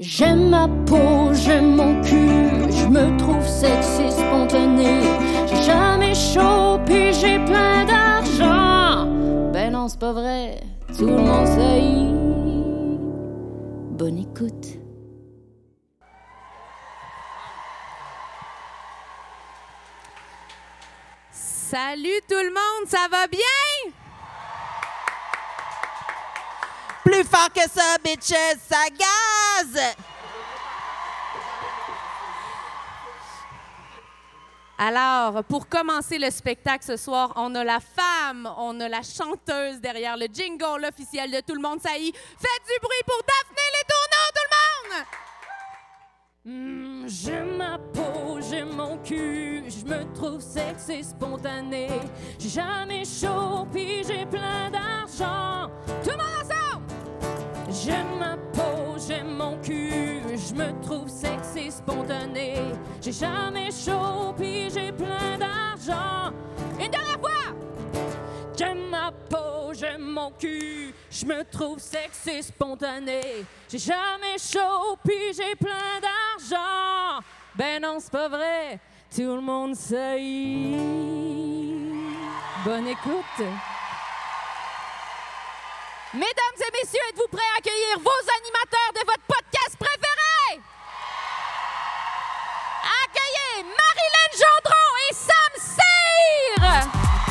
J'aime ma peau, j'aime mon cul, je me trouve sexy, spontané. J'ai jamais chaud, puis j'ai plein d'argent. Ben non, c'est pas vrai, tout le monde sait. Bonne écoute. Salut tout le monde, ça va bien? Plus fort que ça, bitches, ça gaze! Alors, pour commencer le spectacle ce soir, on a la femme, on a la chanteuse derrière le jingle officiel de Tout le monde saillit. Faites du bruit pour Daphné Les Tourneaux, tout le monde! J'aime ma peau, j'aime mon cul, je me trouve sexy, spontané. J'ai jamais chaud, puis j'ai plein d'argent. Tout le monde ensemble! J'aime ma peau, j'aime mon cul, je me trouve sexy, spontané. J'ai jamais chaud, puis j'ai plein d'argent. Une dernière fois! J'aime ma peau, j'aime mon cul, je me trouve sexy, spontané. J'ai jamais chaud, puis j'ai plein d'argent. Ben non, c'est pas vrai, tout le monde sait. Bonne écoute. Mesdames et messieurs, êtes-vous prêts à accueillir vos animateurs de votre podcast préféré? Accueillez Marilyn Gendron et Sam Cyr!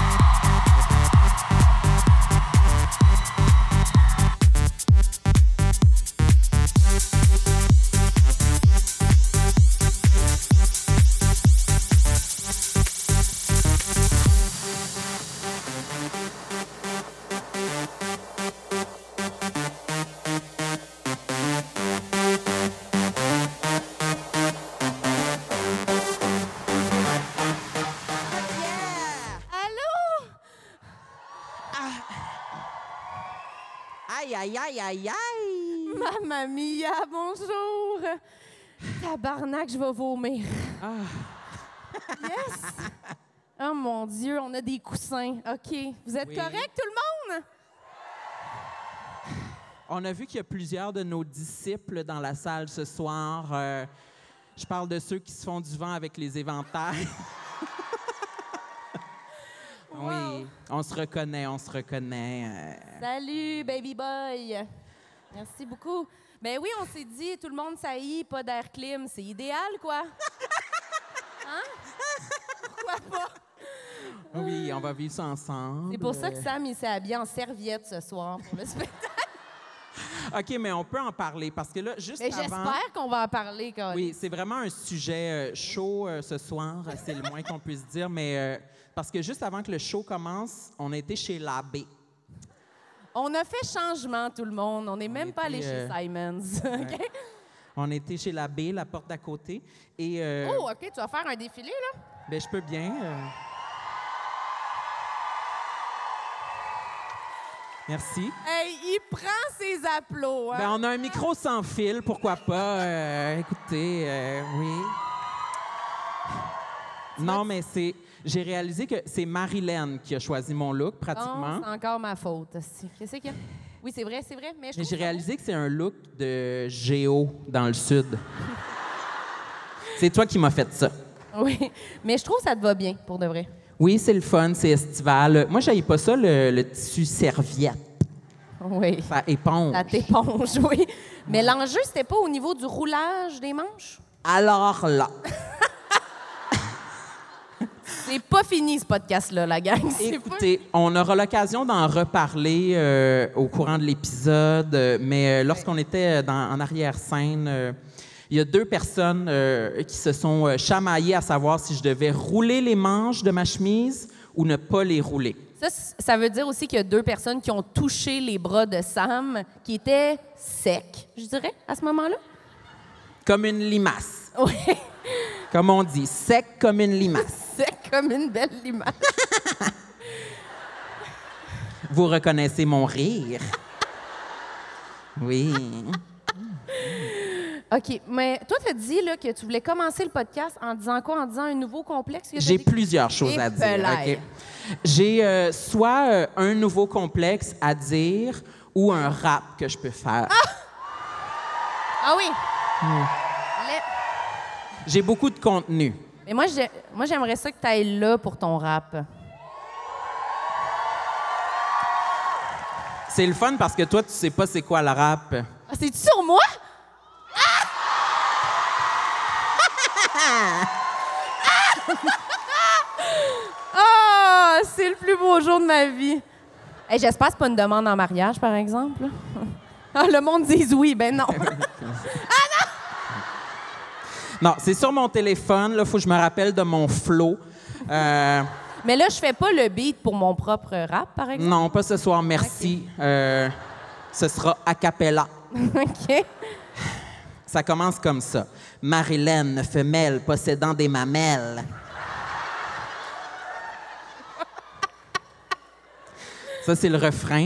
Aïe, aïe, aïe, aïe, aïe! Mamma mia, bonjour! Tabarnak, je vais vomir. Yes! Oh mon Dieu, on a des coussins. OK. Vous êtes corrects, tout le monde? On a vu qu'il y a plusieurs de nos disciples dans la salle ce soir. Je parle de ceux qui se font du vent avec les éventails. Wow. Oui, on se reconnaît, on se reconnaît. Salut, baby boy. Merci beaucoup. Ben oui, on s'est dit, tout le monde saillit, pas d'air clim. C'est idéal, quoi. Hein? Pourquoi pas? Oui, on va vivre ça ensemble. C'est pour ça que Sam, il s'est habillé en serviette ce soir pour le spectacle. OK, mais on peut en parler parce que là, juste Mais avant... j'espère qu'on va en parler, quand Oui, c'est vraiment un sujet chaud ce soir, c'est le moins qu'on puisse dire, mais parce que juste avant que le show commence, on a été chez l'abbé. On a fait changement, tout le monde. On n'est même pas allé était, chez Simons. OK? On était chez l'abbé, la porte d'à côté, et... Oh, OK, tu vas faire un défilé, là? Ben, je peux bien. Merci. Hey, il prend ses applaudissements. Hein? Ben, on a un micro sans fil, pourquoi pas? Écoutez, oui. Non, mais c'est... J'ai réalisé que c'est Marilyn qui a choisi mon look, pratiquement. Non, c'est encore ma faute. Qu'est-ce qu'il y a? Oui, c'est vrai, mais Mais j'ai réalisé que c'est un look de géo dans le sud. C'est toi qui m'as fait ça. Oui, mais je trouve que ça te va bien, pour de vrai. Oui, c'est le fun, c'est estival. Moi, j'aille pas ça, le tissu serviette. Oui. Ça éponge. Ça t'éponge, oui. Mais l'enjeu, c'était pas au niveau du roulage des manches? Alors là... C'est pas fini, ce podcast-là, la gang. Écoutez, on aura l'occasion d'en reparler au courant de l'épisode, mais lorsqu'on était en arrière-scène, il y a deux personnes qui se sont chamaillées à savoir si je devais rouler les manches de ma chemise ou ne pas les rouler. Ça veut dire aussi qu'il y a deux personnes qui ont touché les bras de Sam, qui étaient secs, je dirais, à ce moment-là. Comme une limace. Oui. Comme on dit, sec comme une limace. Sec comme une belle limace. Vous reconnaissez mon rire? Oui. OK, mais toi, tu as dit là, que tu voulais commencer le podcast en disant quoi? En disant un nouveau complexe? J'ai plusieurs choses à dire. Épelaille. OK? J'ai soit un nouveau complexe à dire ou un rap que je peux faire. Ah oui! J'ai beaucoup de contenu. Mais moi, j'aimerais ça que tu ailles là pour ton rap. C'est le fun parce que toi, tu sais pas c'est quoi le rap. Ah, c'est-tu sur moi? Ah! C'est le plus beau jour de ma vie. Hey, j'espère que c'est pas une demande en mariage, par exemple. Ah, le monde dit oui. Ben non. Non, c'est sur mon téléphone. Là, faut que je me rappelle de mon flow. Mais là, je fais pas le beat pour mon propre rap, par exemple. Non, pas ce soir, merci. Okay. Ce sera a cappella. OK. Ça commence comme ça. Marilyn, femelle possédant des mamelles. Ça, c'est le refrain.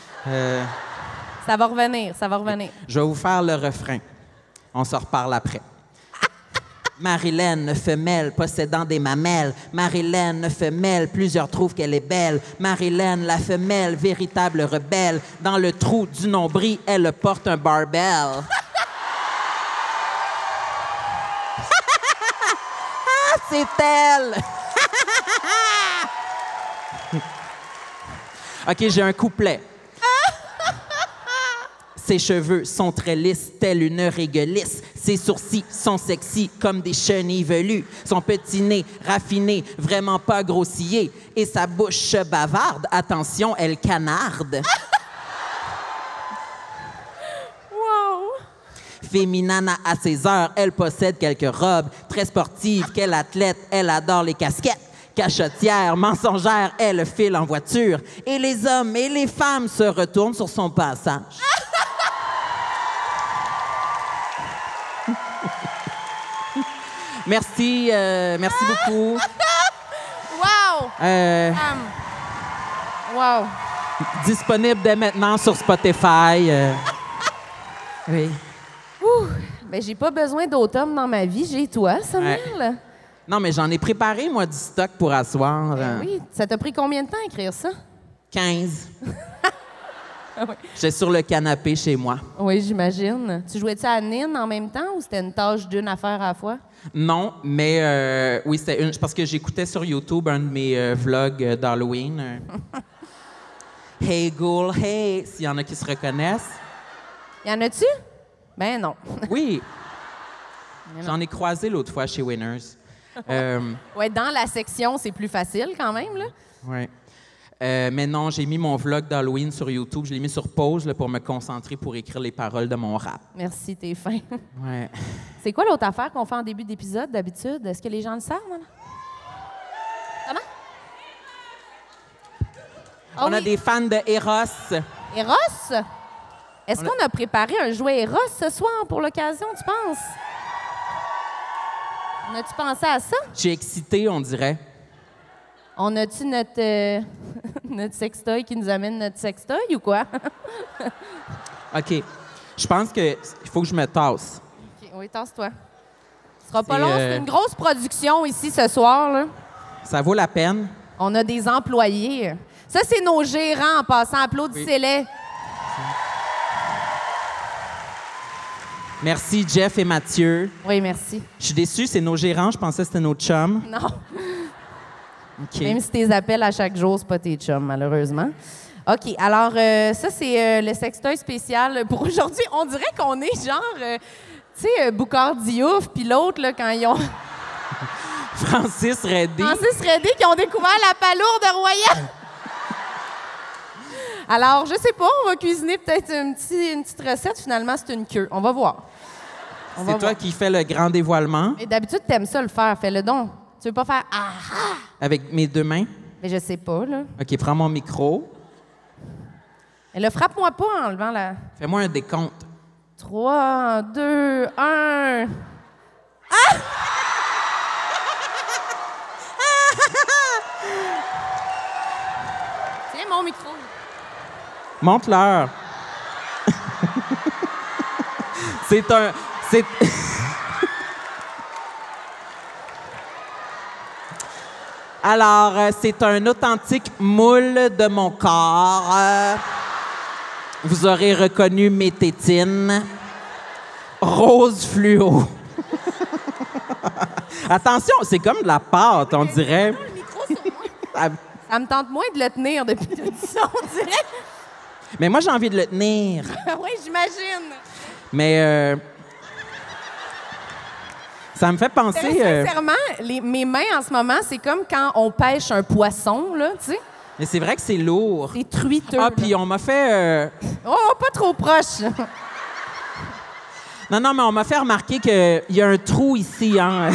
Ça va revenir, ça va revenir. Je vais vous faire le refrain. On se reparle après. Marilyn, femelle possédant des mamelles. Marilyn, femelle, plusieurs trouvent qu'elle est belle. Marilyn, la femelle, véritable rebelle. Dans le trou du nombril, elle porte un barbell. C'est elle! OK, j'ai un couplet. Ses cheveux sont très lisses, telle une réglisse. Ses sourcils sont sexy comme des chenilles velues. Son petit nez raffiné, vraiment pas grossillé. Et sa bouche bavarde, attention, elle canarde. Wow! Féminana à ses heures, elle possède quelques robes. Très sportive, quelle athlète, elle adore les casquettes. Cachotière, mensongère, elle file en voiture. Et les hommes et les femmes se retournent sur son passage. Merci, merci beaucoup. Wow! Wow! Disponible dès maintenant sur Spotify. Oui. Ouh! Ben, j'ai pas besoin d'automne dans ma vie, j'ai toi, Samuel. Ouais. Non, mais j'en ai préparé, moi, du stock pour asseoir. Oui, ça t'a pris combien de temps à écrire ça? 15. Oui. J'étais sur le canapé chez moi. Oui, j'imagine. Tu jouais-tu à Nîmes en même temps ou c'était une tâche d'une affaire à la fois? Non, mais oui, c'était parce que j'écoutais sur YouTube un de mes vlogs d'Halloween. Hey, ghoul, hey! S'il y en a qui se reconnaissent. Y en a-tu? Ben non. Oui. J'en ai croisé l'autre fois chez Winners. Ouais, dans la section, c'est plus facile quand même, là. Oui. Mais non, j'ai mis mon vlog d'Halloween sur YouTube. Je l'ai mis sur pause là, pour me concentrer pour écrire les paroles de mon rap. Merci, t'es fin. Ouais. C'est quoi l'autre affaire qu'on fait en début d'épisode, d'habitude? Est-ce que les gens le savent, non? Comment? Ah, On a des fans de Eros. Eros? Est-ce qu'on a préparé un jouet Eros ce soir pour l'occasion, tu penses? On a-tu pensé à ça? Je suis excitée, on dirait. On a-tu notre, notre sextoy qui nous amène notre sextoy ou quoi? OK. Je pense qu'il faut que je me tasse. OK, oui, tasse-toi. Ce sera pas C'est, long, c'est une grosse production ici ce soir, là. Ça vaut la peine. On a des employés. Ça, c'est nos gérants en passant. Applaudissez-les. Merci, Jeff et Mathieu. Oui, merci. Je suis déçue, c'est nos gérants. Je pensais que c'était nos chums. Non. OK. Même si tes appels à chaque jour, c'est pas tes chums, malheureusement. OK, alors ça, c'est le sextoy spécial pour aujourd'hui. On dirait qu'on est genre, tu sais, Boucard Diouf, puis l'autre, là, quand ils ont... Francis Reddy. Francis Reddy, qui ont découvert la palourde royale. Alors, je sais pas, on va cuisiner peut-être une petite recette. Finalement, c'est une queue. On va voir. C'est toi qui fais le grand dévoilement. Et d'habitude, t'aimes ça le faire. Fais-le donc. Tu veux pas faire « Ah! Ah! » Avec mes deux mains. Mais je sais pas, là. OK, prends mon micro. Et là, frappe-moi pas en enlevant la... Fais-moi un décompte. 3, 2, 1... Ah! Tiens, mon micro. Montre-leur. C'est Alors, c'est un authentique moule de mon corps. Vous aurez reconnu mes tétines. rose fluo. Attention, c'est comme de la pâte, on dirait. Le micro sur moi. Ça me tente moins de le tenir depuis tout ça, on dirait. Mais moi, j'ai envie de le tenir. Oui, j'imagine. Mais ça me fait penser... Sincèrement, mes mains en ce moment, c'est comme quand on pêche un poisson, là, tu sais. Mais c'est vrai que c'est lourd. C'est truiteux. Ah, puis on m'a fait... Oh, pas trop proche. Non, mais on m'a fait remarquer qu'il y a un trou ici, hein.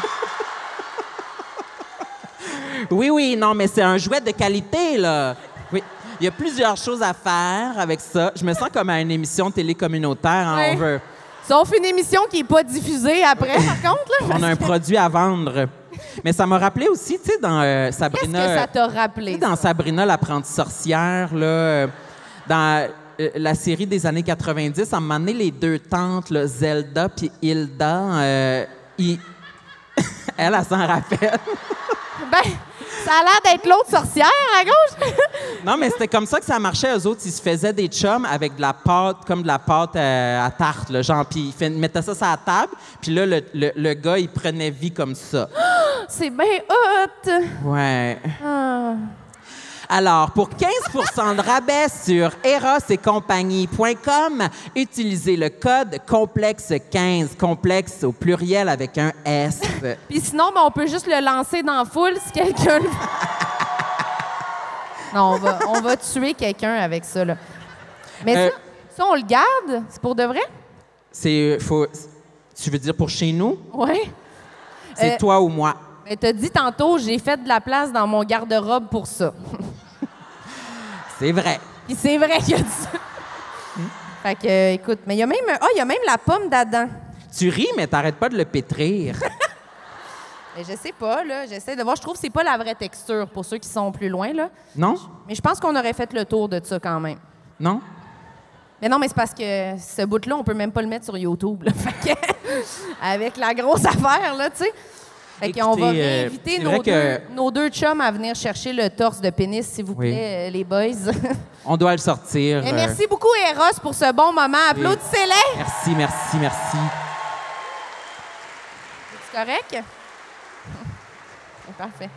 Oui, non, mais c'est un jouet de qualité, là. Oui. Il y a plusieurs choses à faire avec ça. Je me sens comme à une émission télé communautaire. Hein, Oui. On veut... Sauf une émission qui n'est pas diffusée après, par contre. Là, On a un produit à vendre. Mais ça m'a rappelé aussi, tu sais, dans Sabrina... Qu'est-ce que ça t'a rappelé? Tu sais, dans Sabrina, l'apprentie sorcière, là, dans la série des années 90, à un moment donné, les deux tantes, là, Zelda puis Hilda, elle s'en rappelle. Ben, ça a l'air d'être l'autre sorcière à gauche. Non, mais c'était comme ça que ça marchait. Eux autres, ils se faisaient des chums avec de la pâte, comme de la pâte à tarte, là, genre, puis ils mettaient ça sur la table, puis là, le gars, il prenait vie comme ça. C'est bien hot. Ouais. Ah. Alors, pour 15 de rabais sur erosetcompagnie.com, utilisez le code complexe15, complexe au pluriel avec un S. Puis sinon, ben, on peut juste le lancer dans la foule si quelqu'un le... Non, on va tuer quelqu'un avec ça, là. Mais ça, on le garde? C'est pour de vrai? Tu veux dire pour chez nous? Oui. C'est toi ou moi? Ben, t'as dit tantôt, j'ai fait de la place dans mon garde-robe pour ça. C'est vrai. Puis c'est vrai qu'il a dit ça. Fait que, écoute, mais il y a même la pomme d'Adam. Tu ris, mais t'arrêtes pas de le pétrir. Mais je sais pas, là. J'essaie de voir. Je trouve que c'est pas la vraie texture pour ceux qui sont plus loin, là. Non? Mais je pense qu'on aurait fait le tour de ça quand même. Non? Mais non, mais c'est parce que ce bout-là, on peut même pas le mettre sur YouTube, là. Fait que, avec la grosse affaire, là, tu sais. Fait qu'on va réinviter nos deux chums à venir chercher le torse de pénis, s'il vous plaît, les boys. On doit le sortir. Et merci beaucoup, Eros, pour ce bon moment. Applaudissez-les! Merci. C'est correct? C'est parfait.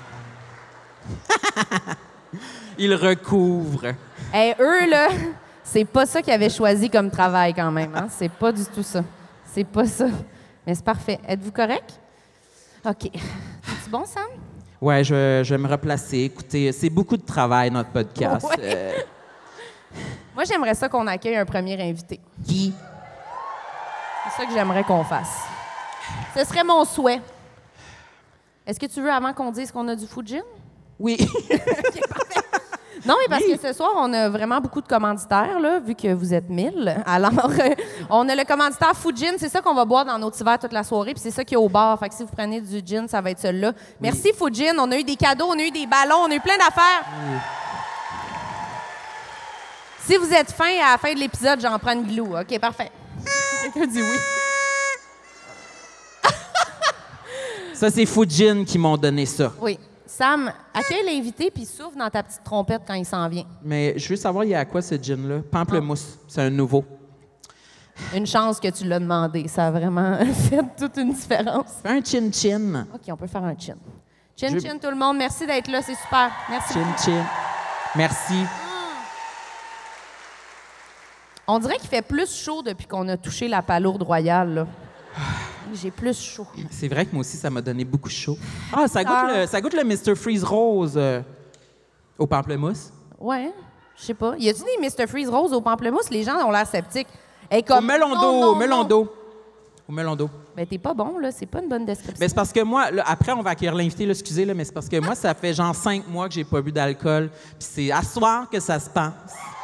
Il recouvre. Hey, eux, là, c'est pas ça qu'ils avaient choisi comme travail quand même. Hein? C'est pas du tout ça. C'est pas ça. Mais c'est parfait. Êtes-vous correct? OK. C'est bon, Sam? Ouais, je vais me replacer. Écoutez, c'est beaucoup de travail, notre podcast. Ouais. Moi, j'aimerais ça qu'on accueille un premier invité. Qui? C'est ça que j'aimerais qu'on fasse. Ce serait mon souhait. Est-ce que tu veux, avant qu'on dise qu'on a du Fujin? Oui. OK, parfait. Non, mais parce que ce soir, on a vraiment beaucoup de commanditaires, là, vu que vous êtes 1000. Alors, on a le commanditaire Fujin. C'est ça qu'on va boire dans notre hiver toute la soirée. Puis c'est ça qui est au bar. Fait que si vous prenez du gin, ça va être celui-là. Oui. Merci, Fujin. On a eu des cadeaux, on a eu des ballons, on a eu plein d'affaires. Oui. Si vous êtes fin, à la fin de l'épisode, j'en prends une glue. OK, parfait. Quelqu'un dit oui. Ça, c'est Fujin qui m'ont donné ça. Oui. Sam, accueille l'invité puis souffle dans ta petite trompette quand il s'en vient. Mais je veux savoir, il y a à quoi ce gin-là? Pamplemousse. C'est un nouveau. Une chance que tu l'as demandé. Ça a vraiment fait toute une différence. Fais un chin-chin. OK, on peut faire un chin. Chin-chin, tout le monde. Merci d'être là. C'est super. Merci. Chin-chin. Merci. On dirait qu'il fait plus chaud depuis qu'on a touché la palourde royale, là. J'ai plus chaud. C'est vrai que moi aussi, ça m'a donné beaucoup chaud. Ah, ça goûte le Mr. Freeze Rose au pamplemousse. Ouais, je sais pas. Y a-tu des Mr. Freeze Rose au pamplemousse? Les gens ont l'air sceptiques. Hey, comme... Au melon d'eau. Au melon d'eau. Ben, t'es pas bon, là. C'est pas une bonne description. Ben, c'est parce que moi, là, après, on va accueillir l'invité, là, excusez, là, mais c'est parce que moi, ça fait genre 5 mois que j'ai pas bu d'alcool. Puis c'est à soir que ça se passe.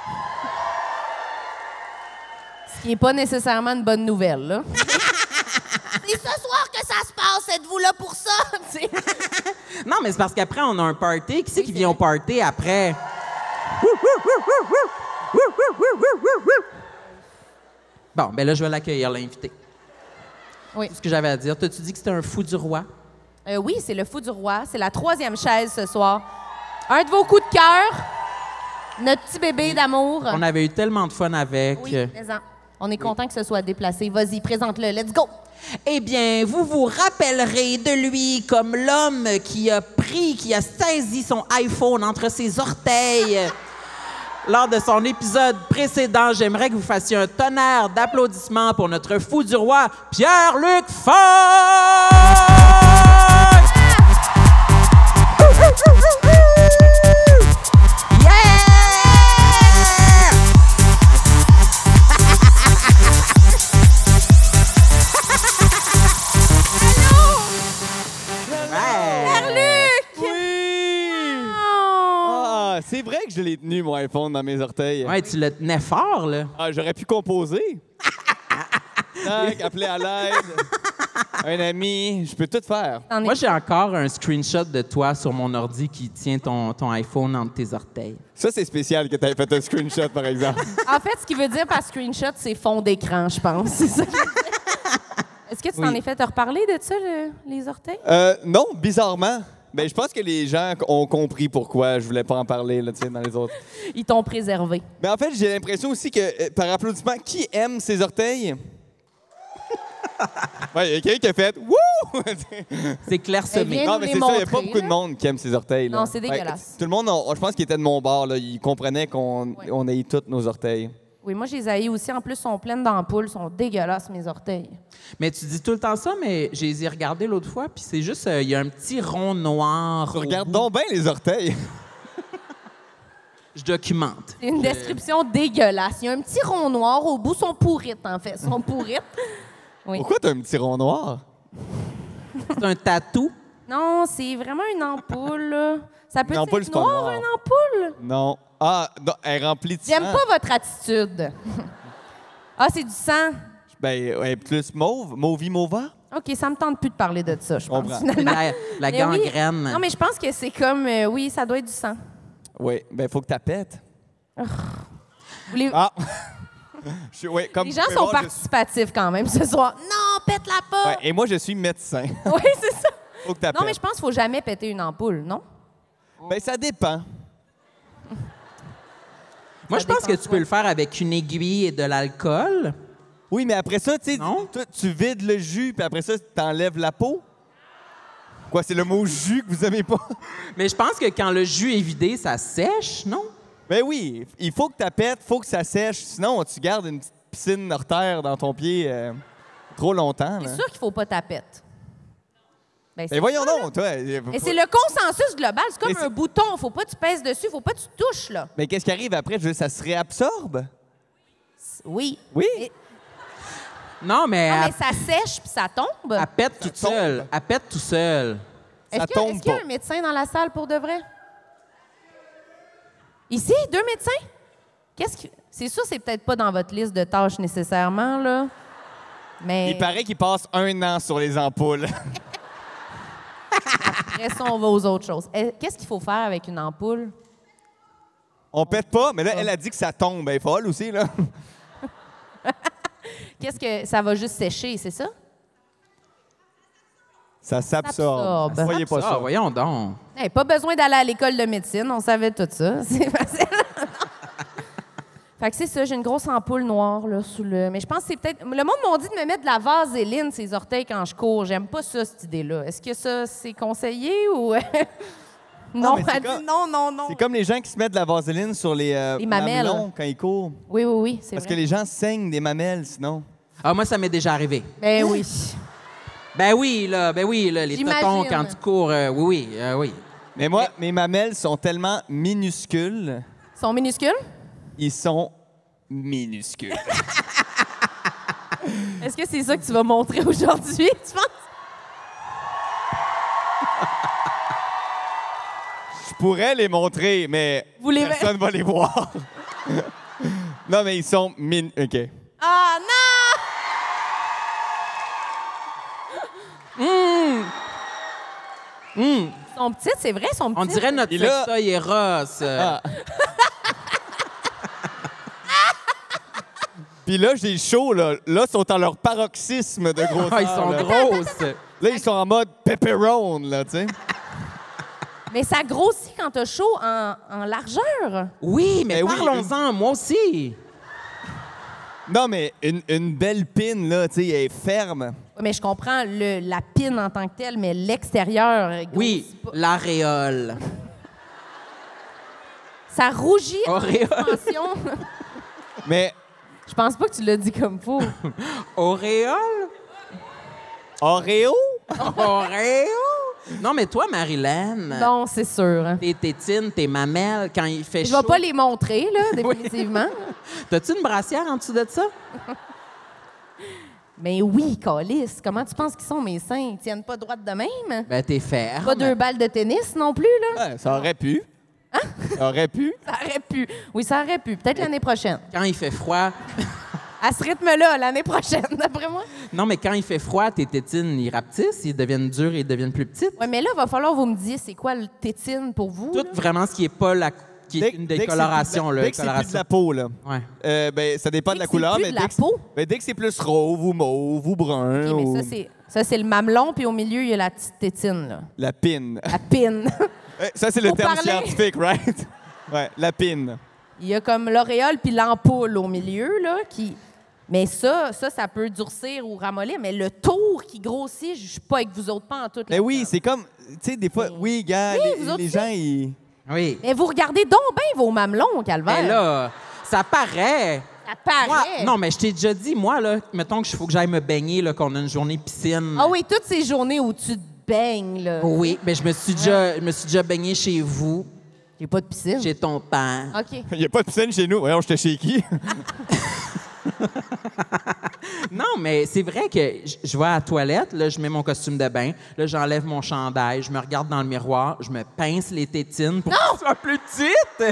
Ce qui est pas nécessairement une bonne nouvelle, là. C'est ce soir que ça se passe. Êtes-vous là pour ça? Non, mais c'est parce qu'après, on a un party. Qui c'est qui vient au party après? Bon, ben là, je vais l'accueillir, l'invité. Oui. C'est ce que j'avais à dire. T'as-tu dit que c'était un fou du roi? Oui, c'est le fou du roi. C'est la 3e chaise ce soir. Un de vos coups de cœur. Notre petit bébé d'amour. On avait eu tellement de fun avec. Oui, mais On est content que ce soit déplacé. Vas-y, présente-le. Let's go! Eh bien, vous vous rappellerez de lui comme l'homme qui a saisi son iPhone entre ses orteils. Lors de son épisode précédent, j'aimerais que vous fassiez un tonnerre d'applaudissements pour notre fou du roi, Pierre-Luc Funk! C'est vrai que je l'ai tenu, mon iPhone, dans mes orteils. Ouais, tu le tenais fort, là. Ah, j'aurais pu composer. Appeler à l'aide. Un ami, je peux tout faire. Moi, j'ai encore un screenshot de toi sur mon ordi qui tient ton iPhone entre tes orteils. Ça, c'est spécial que tu aies fait un screenshot, par exemple. En fait, ce qu'il veut dire par screenshot, c'est fond d'écran, je pense. C'est ça. Est-ce que tu t'en es fait te reparler de ça, les orteils? Non, bizarrement. Ben, je pense que les gens ont compris pourquoi je voulais pas en parler là, dans les autres. Ils t'ont préservé. Mais en fait, j'ai l'impression aussi que, par applaudissement, qui aime ses orteils? Ouais, il y a quelqu'un qui a fait « Wouh! » C'est clairsemé. Non, mais c'est ça, il n'y a pas beaucoup de monde qui aime ses orteils. Là. Non, c'est dégueulasse. Tout le monde, je pense qu'il était de mon bord. Là. Il comprenait qu'on haït tous nos orteils. Oui, moi, je les haïs aussi. En plus, ils sont pleines d'ampoules. Ils sont dégueulasses, mes orteils. Mais tu dis tout le temps ça, mais j'ai les ai regardés l'autre fois, puis c'est juste, il y a un petit rond noir. Tu regardes donc bien les orteils. Je documente. C'est une description dégueulasse. Il y a un petit rond noir au bout. Ils sont pourrites, en fait. Ils sont pourrites. Oui. Pourquoi t'as un petit rond noir? C'est un tatou? Non, c'est vraiment une ampoule, là. Ça peut ampoule, être c'est pas noir, noir. une ampoule? Non. Ah, non, elle est remplie de sang. J'aime pas votre attitude. Ah, c'est du sang. Ben, elle est plus mauve, mauva. OK, ça me tente plus de parler de ça, je pense, comprends. finalement. La Mais oui. gangrène. Non, mais je pense que c'est comme... oui, ça doit être du sang. Oui, ben, faut que tu pètes. Les, Ah! Comme les vous gens pouvez sont voir, participatifs quand même ce soir. Non, pète-la pas! Ouais, et moi, je suis médecin. Oui, c'est ça. Faut que tu Non, mais je pense qu'il faut jamais péter une ampoule, non? Ben, ça dépend. Moi, Ça je pense que dépend tu quoi. peux le faire avec une aiguille et de l'alcool. Oui, mais après ça, tu sais, Non? tu vides le jus, puis après ça, tu enlèves la peau. Quoi, c'est le mot jus que vous aimez pas? Mais je pense que quand le jus est vidé, ça sèche, non? Ben oui, il faut que tu pètes, faut que ça sèche. Sinon, tu gardes une petite piscine artère dans ton pied trop longtemps. C'est là. sûr qu'il faut pas tapette. Ben, c'est Mais voyons ça, là. donc, toi. Mais c'est le consensus global. C'est comme Mais un c'est- bouton. Faut pas que tu pèses dessus. Faut pas que tu touches, là. Mais qu'est-ce qui arrive après? Je veux dire, ça se réabsorbe? Oui. Oui. Mais- Non, mais, Non, mais ça sèche puis ça tombe. elle pète toute tombe. seule. Elle pète tout seul. Est-ce ça qu'il y a- tombe est-ce qu'il y a pas. un médecin dans la salle pour de vrai? Ici, 2 médecins? C'est sûr, c'est peut-être pas dans votre liste de tâches nécessairement, là. Mais Il paraît qu'il passe 1 an sur les ampoules. après ça, on va aux autres choses. Qu'est-ce qu'il faut faire avec une ampoule? On pète pas, mais là, elle a dit que ça tombe. Elle est folle aussi, là. Qu'est-ce que ça va juste sécher, c'est ça? Ça s'absorbe. s'absorbe. Voyez pas Ah, ça. voyons donc. Hey, pas besoin d'aller à l'école de médecine, on savait tout ça. C'est facile. Fait que c'est ça, j'ai une grosse ampoule noire là, sous le. Mais je pense que c'est peut-être. Le monde m'a dit de me mettre de la vaseline ses orteils quand je cours. J'aime pas ça, cette idée-là. Est-ce que ça, c'est conseillé ou. Non, mais c'est elle dit comme- non. C'est comme les gens qui se mettent de la vaseline sur les mamelles. mamelons quand ils courent. Oui, c'est Parce vrai. que les gens saignent des mamelles, sinon. Ah, moi, ça m'est déjà arrivé. Ben oui. Ben oui, là, les J'imagine. totons quand tu cours, oui. Mais moi, mes mamelles sont tellement minuscules. Ils sont minuscules? Ils sont minuscules. Est-ce que c'est ça que tu vas montrer aujourd'hui, tu penses? Je pourrais les montrer, mais Vous les- personne va les voir. Non, mais ils sont OK. Ah non! Ils sont petites, c'est vrai, ils sont petites. On dirait notre Et là- sextoy Eros. Ah. Puis là, j'ai chaud, là. Là, ils sont en leur paroxysme de grosseur. Ah, ils sont là. grosses. Là, ils sont en mode pepperone, là, tu sais. Mais ça grossit quand t'as chaud en largeur. Oui, mais Ben oui, parlons-en, moi aussi. Non, mais une belle pin, là, tu sais, elle est ferme. Mais je comprends la pine en tant que telle, mais l'extérieur... Oui, l'aréole. Ça rougit en Auréole. expansion. Mais Je pense pas que tu l'as dit comme faux. Auréole? Oreo? Oreo? Non, mais toi, Marilyn, Non, c'est sûr. Hein. tes tétines, tes mamelles, quand il fait Je chaud... vais pas les montrer, là, définitivement. T'as-tu une brassière en dessous de ça? Mais oui, Calice, comment tu penses qu'ils sont mes seins? Ils tiennent pas droite de même? Ben, t'es ferme. Pas 2 balles de tennis non plus, là? Ouais, ça aurait pu. Ça aurait pu. Ça aurait pu. Oui, ça aurait pu. Peut-être l'année prochaine. Quand il fait froid... À ce rythme-là, l'année prochaine, d'après moi. Non, mais quand il fait froid, tes tétines, ils rapetissent, ils deviennent dures et ils deviennent plus petites. Oui, mais là, il va falloir que vous me disiez c'est quoi le tétine pour vous. Tout là? vraiment ce qui est pas la... qui est une décoloration, là. Dès que c'est plus de la peau, là. Ouais. Ben, ça dépend de la que c'est couleur, plus mais de la dès que, peau? dès que c'est plus rauve ou mauve ou brun. OK, ou mais ça, c'est le mamelon, puis au milieu, il y a la petite tétine, là. la pin. La pine. Ça, c'est le Faut terme parler. scientifique, right? Ouais, la pin. Il y a comme l'auréole puis l'ampoule au milieu, là, qui... Mais ça peut durcir ou ramollir, mais le tour qui grossit, je suis pas avec vous autres pas en tout. Mais oui, c'est comme, tu sais, des fois, oui, gars, vous autres les gens, ils... Oui. Mais vous regardez donc bien vos mamelons, Calvaire. Mais là, ça paraît. Ça paraît. Moi, non, mais je t'ai déjà dit, moi, là, mettons qu'il faut que j'aille me baigner, là, qu'on a une journée piscine. Ah oui, toutes ces journées où tu te baignes, là. Oui, mais je me suis déjà baigné chez vous, J'ai pas de piscine. chez ton père. OK. Il n'y a pas de piscine chez nous. Voyons, j'étais chez qui? Non, mais c'est vrai que je vais à la toilette, là, je mets mon costume de bain, là, j'enlève mon chandail, je me regarde dans le miroir, je me pince les tétines pour qu'elles soient plus petites.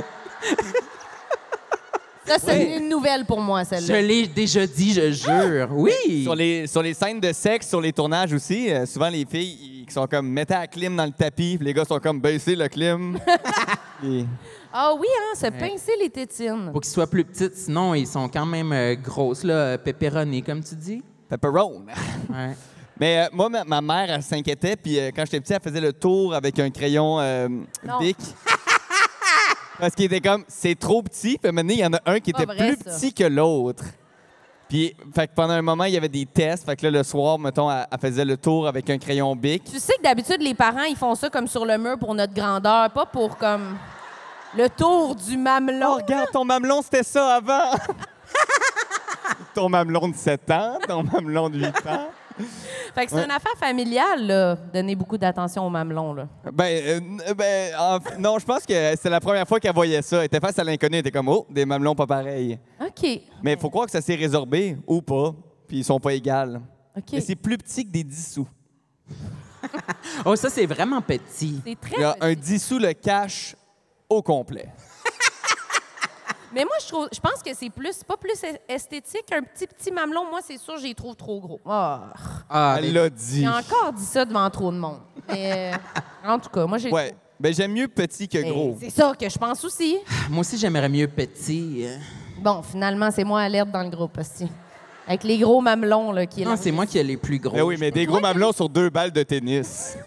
Ça, c'est une nouvelle pour moi, Je celle-là. l'ai déjà dit, je jure. Oui. Sur les scènes de sexe, sur les tournages aussi, souvent les filles qui sont comme mettez la clim dans le tapis, puis les gars sont comme baissez le clim. Puis- Ah oui, hein, se pincer les tétines. Faut qu'ils soient plus petites, sinon ils sont quand même grosses, là, pepperoni, comme tu dis. Pepperone. Ouais. Mais moi, ma mère, elle s'inquiétait, puis quand j'étais petit, elle faisait le tour avec un crayon Non. Bic. Parce qu'il était comme, c'est trop petit, puis maintenant, il y en a un qui Pas était vrai, plus ça. petit que l'autre. Puis, fait que pendant un moment, il y avait des tests. Fait que là, le soir, mettons, elle faisait le tour avec un crayon Bic. Tu sais que d'habitude, les parents, ils font ça comme sur le mur pour notre grandeur, pas pour comme le tour du mamelon. Oh, regarde, ton mamelon, c'était ça avant! Ton mamelon de 7 ans, ton mamelon de 8 ans. Fait que c'est une affaire familiale, là, donner beaucoup d'attention au mamelon, là. Non, je pense que c'est la première fois qu'elle voyait ça. Elle était face à l'inconnu, elle était comme, oh, des mamelons pas pareils. OK. Mais il faut croire que ça s'est résorbé ou pas, puis ils sont pas égales. OK. Mais c'est plus petit que des 10 sous. Oh, ça, c'est vraiment petit. C'est très Il y a petit. un 10 sous le cash au complet. Mais moi, je pense que c'est pas plus esthétique. Un petit mamelon, moi, c'est sûr, je les trouve trop gros. Ah. Ah, Elle l'a dit. J'ai encore dit ça devant trop de monde. Mais, en tout cas, moi, j'ai... Ouais. Ben, j'aime mieux petit que Mais gros. c'est ça que je pense aussi. moi aussi, j'aimerais mieux petit. Bon, finalement, c'est moi alerte dans le groupe aussi. Avec les gros mamelons, là, qui est Non, là. c'est moi qui ai les plus gros. Ben oui, mais des gros Toi, mamelons sur 2 balles de tennis.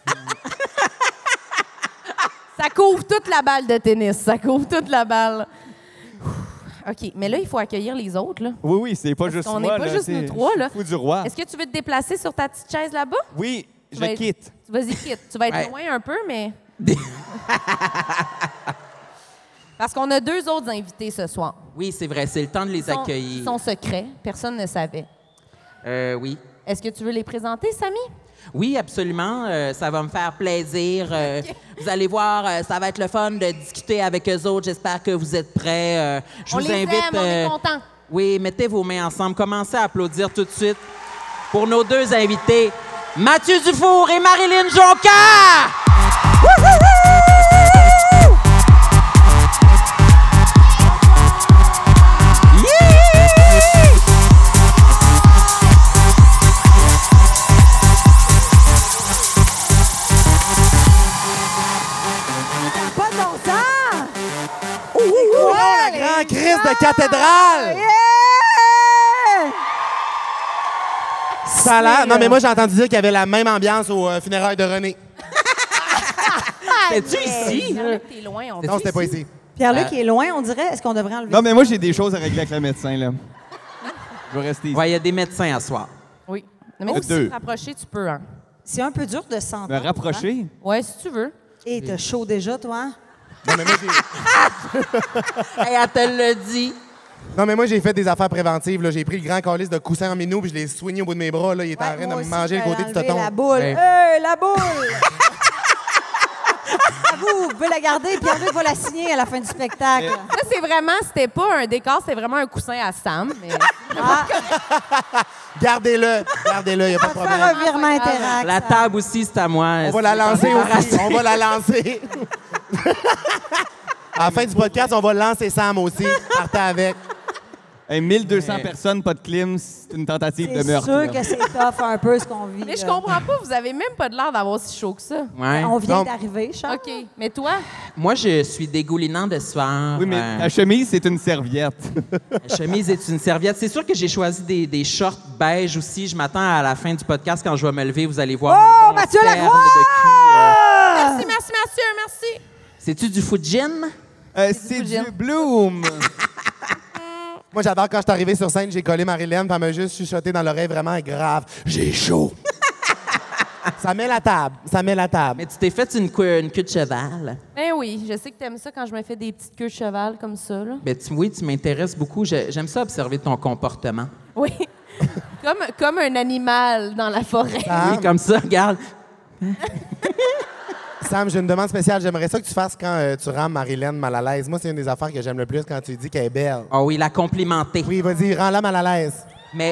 Ça couvre toute la balle de tennis. Ça couvre toute la balle. OK, mais là, il faut accueillir les autres, là. Oui, oui, c'est pas Parce juste qu'on moi. n'est pas là, juste c'est- nous trois, là. je suis fou du roi. Est-ce que tu veux te déplacer sur ta petite chaise là-bas? Oui, je vas être- quitte. Vas-y, quitte. Tu vas être Ouais. loin un peu, mais... Parce qu'on a 2 autres invités ce soir. Oui, c'est vrai, c'est le temps de les Ils sont- accueillir. Ils sont secrets. Personne ne savait. Oui. Est-ce que tu veux les présenter, Samy? Oui, absolument. Ça va me faire plaisir. Vous allez voir, ça va être le fun de discuter avec eux autres. J'espère que vous êtes prêts. Je On vous les invite. aime, on est contents. Oui, mettez vos mains ensemble. Commencez à applaudir tout de suite pour nos 2 invités, Mathieu Dufour et Marilyn Jonca! Pas de bon sens! Oh, la grande crise de cathédrale! Ça a l'air- Non, mais moi, j'ai entendu dire qu'il y avait la même ambiance aux funérailles de René. Es-tu ici? Pierre-Luc, t'es loin. On Non, c'était pas ici. Pierre-Luc est loin, on dirait. Est-ce qu'on devrait enlever Non, mais moi, j'ai des choses à régler avec le médecin, là. Je vais rester ici. Ouais, il y a des médecins à soir. Oui. Non, mais si tu deux. veux te rapprocher, tu peux, hein. C'est un peu dur de s'entendre. Me rapprocher? Ouais, si tu veux. Et t'as chaud déjà, toi? Non, mais moi, Hey, elle te l'a dit. j'ai fait des affaires préventives. Là. J'ai pris le grand calice de coussin en minou puis je l'ai soigné au bout de mes bras. Là. Il était en train de me manger le côté du toton. La boule. Ouais. La boule! À vous pouvez la garder, Pierre-Luc va la signer à la fin du spectacle. Ça, c'est vraiment, c'était pas un décor, c'est vraiment un coussin à Sam. Mais... Gardez-le, il n'y a pas de On va te faire problème. un virement interact. La table aussi, c'est à moi. On va la lancer aussi. On va la lancer. À la fin du podcast, on va lancer Sam aussi. Partez avec. Hey, 1200 personnes, pas de clim, c'est une tentative de C'est meurtre. sûr là. que c'est tough un peu ce qu'on vit. Mais je là. comprends pas, vous avez même pas de l'air d'avoir si chaud que ça. Ouais. On vient Non. d'arriver, Charles. OK. Mais toi? Moi, je suis dégoulinant de soir. Oui, mais la chemise, c'est une serviette. La chemise est une serviette. C'est sûr que j'ai choisi des shorts beige aussi. Je m'attends à la fin du podcast, quand je vais me lever, vous allez voir un bon Mathieu ferme Lacroix! de cul. Merci, merci, Mathieu, merci. C'est-tu du Fujin? C'est du Bloom. Moi, j'adore quand je suis arrivé sur scène, j'ai collé Marilyn, puis elle m'a juste chuchoté dans l'oreille vraiment grave. J'ai chaud. Ça met la table. Mais tu t'es fait une queue de cheval. Eh oui, je sais que t'aimes ça quand je me fais des petites queues de cheval comme ça, là. Ben, oui, tu m'intéresses beaucoup. J'aime ça observer ton comportement. Oui. comme un animal dans la forêt. Sam, Oui, comme ça, regarde. Sam, j'ai une demande spéciale. J'aimerais ça que tu fasses quand tu rends Marilyn mal à l'aise. Moi, c'est une des affaires que j'aime le plus quand tu dis qu'elle est belle. Ah oui, la complimenter. Oui, vas-y, rends-la mal à l'aise.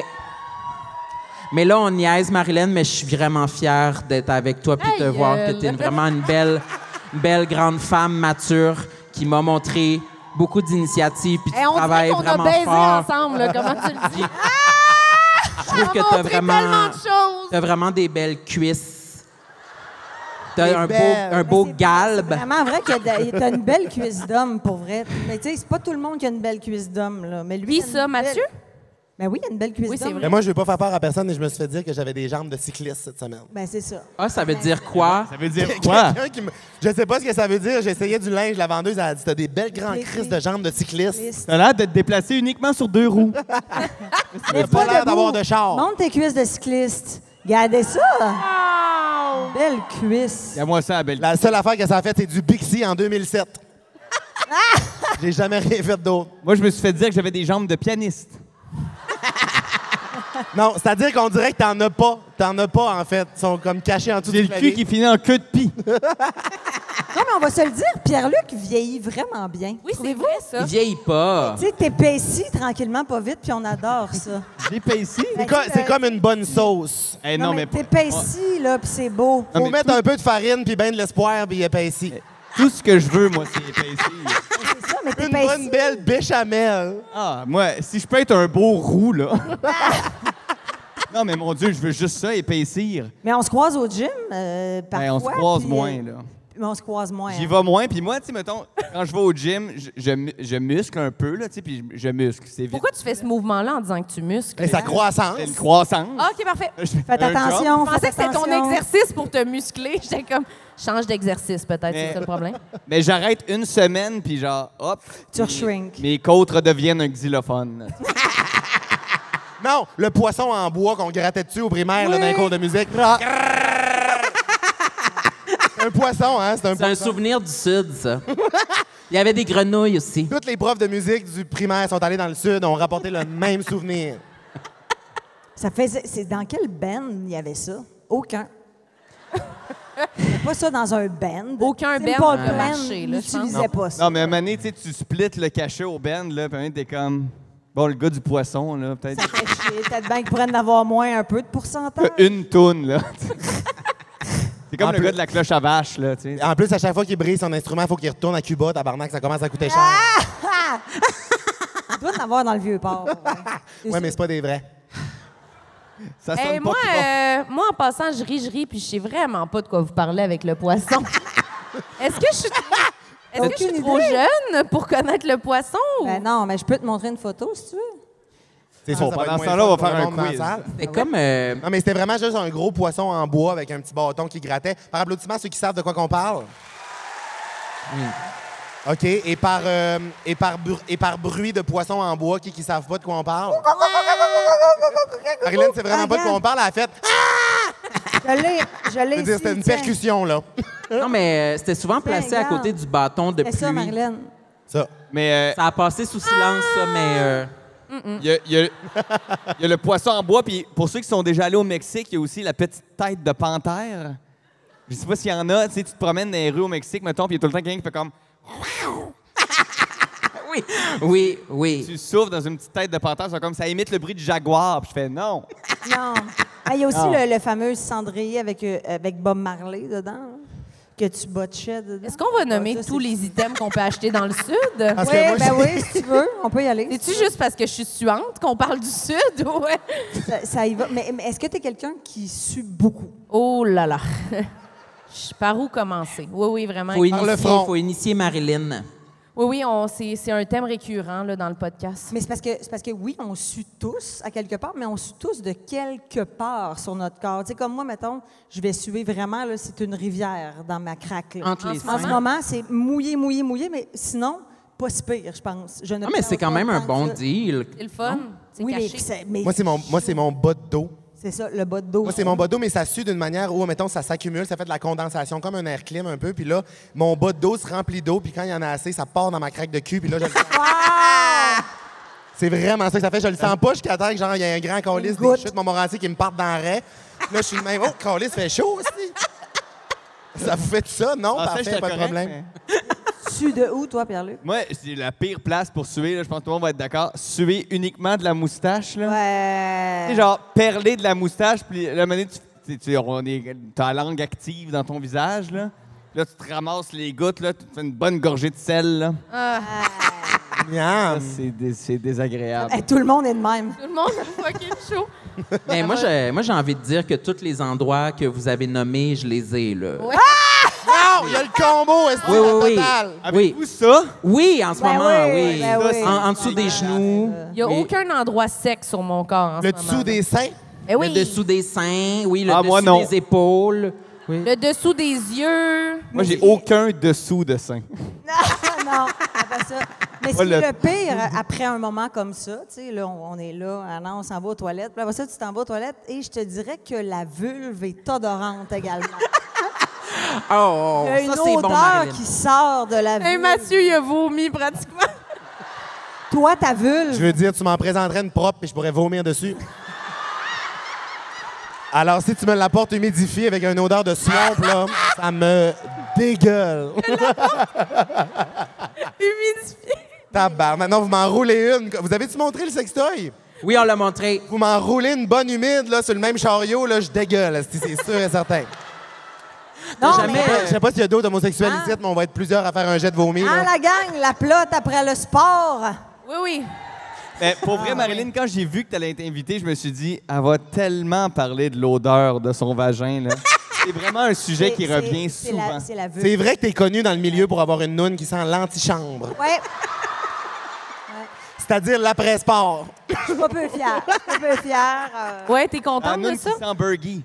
Mais là, on niaise, Marilyn, mais je suis vraiment fière d'être avec toi puis de Aïe, voir que tu es vraiment une belle grande femme mature qui m'a montré beaucoup d'initiatives puis tu On dirait travailles qu'on a vraiment baisé fort. ensemble, là. Comment tu le dis? Je trouve que montré tellement de choses. t'as vraiment des belles cuisses. T'as belles. un beau C'est galbe. vraiment vrai que t'as une belle cuisse d'homme, pour vrai. Mais tu sais, c'est pas tout le monde qui a une belle cuisse d'homme, là. Mais lui, Puis il a une ça, belle- Mathieu? Ben oui, il y a une belle cuisse Oui, c'est d'homme. vrai. Mais moi, je ne veux pas faire peur à personne et je me suis fait dire que j'avais des jambes de cycliste cette semaine. Ben c'est ça. Ah, ça veut dire quoi? Ça veut dire quoi? Quelqu'un qui me- Je sais pas ce que ça veut dire. J'essayais du linge, la vendeuse elle a dit t'as des belles grandes Des crises de jambes de cycliste. Liste. T'as l'air de te déplacer uniquement sur 2 roues. T'as pas l'air d'avoir de char. Monte tes cuisses de cycliste. Regardez ça. Belle cuisse. Y a moi ça, à belle. La seule affaire que ça a fait, c'est du Bixi en 2007. J'ai jamais rien fait d'autre. Moi, je me suis fait dire que j'avais des jambes de pianiste. Non, c'est-à-dire qu'on dirait que t'en as pas. T'en as pas, en fait. Ils sont comme cachés en dessous J'ai du le cul clavier. qui finit en queue de pie. Non, mais on va se le dire, Pierre-Luc vieillit vraiment bien. Oui, c'est Trouvez-vous? vrai, ça. Il vieillit pas. Tu sais, t'épaissis tranquillement, pas vite, puis on adore ça. J'ai pas ici. C'est comme une bonne sauce. Eh non, mais t'épaissis, là, puis c'est beau. Faut Non, mais mettre un peu de farine puis ben de l'espoir puis épaissi. tout ce que je veux, moi, c'est épaissir. C'est ça, mais Une t'épaissis. bonne belle béchamel. Ah, moi, si je peux être un beau roux, là. Non, mais mon Dieu, je veux juste ça, épaissir. Mais on se croise au gym, parfois. Ben, on se croise puis, moins, là. Mais on se croise moins. J'y hein. vais moins, puis moi, tu sais, mettons, quand je vais au gym, je muscle un peu, là, tu sais, puis je muscle. C'est vite. Pourquoi tu fais ce mouvement-là en disant que tu muscles? Et sa croissance. C'est une croissance. Ah, OK, parfait. Faites attention, Je pensais faites que c'était ton attention. exercice pour te muscler. J'étais comme, change d'exercice peut-être, Mais- c'est ça le problème. Mais j'arrête une semaine, puis genre, hop. Tu re-shrink. Mes côtes redeviennent un xylophone. Non, le poisson en bois qu'on grattait dessus au primaire là, dans les cours de musique. C'est un poisson, hein? C'est un C'est un poisson. souvenir du Sud, ça. Il y avait des grenouilles aussi. Toutes les profs de musique du primaire sont allés dans le Sud, ont rapporté le même souvenir. Ça faisait. C'est dans quel band il y avait ça? Aucun. Il n'y avait pas ça dans un band. Aucun Simple band Plan peut marcher, là, je pense. n'utilisait pas ça. Non, mais à un moment donné, tu sais, tu splits le cachet au band, là, puis à un moment, t'es comme. Bon, le gars du poisson, là, peut-être. Ça fait chier. Peut-être bien qu'ils pourraient en avoir moins un peu de pourcentage. Une toune, là. C'est comme En le plus- gars de la cloche à vache, là, tu sais. En plus, à chaque fois qu'il brise son instrument, il faut qu'il retourne à Cuba, tabarnak, ça commence à coûter cher. Il doit en avoir dans le vieux port. Ouais, mais c'est pas des vrais. Ça sonne Hey, pas moi, tout bon. moi, en passant, je ris, puis je sais vraiment pas de quoi vous parlez avec le poisson. Est-ce que je suis Aucune trop idée. jeune pour connaître le poisson? Ou... Ben non, mais je peux te montrer une photo si tu veux. C'est Bon, ça va pendant être ce moins temps-là, on va fun pour faire le un monde dans la quiz. salle. C'est comme... Non, mais c'était vraiment juste un gros poisson en bois avec un petit bâton qui grattait. Par applaudissement, ceux qui savent de quoi qu'on parle. OK. Et par bruit de poisson en bois, qui ne savent pas de quoi on parle? Marilyn, c'est vraiment pas de quoi on parle. Elle a fait... Je l'ai Je veux dire, ici, c'était une tiens. percussion, là. Non, mais c'était souvent placé à regarde. côté du bâton de C'est pluie. ça, Marilyn. Ça. Mais Ça a passé sous silence, ça, mais... il y a le poisson en bois. Puis pour ceux qui sont déjà allés au Mexique, il y a aussi la petite tête de panthère. Je sais pas s'il y en a. Tu sais, tu te promènes dans les rues au Mexique, mettons, puis il y a tout le temps quelqu'un qui fait comme... Oui. Tu souffles dans une petite tête de panthère, c'est comme ça imite le bruit du jaguar. Puis je fais non. Non. Ah, il y a aussi Non. le fameux cendrier avec Bob Marley dedans, là, que tu botchais dedans. Est-ce qu'on va nommer Ça, c'est- tous les items qu'on peut acheter dans le Sud? Parce Oui, que moi, ben oui, si tu veux, on peut y aller. C'est-tu juste parce que je suis suante qu'on parle du Sud? Ouais. Ça y va. Mais est-ce que tu es quelqu'un qui sue beaucoup? Oh là là. Par où commencer? Oui, vraiment. Par le front. Faut initier Marilyn. Oui, c'est un thème récurrent là, dans le podcast. Mais c'est parce que oui, on sue tous à quelque part, mais on sue tous de quelque part sur notre corps. Tu sais, comme moi, mettons, je vais suer vraiment, là, c'est une rivière dans ma craque. là. Entre les En ce seins. moment, c'est mouillé, mais sinon, pas si pire, je pense. Je ne Ah, mais c'est quand pense pas même un tant bon que ça. deal. C'est le fun. C'est Oui, mais, caché. mais Moi, c'est mon bas de dos. c'est ça, le bas de dos. Moi, c'est mon bas de dos, mais ça sue d'une manière où, mettons, ça s'accumule, ça fait de la condensation, comme un air clim un peu. Puis là, mon bas de dos se remplit d'eau, puis quand il y en a assez, ça part dans ma craque de cul, puis là, je le sens. C'est vraiment ça que ça fait. Je le sens pas jusqu'à temps que, genre, il y a un grand calice, des goutte. chutes Montmorency qui me partent dans le raie. Là, je suis le même. Oh, calice, fait chaud aussi. Ça vous fait tout ça? Non, Ah, ça, parfait, j'étais pas de correct, problème. mais- Tu de où, toi, Pierre-Luc? Moi, c'est la pire place pour suer. Là. Je pense que tout le monde va être d'accord. Suer uniquement de la moustache. Là. Tu Ouais. sais, genre, perler de la moustache, puis là, à un moment donné, t'as la langue active dans ton visage, là. Là, tu te ramasses les gouttes, là, tu te fais une bonne gorgée de sel, là. Miam. Ça, c'est désagréable. Hey, tout le monde est de même. Tout le monde a fucking chaud. Mais moi, j'ai envie de dire que tous les endroits que vous avez nommés, je les ai, là. Ouais. Non, il y a le combo, est-ce que Oui, oui, oui. total? Oui. Avez-vous ça? Oui, en ce Ben moment, oui, oui. ben oui. En dessous des genoux. Il n'y a Oui. aucun endroit sec sur mon corps en Le ce moment. dessous des seins? Eh oui. Le dessous des seins, oui, le Ah, moi, dessous non. des épaules. Oui. Le dessous des yeux. Moi, j'ai aucun dessous de sein. Non, c'est pas ça. Mais ce Pas qui est le- le pire, après un moment comme ça, tu sais, là, on est là, ah non, on s'en va aux toilettes. Puis après ça, tu t'en vas aux toilettes et je te dirais que la vulve est odorante également. Oh, Il y a une ça, c'est bon, odeur Marilyn. qui sort de la vulve. Hey, Mathieu, il a vomi pratiquement. Toi, ta vulve, Je veux dire, tu m'en présenterais une propre et je pourrais vomir dessus. Alors, si tu me l'apportes humidifiée avec une odeur de swamp, là, ça me dégueule. Humidifié. Tabarnak. Maintenant, vous m'en roulez une. Vous avez-tu montré le sextoy? Oui, on l'a montré. Vous m'en roulez une bonne humide, là, sur le même chariot, là, je dégueule, esti, c'est sûr et certain. non, jamais- mais Je sais pas s'il y a d'autres homosexuels ici, mais on va être plusieurs à faire un jet de vomi. ah, là. la gang, la plotte après le sport. Oui, oui. Mais pour vrai, Marilyn, quand j'ai vu que tu allais être invitée, je me suis dit, elle va tellement parler de l'odeur de son vagin. Là. C'est vraiment un sujet qui revient souvent. C'est la vulve. C'est vrai que t'es connu dans le milieu pour avoir une noune qui sent l'antichambre, Ouais, c'est-à-dire l'après-sport. je suis pas peu fière. Je suis pas peu fière. Ouais, t'es Ah, contente noune de qui ça? sent burgie.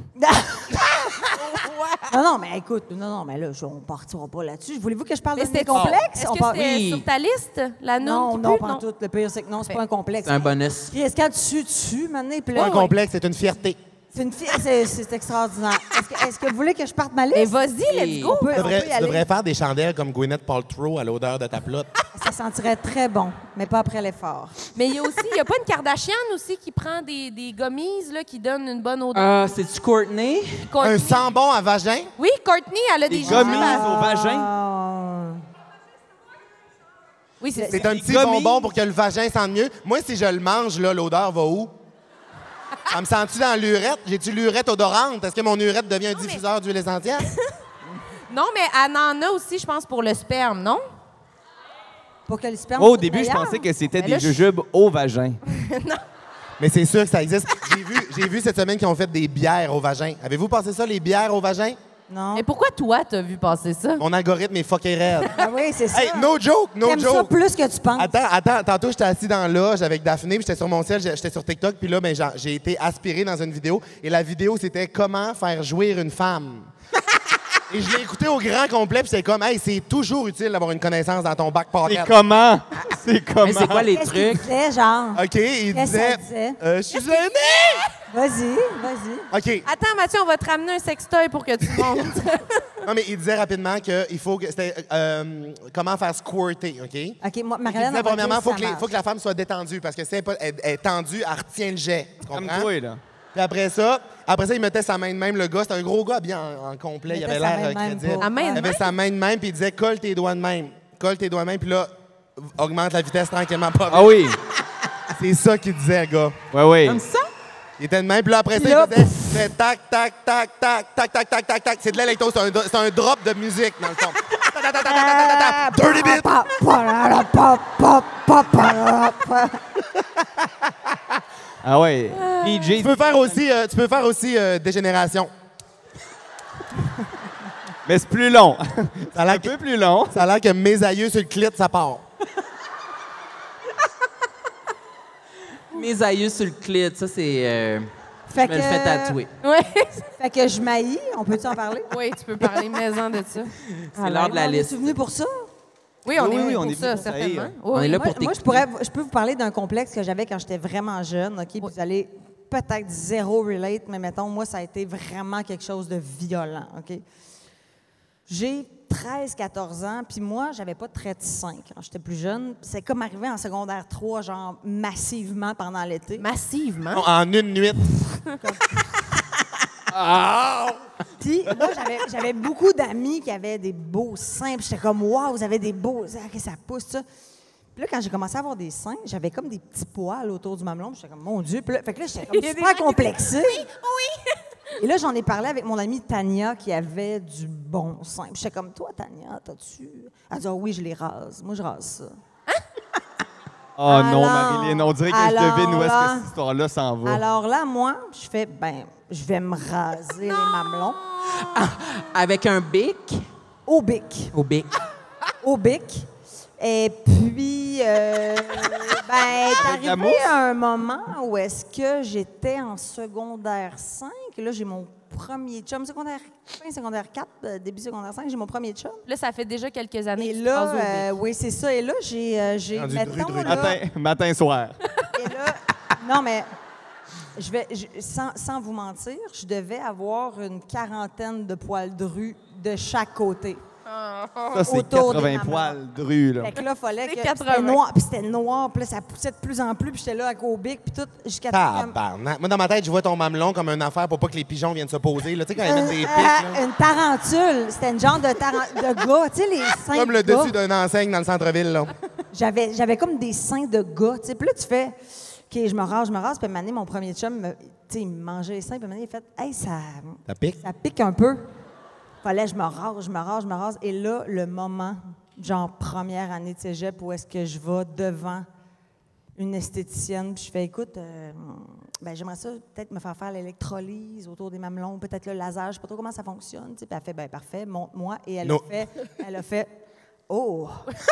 Non, mais écoute, non, mais là, on partira pas là-dessus. Voulez-vous que je parle de mes c'était complexes? Est-ce On que part- c'était Oui. sur ta liste, la noune? Non, qui non, pue? pas en tout. Le pire, c'est que non, c'est pas un complexe. C'est un bonus. Chris, quand tu tues, maintenant, puis Pas là, un complexe, c'est une fierté. c'est une fille, c'est extraordinaire. Est-ce que vous voulez que je parte ma liste? Mais vas-y, let's go. On peut Tu devrais, y tu aller. devrais faire des chandelles comme Gwyneth Paltrow à l'odeur de ta plotte. Ça sentirait très bon, mais pas après l'effort. Mais il y a aussi, il y a pas une Kardashian aussi qui prend des gommises là, qui donnent une bonne odeur? Ah, c'est-tu Courtney? Courtney. Un sambon à vagin? Oui, Courtney, elle a des Des gommises jambes. au vagin. Ah. Oui, c'est C'est un petit gommises. bonbon pour que le vagin sente mieux. Moi, si je le mange, là, l'odeur va où? Ça me sent-tu dans l'urette? J'ai-tu l'urette odorante? Est-ce que mon urette devient un diffuseur d'huile essentielle? Non, mais elle en a aussi, je pense, pour le sperme, non? Pour que le sperme Moi, au soit début, je meilleur. pensais que c'était Mais là, des jujubes au vagin. Mais c'est sûr que ça existe. J'ai vu cette semaine qu'ils ont fait des bières au vagin. Avez-vous pensé ça, les bières au vagin? Non. Mais pourquoi toi, t'as vu passer ça? Mon algorithme est fucké raide. Ah oui, c'est ça. Hey, no joke, no T'aimes ça joke. plus que tu penses. Attends, tantôt, j'étais assis dans la loge avec Daphné, puis j'étais sur mon ciel, j'étais sur TikTok, puis là, ben, j'ai été aspiré dans une vidéo, et la vidéo, c'était comment faire jouir une femme. Et je l'ai écouté au grand complet, puis c'est comme, hey, c'est toujours utile d'avoir une connaissance dans ton back pocket. C'est comment? C'est comment? Mais c'est quoi les Qu'est-ce qu'il trucs? disait, genre? OK, il Qu'est-ce que ça disait, disait? je suis gêné! Vas-y, vas-y. OK. Attends, Mathieu, on va te ramener un sextoy pour que tu montes. Non, mais il disait rapidement qu'il faut que. C'était comment faire squirter, OK? OK, moi, Il Marilyn, disait, on va premièrement, dire il faut que la femme soit détendue, parce que si elle est tendue, elle retient le jet. Tu Comme comprends? toi, là. Puis après ça, il mettait sa main de même, le gars. C'était un gros gars bien en complet. Il Il avait mettait sa l'air main de même crédible. pour- La main de Il avait même? sa main de même, puis il disait, colle tes doigts de même. Colle tes doigts de même, puis là, augmente la vitesse tranquillement, pas vite. Ah oui. C'est ça qu'il disait, le gars. Oui. Comme ça? Il était de même, puis là, après ça, Là, il faisait tac, tac, tac, tac, tac, tac, tac, tac, tac. C'est de l'électro, c'est un drop de musique, dans le fond. Ta, ta, ta, ta, ta, ta, ta, ta. Dirty bit! Pa, pa, la, la, pa, pa, pa, pa, la, pa. Ah ouais. DJ. Tu peux faire aussi dégénération. Mais c'est plus long. Ça a l'air Un que, peu plus long. ça a l'air que mes aïeux sur le clit, ça part. Mes aïeux sur le clit, ça, c'est... Fait je me le fais tatouer. Oui. Fait que je maillis. On peut-tu en parler? Oui, tu peux parler maison de ça. C'est l'heure de la On liste. est venu pour ça? Oui, on Oui, est venu on pour est ça, venu pour ça, certainement. hey. On est là pour Moi, t'écouter. je peux vous parler d'un complexe que j'avais quand j'étais vraiment jeune, OK? Puis vous allez peut-être zéro relate, mais mettons, moi, ça a été vraiment quelque chose de violent, OK? J'ai 13-14 ans, puis moi, j'avais pas de trait de 5 quand j'étais plus jeune. C'est comme arrivé en secondaire 3, genre massivement pendant l'été. Massivement. Non, en une nuit. Puis moi, j'avais beaucoup d'amis qui avaient des beaux seins. Puis j'étais comme, waouh, vous avez des beaux seins, que ça pousse, ça. Puis là, quand j'ai commencé à avoir des seins, j'avais comme des petits poils autour du mamelon. Puis j'étais comme, mon Dieu. Puis là, fait que là, j'étais comme Il y a des super gens qui- complexée. Oui. Et là, j'en ai parlé avec mon amie Tania qui avait du bon sein. Puis j'étais comme, toi, Tania, t'as-tu. Elle dit, ah oui, je les rase. Moi, je rase ça. Oh non, Alors- Marilyn, on dirait que je alors devine où est-ce là- que cette histoire-là s'en va. Alors là, moi, je fais, ben, je vais me raser les mamelons Avec un bic? au bic. Au bic. Au bic. Et puis, ben, est la mousse? arrivé un moment où est-ce que j'étais en secondaire 5. Là, j'ai mon premier chum, fin secondaire 4, début secondaire 5, j'ai mon premier chum. Là, ça fait déjà quelques années Et que tu te rases au là, bec. oui, c'est ça. Et là, j'ai Rendu mettons, dru, là, Matin, soir. et là, non, mais sans vous mentir, je devais avoir une quarantaine de poils drus de chaque côté. Ça, c'est Autour des 80 mamelons. poils de rue, là. Fait que là, il fallait C'est que 80. c'était noir, puis là, ça poussait de plus en plus, puis j'étais là avec au bic, puis tout, jusqu'à Tabarnak. Moi, dans ma tête, je vois ton mamelon comme une affaire pour pas que les pigeons viennent se poser. Là. Tu sais, quand ils mettent des pics, là. une tarentule. C'était une genre de gars, tu sais, les seins Comme de le gars. dessus d'une enseigne dans le centre-ville. Là. J'avais comme des seins de gars, tu sais. Puis là, tu fais, OK, je me rase. Puis à un moment donné, mon premier chum, tu sais, il me mangeait les seins, puis à un moment donné, il fait, hey, Ça pique? ça pique un peu. Fallait que je me rase. Et là, le moment, genre première année de cégep, où est-ce que je vais devant une esthéticienne, puis je fais, écoute, ben, j'aimerais ça peut-être me faire l'électrolyse autour des mamelons, peut-être le laser, je sais pas trop comment ça fonctionne. Tu sais. Puis elle fait, ben parfait, montre-moi. Et elle a fait, oh!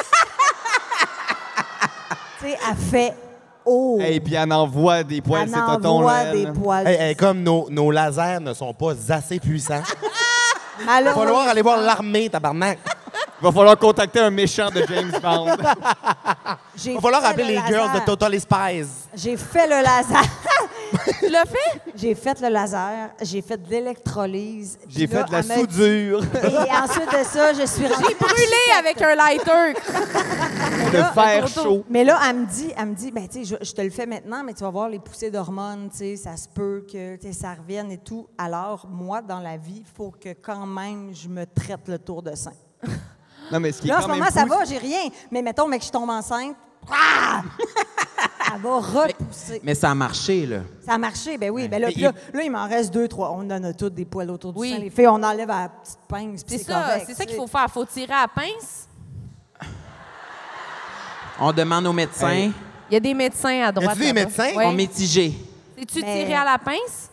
Tu sais, elle fait, oh! Et puis elle envoie des poils, Elle c'est tonton, envoie là, des elle. poils. Hey, comme nos lasers ne sont pas assez puissants, il va Malheureusement, falloir aller voir l'armée, tabarnak. Il va falloir contacter un méchant de James Bond. j'ai Il va falloir fait appeler le les girls laser. de Total Spies. J'ai fait le laser. Tu l'as fait? J'ai fait le laser, j'ai fait de l'électrolyse. J'ai Puis là, fait de la elle m'a dit- soudure. Et ensuite de ça, je suis rentrée. Brûlé avec un lighter. de fer chaud. Mais là, elle me dit, ben tu sais, je te le fais maintenant, mais tu vas voir les poussées d'hormones, tu sais, ça se peut que tu sais, ça revienne et tout. Alors, moi, dans la vie, il faut que quand même je me traite le tour de sein. Non, mais ce qui est Là, en quand ce même moment, ça fou, va, j'ai rien. Mais mettons, mec, je tombe enceinte, ah! Ça va repousser. Mais ça a marché, là. Ça a marché, ben oui. Ben là, Mais puis là, il m'en reste 2, 3. On en a toutes des poils autour du Oui. sein. Les filles, on enlève à la petite pince, puis C'est c'est ça, correct. c'est ça qu'il tu faut sais. faire. Faut tirer à la pince. On demande aux médecins. Hey. Il y a des médecins à droite. Y a-tu des là-bas. médecins? Oui. On mitigé. C'est-tu Mais- tiré à la pince?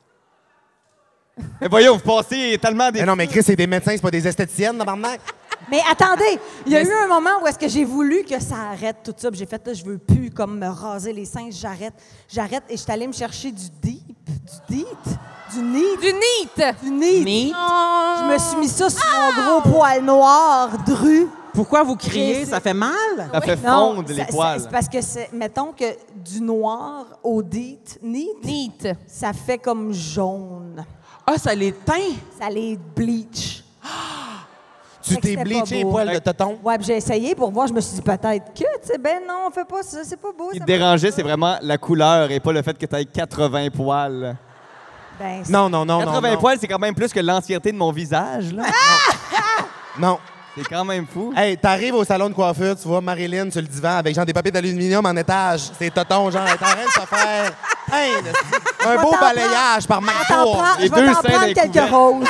Mais voyons, vous passez tellement des... Mais non, mais Chris, c'est des médecins, c'est pas des esthéticiennes, tabarnak. Mais attendez, il y a eu un moment où est-ce que j'ai voulu que ça arrête tout ça. Puis j'ai fait, là, je veux plus comme me raser les seins, j'arrête. Et je suis allée me chercher du deep, du neat. Du neat! Du neat. Neat. Oh. Je me suis mis ça sur mon gros poil noir, dru. Pourquoi vous criez? J'ai- Ça fait mal? Ça fait Non, fondre les ça- poils. c'est parce que, mettons que du noir au neat, Neat. ça fait comme jaune. Ah, ça les teint? Ça les bleach. Tu Fait que t'es c'était bleaché pas les beau. poils de tonton? Ouais, puis j'ai essayé pour voir. Je me suis dit peut-être que, tu sais, ben non, on fait pas ça, c'est pas beau. Ce qui ça te dérangeait, c'est vraiment la couleur et pas le fait que tu aies 80 poils. Ben, Non, non, non, 80 non. poils, c'est quand même plus que l'entièreté de mon visage, là. Non. C'est quand même fou. Hey, t'arrives au salon de coiffure, tu vois Marilyn sur le divan avec genre des papiers d'aluminium en étage. C'est tonton, genre, elle est en train de se faire teindre. Un beau t'en balayage par T'en Marco. prends- Les je vais deux t'en seins prendre d'un quelques couvert. roses.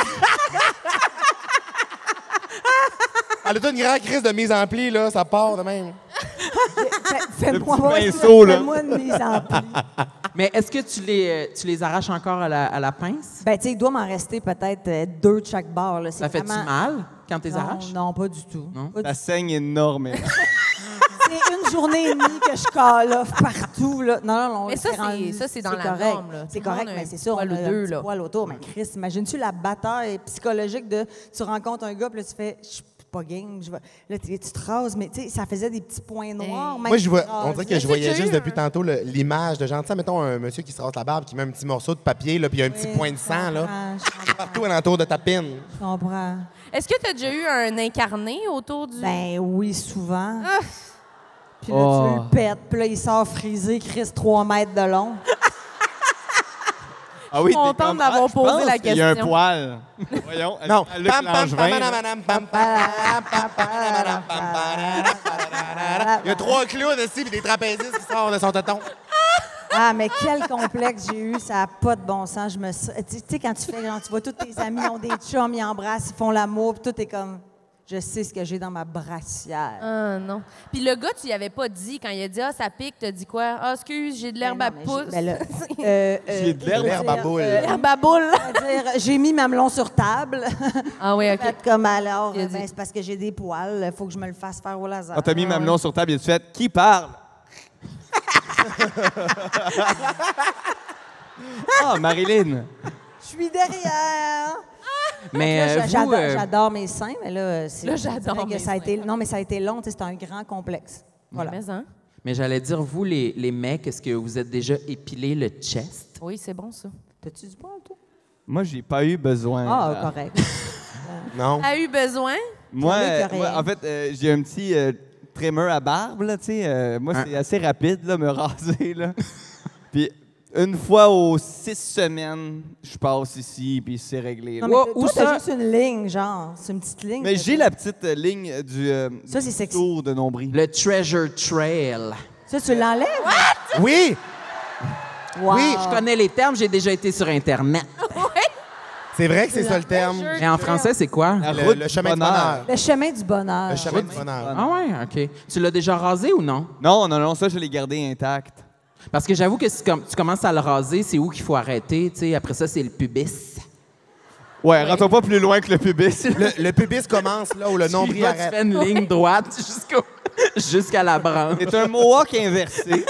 Elle a toute une grande crise de mise en pli, là, ça part de même. Fais-moi petit pinceau, là. Fais-moi une mise en pli. Mais est-ce que tu les arraches encore à la pince? Ben, tu sais, il doit m'en rester peut-être 2 de chaque barre. Là. Ça fait-tu vraiment- mal quand tu les Non, arraches? non, pas du tout. Non? Pas du Ça saigne énormément. C'est une journée et demie que je call off partout. Là. Non, non, Mais ça, c'est rendu- c'est dans la correct. norme, là. C'est Tout le correct, monde a mais un c'est ça, on a poil ou un deux, petit là. poil autour. Mais Chris, imagines-tu la bataille psychologique de tu rencontres un gars, puis là, tu fais « je suis pas game, je vais... » Là, tu te rases, mais tu sais, ça faisait des petits points noirs. même Moi, je vois, rasé. on dirait que je voyais juste depuis tantôt l'image de genre, tu sais, mettons un monsieur qui se rase la barbe, qui met un petit morceau de papier, là, puis il y a un petit Oui, point de sang, là, Je comprends, partout alentour de ta pine. je comprends. Est-ce que tu as déjà eu un incarné autour du... Ben oui, souvent. Ah! Puis là, Oh. tu le pètes, puis là, il sort frisé, Chris, 3 mètres de long. Ah oui, t'es contente comme, d'avoir je posé pense la qu'il y a un question. poil. Voyons, Non. à Luc Langevin, là. Il y a 3 clowns ici, puis des trapézistes qui sortent de son tonton. Ah, mais quel complexe j'ai eu, ça n'a pas de bon sens. Je me tu sais, quand tu fais, genre, tu vois tous tes amis ont des chums, ils embrassent, ils font l'amour, puis tout est comme, je sais ce que j'ai dans ma brassière. Ah, non. Puis le gars, tu y avais pas dit, quand il a dit « Ah, ça pique », t'as dit quoi? « Ah, excuse, j'ai de l'herbe Ben à non, mais pouce. » ben là, J'ai de l'herbe à boule. L'herbe à boule. c'est-à-dire, j'ai mis mamelon sur table. Ah oui, OK. Fait comme alors, Il a dit- ben, c'est parce que j'ai des poils, il faut que je me le fasse faire au laser. Quand t'as mis Mamelon sur table, il a fait « Qui parle? » Ah, Marilyn. Je suis derrière. Mais Là, vous, j'adore mes seins, mais là, c'est. Là, j'adore on dirait que mes ça a seins. été, non, mais ça a été long, tu sais, c'est un grand complexe. Voilà. Mais, hein? mais j'allais dire, vous, les mecs, est-ce que vous êtes déjà épilé le chest? Oui, c'est bon, ça. T'as-tu du poil, toi? Moi, j'ai pas eu besoin. Ah, correct. Non. As eu besoin? Moi, Jean-Luc, moi, rien. en fait, j'ai un petit trimmer à barbe, là, tu sais. Moi, c'est assez rapide, là, me raser, là. Puis, une fois aux 6 semaines, je passe ici, puis c'est réglé. là. Non, mais Où toi, ça? t'as juste une ligne, genre. C'est une petite ligne. Mais que j'ai t'as. la petite ligne du Ça, c'est sexy. tour de nombril. Le treasure trail. Ça, tu l'enlèves? Oui! Wow. Oui, Je connais les termes, j'ai déjà été sur Internet. C'est vrai que c'est ça le terme. Mais en français, c'est quoi? La Le, route le du chemin du bonheur. Le chemin du bonheur. Le chemin du bonheur. Ah ouais, OK. Tu l'as déjà rasé ou non? Non, non, non, ça, je l'ai gardé intact. Parce que j'avoue que si tu commences à le raser, c'est où qu'il faut arrêter. Tu sais, après ça, c'est le pubis. Ouais, rentrons pas plus loin que le pubis. Le pubis commence là où le Tu nombril vas, tu arrête. fais une ligne droite jusqu'à la branche. C'est un mohawk inversé.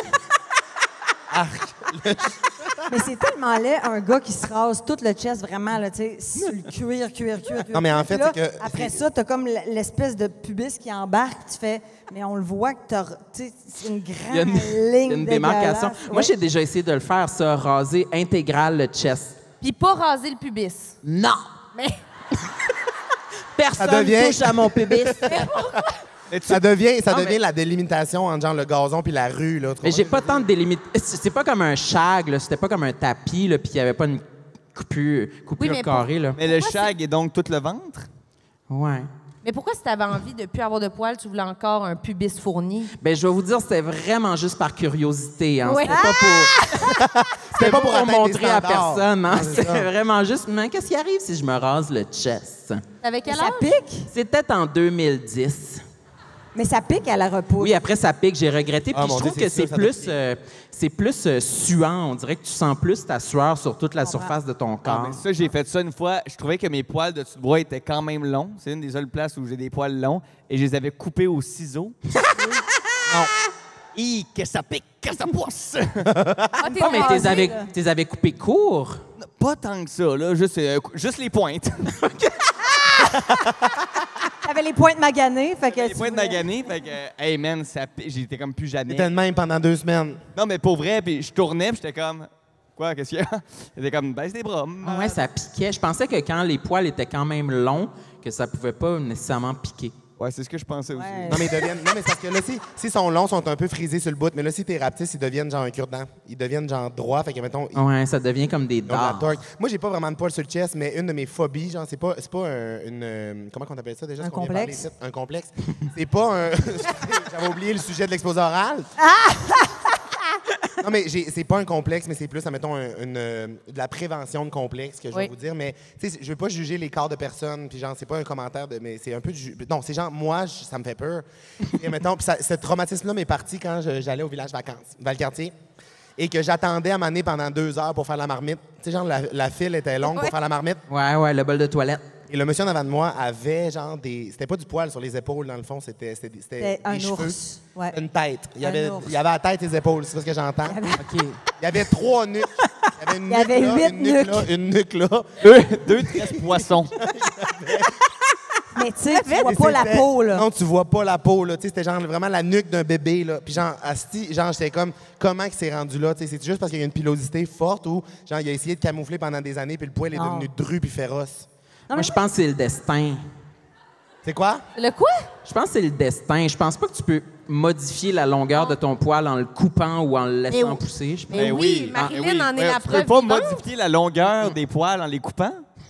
Mais c'est tellement laid, un gars qui se rase tout le chest, vraiment, là, tu sais, sur le cuir. Non, mais en fait, Puis là, c'est que- après ça, t'as comme l'espèce de pubis qui embarque, tu fais, mais on le voit que t'as, tu sais, c'est une Il y a grande une, ligne une démarcation. dégueulasse. Moi, Ouais. j'ai déjà essayé de le faire, ça, raser intégral le chest. Puis pas raser le pubis. Non! Mais Personne Ça devient- touche à mon pubis. Ça devient mais- la délimitation entre genre le gazon puis la rue. Là, Mais j'ai pas tant de délimitation. C'est pas comme un shag, là. C'était pas comme un tapis, là, puis il y avait pas une coupure Oui, mais carrée, là. Mais le shag est donc tout le ventre? Ouais. Mais pourquoi, si tu avais envie de ne plus avoir de poils, tu voulais encore un pubis fourni? Ben, je vais vous dire, c'était vraiment juste par curiosité. Hein. Ouais. C'était pas pour, c'était pas pour atteindre des montrer à standards. personne. Hein. Ouais, c'est ça. C'était vraiment juste, mais qu'est-ce qui arrive si je me rase le chest? T'avais Mais quel ça âge? pique, C'était en 2010. mais ça pique à la repousse. Oui, après, ça pique. J'ai regretté. Puis Ah, je mon trouve Dieu, que c'est c'est sûr, ça doit plus, c'est plus suant. On dirait que tu sens plus ta sueur sur toute la surface de ton Ah, corps. mais ça, j'ai fait ça une fois. Je trouvais que mes poils de dessus de bras étaient quand même longs. C'est une des seules places où j'ai des poils longs. Et je les avais coupés au ciseau. Non. Hi, que ça pique, que ça pousse! Ah, t'es Ah, mais rasé, t'es avais coupé court. Pas tant que ça, là. Juste les pointes. T'avais les pointes maganées, fait que Les tu points de voulais- magané, fait que, hey man, j'étais comme plus jamais. T'étais de même pendant 2 semaines. Non, mais pour vrai, puis je tournais, puis j'étais comme, quoi, qu'est-ce qu'il y a? J'étais comme, baisse tes bras. Ah ouais, ça piquait. Je pensais que quand les poils étaient quand même longs, que ça pouvait pas nécessairement piquer. Ouais, c'est ce que je pensais Ouais. aussi. Non, mais ils deviennent. Non, mais c'est parce que là, si sont longs, sont un peu frisés sur le bout. Mais là, si t'es rapetisse, ils deviennent genre un cure-dent. Ils deviennent genre droits. Fait que, mettons, ils Ouais, ça devient comme des ont de la dards. torque. Moi, j'ai pas vraiment de poils sur le chest, mais une de mes phobies, genre, c'est pas comment qu'on appelle ça déjà? Un ce qu'on vient parler complexe? ici? Un complexe. C'est pas un. J'avais oublié le sujet de l'exposé oral. Non, mais c'est pas un complexe, mais c'est plus, admettons, de la prévention de complexe que je vais Oui. vous dire. Mais, tu sais, je veux pas juger les corps de personnes, puis genre, c'est pas un commentaire, mais c'est un peu non, c'est genre, moi, ça me fait peur. Et mettons, puis ce traumatisme-là m'est parti quand j'allais au village vacances, Valcartier, et que j'attendais à m'amener pendant 2 heures pour faire la marmite. Tu sais, genre, la file était longue pour faire la marmite. Ouais, le bol de toilette. Et le monsieur en avant de moi avait, genre, c'était pas du poil sur les épaules, dans le fond, c'était C'était des un cheveux. ours. Ouais. Une tête. Il Un y ours. avait la tête et les épaules, c'est ce que j'entends. OK. Il y avait 3 nuques. Il y avait une Il y nuque avait là, 8 une nuque là, une nuque là. Deux tresses poissons. Mais tu sais, tu vois Et pas la c'était- peau, là. Non, tu vois pas la peau, là. Tu sais, c'était genre vraiment la nuque d'un bébé, là. Puis genre, asti, genre, j'étais comme, comment il s'est rendu là? Tu sais, c'est juste parce qu'il y a une pilosité forte ou, genre, il a essayé de camoufler pendant des années, puis le poil est Non. devenu dru puis féroce. Moi, je pense que c'est le destin. C'est quoi? Le quoi? Je pense que c'est le destin. Je pense pas que tu peux modifier la longueur de ton poil en le coupant ou en le laissant oui. pousser. Je pense. Mais oui, Marilyn en est la Tu peux preuve pas vivante. modifier la longueur des poils en les coupant?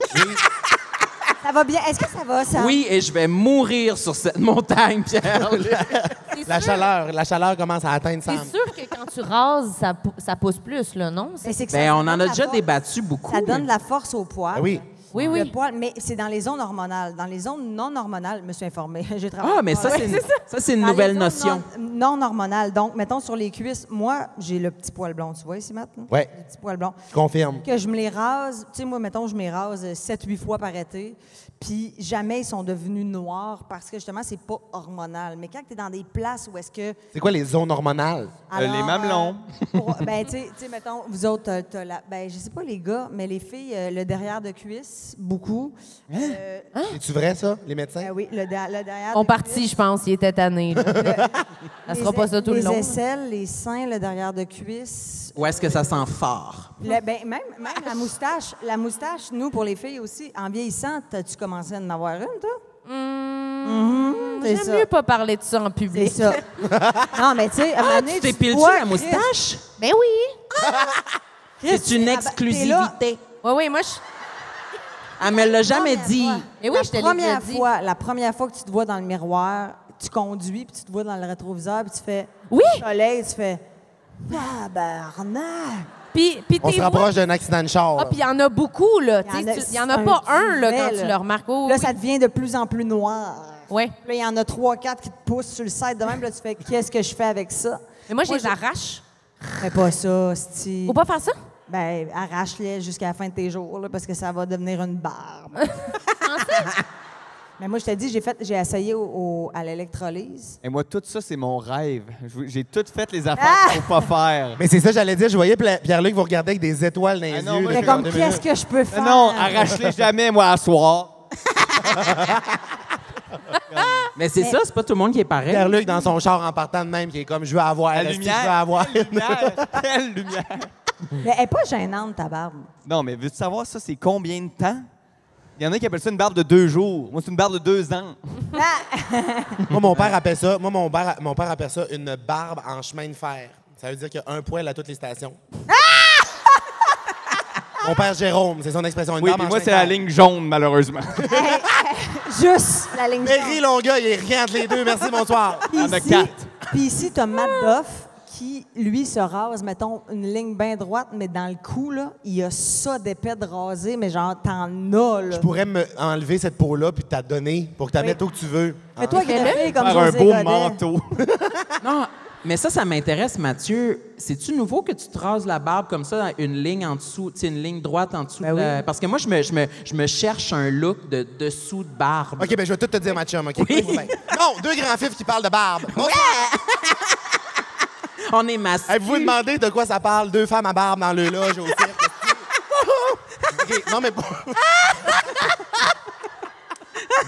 Ça va bien. Est-ce que ça va, ça? Oui, et je vais mourir sur cette montagne, Pierre. C'est La sûr- chaleur commence à atteindre Sam. C'est sûr que quand tu rases, ça pousse plus, là, non? Mais c'est que Ben, ça on en donne a la déjà force. débattu beaucoup. Ça donne de la force au poil. Ah oui. Oui, Le oui. poil, mais c'est dans les zones hormonales. Dans les zones non hormonales, je me suis informée. J'ai travaillé. Ah, mais ça, c'est une Dans les nouvelle zones notion. Non hormonales. Donc, mettons sur les cuisses, moi, j'ai le petit poil blond. Tu vois ici, Matt? là? Ouais. Le petit poil blond. Je confirme. Que je me les rase, tu sais, moi, mettons, je me les rase 7-8 fois par été. Puis jamais ils sont devenus noirs parce que justement, c'est pas hormonal. Mais quand tu es dans des places où est-ce que. C'est quoi les zones hormonales? Les mamelons. Ben, tu sais, mettons, vous autres, t'as la. Ben, je sais pas les gars, mais les filles, le derrière de cuisse, beaucoup. C'est-tu vrai, ça, les médecins? Oui, le derrière. On de partit, cuisse. je pense. Il était tanné. Là. Ça sera pas ça tout le long. Les aisselles, les seins, le derrière de cuisse. Ou est-ce que ça sent fort? Ben, même la moustache. La moustache, nous, pour les filles aussi, en vieillissant, as-tu commencé à en avoir une, toi? C'est J'aime ça. mieux pas parler de ça en C'est public. ça. Non, mais tu sais, à un moment donné, Tu t'épiles-tu vois, la moustache? Ben oui. Chris, C'est une t'es là. exclusivité. Oui, oui, moi, je... Elle me l'a jamais Première dit. fois. Mais oui, je te l'ai déjà dit. La première fois que tu te vois dans le miroir, tu conduis, puis tu te vois dans le rétroviseur, puis tu fais Oui. soleil, tu fais tabarnak. Puis On t'es se rapproche d'un accident de char. Ah, là. puis il y en a beaucoup, là. Il y en a- Il y en a c'est pas un un, là, duvet, quand tu là. le remarques. Oh, Là, oui. ça devient de plus en plus noir. Ouais. Puis là, il y en a 3-4 qui te poussent sur le site de même, puis là, tu fais qu'est-ce que je fais avec ça? Mais moi, je les arrache. Fais pas ça, Sti. Faut pas faire ça? Ben, arrache-les jusqu'à la fin de tes jours, là, parce que ça va devenir une barbe. Mais moi, je t'ai dit, j'ai essayé à l'électrolyse. Et moi, tout ça, c'est mon rêve. J'ai tout fait les affaires qu'il faut pas faire. Mais c'est ça, j'allais dire. Je voyais Pierre-Luc vous regarder avec des étoiles dans les Ah non, yeux. moi, là, Mais genre, comme, 2 qu'est-ce minutes. que je peux faire? Non, arrache-les jamais, moi, à soir. Mais c'est ça, c'est pas tout le monde qui est pareil. Pierre-Luc dans son char en partant de même, qui est comme, je veux avoir. La est-ce que lumière. Je veux avoir. Quelle lumière. Quelle lumière. Mais elle n'est pas gênante, ta barbe. Non, mais veux-tu savoir ça, c'est combien de temps? Il y en a qui appellent ça une barbe de 2 jours. Moi, c'est une barbe de 2 ans. Moi, mon père appelle ça. Mon père appelle ça une barbe en chemin de fer. Ça veut dire qu'il y a un poil à toutes les stations. Mon père Jérôme, c'est son expression. Une Oui, barbe puis en moi, chemin c'est de la fer. ligne jaune, malheureusement. Juste la ligne Perry Longueuil, il est rien entre les deux. Merci, bonsoir. Il y en a Ici- 4. Puis ici, tu as Matt Doff qui, lui, se rase, mettons, une ligne bien droite, mais dans le cou, là, il y a ça d'épais de rasé, mais genre, t'en as, là. Je pourrais me enlever cette peau-là puis te la donner pour que tu la Oui. mettes où que tu veux. Mais toi qui es fait comme Faire un José beau Godet. manteau. Non, mais ça m'intéresse, Mathieu. C'est-tu nouveau que tu te rases la barbe comme ça, une ligne en dessous, tu sais, une ligne droite en dessous? Ben de la- oui. Parce que moi, je me cherche un look de dessous de barbe. OK, ben je vais tout te dire, ma chum, OK? Oui. Non, 2 grands fifs qui parlent de barbe. Bonsoir. On est massifs. Hey, vous vous demandez de quoi ça parle? 2 femmes à barbe dans le loge au cirque. OK, non, mais...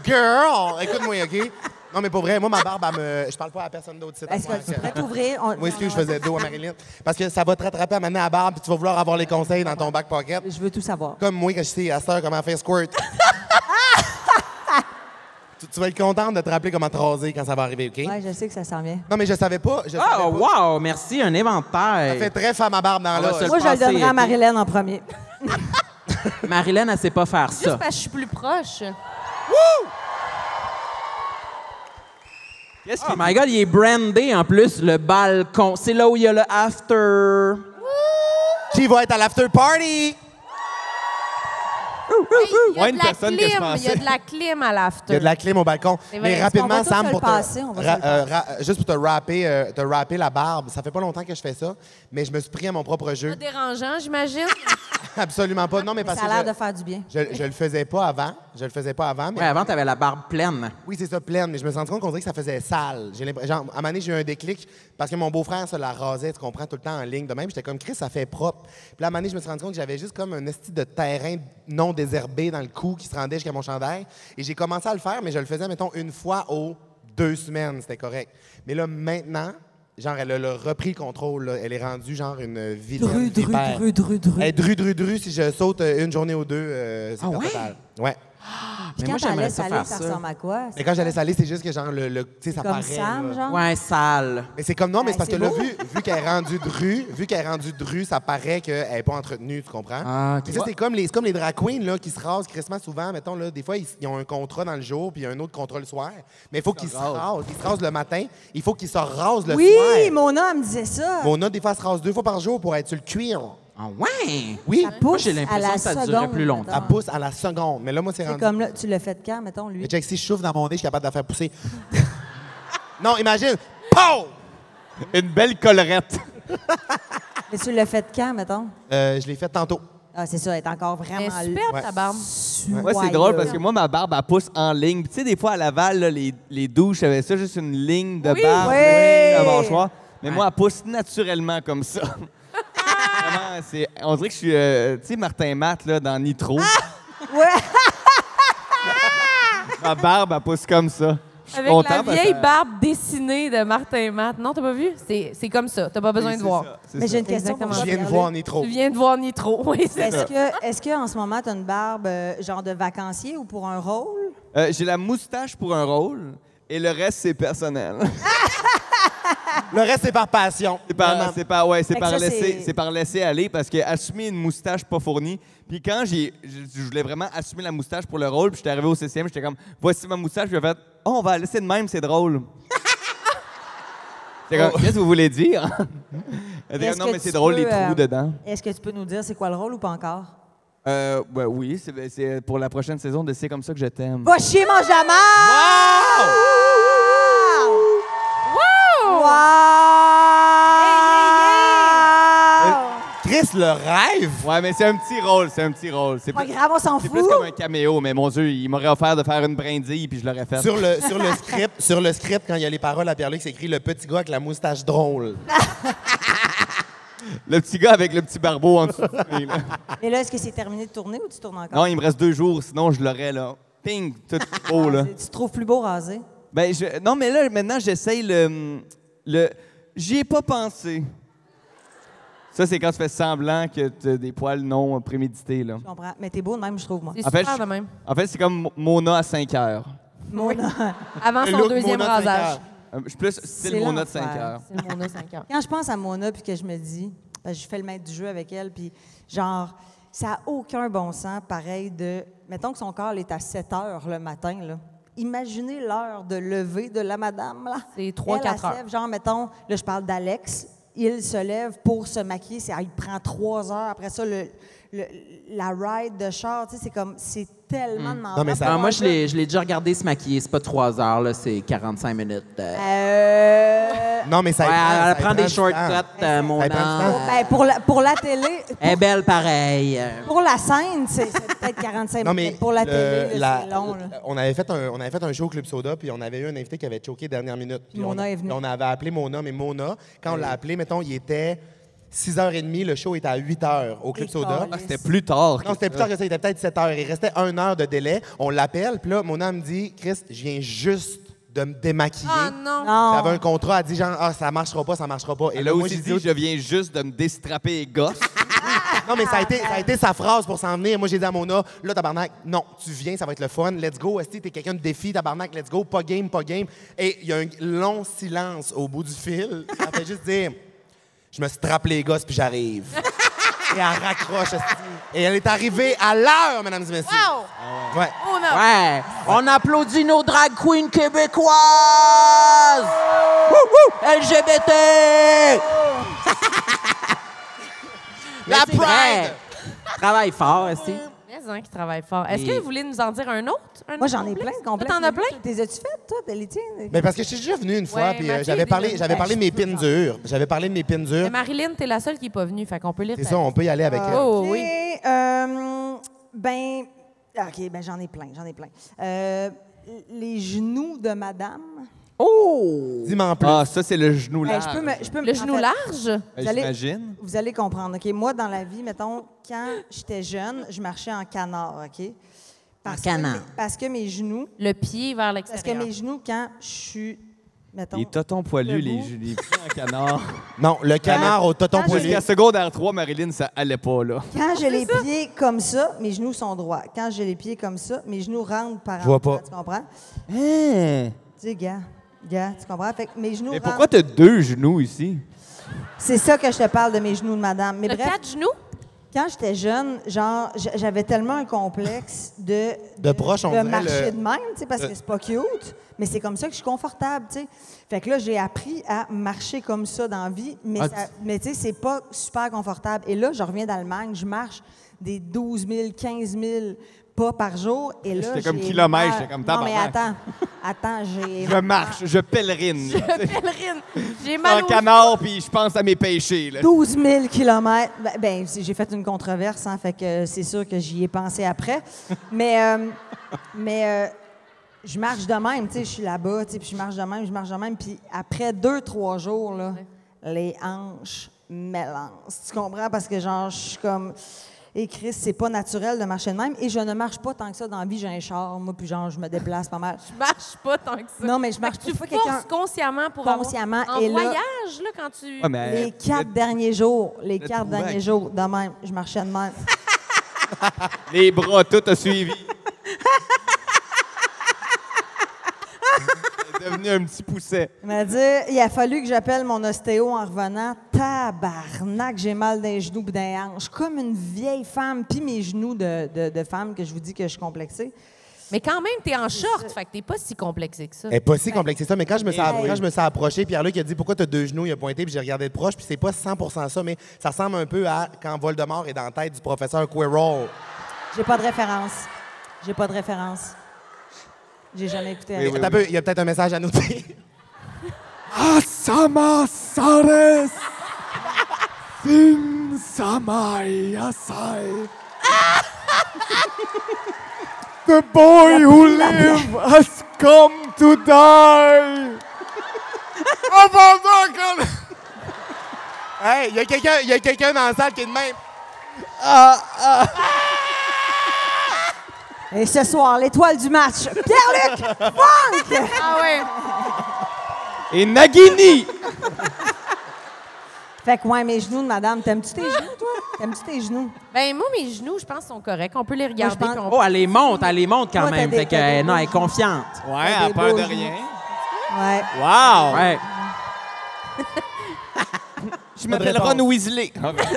Girl! Écoute-moi, OK? Non, mais pour vrai, moi, ma barbe, je parle pas à personne d'autre. Est-ce que tu pourrais t'ouvrir? Moi, excuse, je faisais dos à Marilyn. Parce que ça va te rattraper à mener à la barbe, puis tu vas vouloir avoir les conseils dans ton back pocket. Je veux tout savoir. Comme moi, quand je sais à cette heure comment faire squirt. Tu vas être contente de te rappeler comment te raser quand ça va arriver, OK? Oui, je sais que ça s'en vient. Non, mais je savais pas. Oh, wow! Merci, un inventaire. Ça fait très femme à barbe dans On va l'os. se Moi, je le passer, donnerai à OK? Marilyn en premier. Marilyn, elle sait pas faire Juste ça. parce que je suis plus proche. Qu'est-ce Oh qui my God, il est brandé en plus, le balcon. C'est là où il y a le after. Qui va être à l'after party? Il y a Moins de de la personnes que je clim, pensais. il y a de la clim à Il y l'after. a de la clim au balcon. C'est vrai. Mais Est-ce rapidement, qu'on va tous Sam, se pour le passer? On va se le passer. juste pour te rapper la barbe, ça fait pas longtemps que je fais ça, mais je me suis pris à mon propre jeu. Pas dérangeant, j'imagine. Absolument pas. Non, mais parce Ça a que l'air de faire du bien. je le faisais pas avant. Je le faisais pas avant. Mais Ouais, avant, t'avais la barbe pleine. oui, c'est ça, pleine. Mais je me suis rendu compte qu'on dirait que ça faisait sale. J'ai l'impression, genre, à un moment donné, j'ai eu un déclic parce que mon beau-frère se la rasait, tu comprends, tout le temps en ligne. De même, j'étais comme Chris, ça fait propre. Puis là, à un moment donné, je me suis rendu compte que j'avais juste comme un esti de terrain non désherbé dans le cou qui se rendait jusqu'à mon chandail. Et j'ai commencé à le faire, mais je le faisais, mettons, une fois aux 2 semaines. C'était correct. Mais là, maintenant, genre, elle a repris le contrôle. Là. Elle est rendue, genre, une vilaine vipère. Hey, dru, si je saute une journée ou deux, c'est Ah pas ouais? total. Ouais. Puis Mais moi, quand j'aimerais t'allais ça saler, faire ça ça. ressemble à quoi? Mais quand j'allais saler, c'est juste que, genre, tu sais, ça Comme paraît. Sam, là. genre? Ouais, sale. Mais c'est comme non, mais c'est parce que c'est là, beau. vu qu'elle est rendue drue, ça paraît qu'elle n'est pas entretenue, tu comprends? Ah, ok. Mais ça, c'est comme les drag queens là, qui se rasent crissement souvent. Mettons, là, des fois, ils ont un contrat dans le jour, puis il y a un autre contrat le soir. Mais il faut qu'ils se rasent. Ils se rasent le matin. Il faut qu'ils se rasent le Oui, soir. Mona elle me disait ça. Mona, des fois, elle se rase 2 fois par jour pour être sur le cuir. Ah ouais? Oui, Ça Moi, pousse j'ai à l'impression la que ça durait seconde, plus longtemps. elle pousse à la seconde. Mais là, moi, c'est C'est rendu. comme là, tu l'as fait quand, mettons, lui? Mais check, si je souffle dans mon nez, je suis capable de la faire pousser. Non, imagine. Pow! Une belle collerette. Mais tu l'as fait quand, mettons? Je l'ai fait tantôt. Ah, c'est ça, elle est encore Elle vraiment est superbe, Ouais. ta barbe. Moi, c'est drôle parce que moi, ma barbe, elle pousse en ligne. Puis, tu sais, des fois, à Laval, là, les douches avaient ça, juste une ligne de barbe, Oui. une ligne de mâchoire. Mais Ouais. moi, elle pousse naturellement comme ça. Vraiment, on dirait que je suis, tu sais, Martin Matt, là, dans Nitro. Ouais! Ma barbe, elle pousse comme ça. Je suis Avec content la parce vieille que- barbe dessinée de Martin Matt. Non, t'as pas vu? C'est comme ça. T'as pas besoin Oui, de c'est voir. ça, c'est Mais ça. j'ai une question pour Exactement. Je toi, viens de Pierre-Luc. voir Nitro. Tu viens de voir Nitro. Oui, c'est ça. Est-ce que en ce moment, tu as une barbe genre de vacancier ou pour un rôle? J'ai la moustache pour un rôle et le reste, c'est personnel. Le reste, c'est par passion. C'est Vraiment. Fait que ça, c'est par laisser aller parce que assumer une moustache pas fournie. Puis quand je voulais vraiment assumer la moustache pour le rôle, puis j'étais arrivé au CCM, j'étais comme voici ma moustache, puis j'ai fait oh, on va la laisser de même, c'est drôle. J'étais comme qu'est-ce que vous voulez dire? Elle dit, Est-ce non que mais c'est tu drôle peux, les trous dedans. Est-ce que tu peux nous dire c'est quoi le rôle ou pas encore? Ben oui, c'est pour la prochaine saison de C'est comme ça que je t'aime. Va chier mon jamal! Wow! Chris, le rêve! Ouais, mais c'est un petit rôle, c'est un petit rôle. C'est Pas grave, on s'en c'est fout. plus comme un caméo, mais mon Dieu, il m'aurait offert de faire une brindille puis je l'aurais fait. Sur le script, quand il y a les paroles à Pierre-Luc, c'est écrit le petit gars avec la moustache drôle. Le petit gars avec le petit barbeau en dessous. du nez, là. Et là, est-ce que c'est terminé de tourner ou tu tournes encore? Non, il me reste 2 jours, sinon je l'aurais là. Ping, tout beau là. Tu te trouves plus beau rasé? Ben, non, mais là, maintenant, j'essaye le. J'y ai pas pensé. Ça, c'est quand tu fais semblant que tu as des poils non prémédités, là. Je comprends. Mais t'es beau de même, je trouve, moi. C'est En fait, super je- de même. En fait, c'est comme Mona à 5 heures. Mona. Avant Le son look deuxième Mona de 5 rasage. heures. Je suis plus C'est style Mona de 5 l'enfer. heures. C'est le Mona 5 heures. Quand je pense à Mona puis que je me dis, parce que je fais le maître du jeu avec elle, puis genre, ça n'a aucun bon sens, pareil, de. Mettons que son corps est à 7 heures le matin, là. Imaginez l'heure de lever de la madame, là. C'est Elle, 3-4 elle se heures. lève, genre, mettons, là, je parle d'Alex. Il se lève pour se maquiller. Il prend 3 heures. Après ça, la ride de char, tu sais, c'est comme. C'est tellement de Non, mais ça- Ah, moi, je l'ai déjà regardé se maquiller. C'est pas 3 heures, là, c'est 45 minutes. Non, mais ça Ouais, elle prend des du temps. shortcuts, mon Ça prend du âme. temps. Ben, pour la télé, Elle est belle pareil. pour la scène, c'est peut-être 45 Non, minutes. mais Pour la le- télé, là, c'est long. Là. On avait fait un show au Club Soda, puis on avait eu un invité qui avait choqué dernière minute. Puis Mona on, est venue. On avait appelé Mona, mais Mona, quand on l'a appelé, mettons, il était 6h30, le show était à 8h au Club Soda. Ah, c'était plus tard. Non, c'était plus tard que ça, il était peut-être 7h. Il restait 1 heure de délai. On l'appelle, puis là, Mona me dit, Chris, je viens juste de me démaquiller. Ah non! Non. J'avais un contrat, elle dit genre, ah, ça marchera pas, ça marchera pas. Et Elle là, a moi, aussi j'ai dit, je viens juste de me déstrapper les gosses. non, mais ça a été sa phrase pour s'en venir. Moi, j'ai dit à Mona, là, tabarnak, non, tu viens, ça va être le fun, let's go. Esti, t'es quelqu'un de défi, tabarnak, let's go, pas game, pas game. Et il y a un long silence au bout du fil. Elle fait juste dire, je me strappe les gosses, puis j'arrive. Et elle raccroche, esti. Et elle est arrivée à l'heure, mesdames et messieurs. Wow! Ouais. Oh non! Ouais, on applaudit nos drag queens québécoises! LGBT! La Mais c'est vrai. Pride! Travaille fort, aussi. Mais un qui travaille fort. Est-ce que vous voulez nous en dire un autre? Moi, j'en ai plein de complexes. T'en as plein? T'es as-tu fait, toi, les tiens? Mais parce que je suis déjà venu une fois, Ouais, puis Mathieu, j'avais il parlé, est j'avais parlé de mes pins durs. J'avais parlé de mes pins durs. Mais Marilyn, t'es la seule qui n'est pas venue, fait qu'on peut lire C'est ta ça, on liste. peut y aller avec elle. Oh OK, oui. OK, j'en ai plein. Les genoux de madame. Oh! Dis-moi en plus. Ah, ça, c'est le genou là. Je peux Le en genou fait, large? Vous allez- J'imagine. Vous allez comprendre. OK, moi, dans la vie, mettons, quand j'étais jeune, je marchais en canard, OK? canard. Parce que mes genoux, Le pied vers parce que l'extérieur. mes genoux, quand je suis, mettons... Les totons poilus, debout. les pieds en canard. Non, le canard au toton Quand poilu. Jusqu'à secondaire 3, Marilyn, ça allait pas, là. Quand j'ai les pieds comme ça, mes genoux sont droits. Quand j'ai les pieds comme ça, mes genoux rentrent par Je vois en pas. dedans, tu comprends? Hein? Tu sais, gars, tu comprends? Fait que mes genoux Mais rentrent... pourquoi t'as 2 genoux ici? C'est ça que je te parle de mes genoux de madame. Mais Le bref, 4 genoux? quand j'étais jeune, genre, j'avais tellement un complexe De proche, on de dirait marcher le- de même, tu sais, parce que c'est pas cute, mais c'est comme ça que je suis confortable, tu sais. Fait que là, j'ai appris à marcher comme ça dans la vie, mais, Ah, mais tu sais, c'est pas super confortable. Et là, je reviens d'Allemagne, je marche des 12 000, 15 000 pas par jour, et là, J'étais comme j'ai kilomètre, mal. j'étais comme Non, mais tabarnak. attends, j'ai... Je marche, je pèlerine. Pèlerine. J'ai mal En au canard, puis je pense à mes péchés, là. 12 000 kilomètres. Ben, j'ai fait une controverse, hein, fait que c'est sûr que j'y ai pensé après. Mais je marche de même, tu sais, je suis là-bas, tu sais, puis je marche de même. Puis après 2-3 jours, là, les hanches m'élancent. Tu comprends? Parce que, genre, je suis comme... Et Chris, c'est pas naturel de marcher de même. Et je ne marche pas tant que ça dans la vie. J'ai un char, moi, puis genre, je me déplace pas mal. Je marche pas tant que ça. Non, mais je marche Fait que tu pas quelqu'un... forces consciemment pour Consciemment, avoir... En et là- voyage, là, quand tu... Ouais, mais Les 4 derniers jours, le trouvac. de même, je marchais de même. les bras, tout a suivi. C'est devenu un petit pousset. Il m'a dit, il a fallu que j'appelle mon ostéo en revenant. Tabarnak, j'ai mal dans les genoux et dans les hanches. Comme une vieille femme, puis mes genoux de femme que je vous dis que je suis complexée. Mais quand même, t'es en short, fait que t'es pas si complexé que ça. Elle est pas si complexe que ça, mais quand je me Hey. suis approché, Pierre-Luc a dit pourquoi t'as 2 genoux, il a pointé, puis j'ai regardé de proche, puis c'est pas 100% ça, mais ça ressemble un peu à quand Voldemort est dans la tête du professeur Quirrell. J'ai pas de référence. J'ai jamais écouté. Oui, oui. Attends un peu, il y a peut-être un message à noter. Asama Sares Sin Samai Asai. The boy who live has come to die. Hey, il y a quelqu'un dans la salle qui est de même. Et ce soir, l'étoile du match, Pierre-Luc Funk! Ah ouais. Et Nagini. Fait que, ouais, mes genoux de madame, t'aimes-tu tes genoux, toi? T'aimes-tu tes genoux? Ben moi, mes genoux, je pense, sont corrects. On peut les regarder. pense- puis on- Oh, elle les monte quand Toi, même. t'as Fait des- que, t'as des non, elle est beaux confiante. Ouais, T'as à des peur beaux de genoux. rien. Ouais. Wow. Ouais. Je m'appelle Ron Weasley.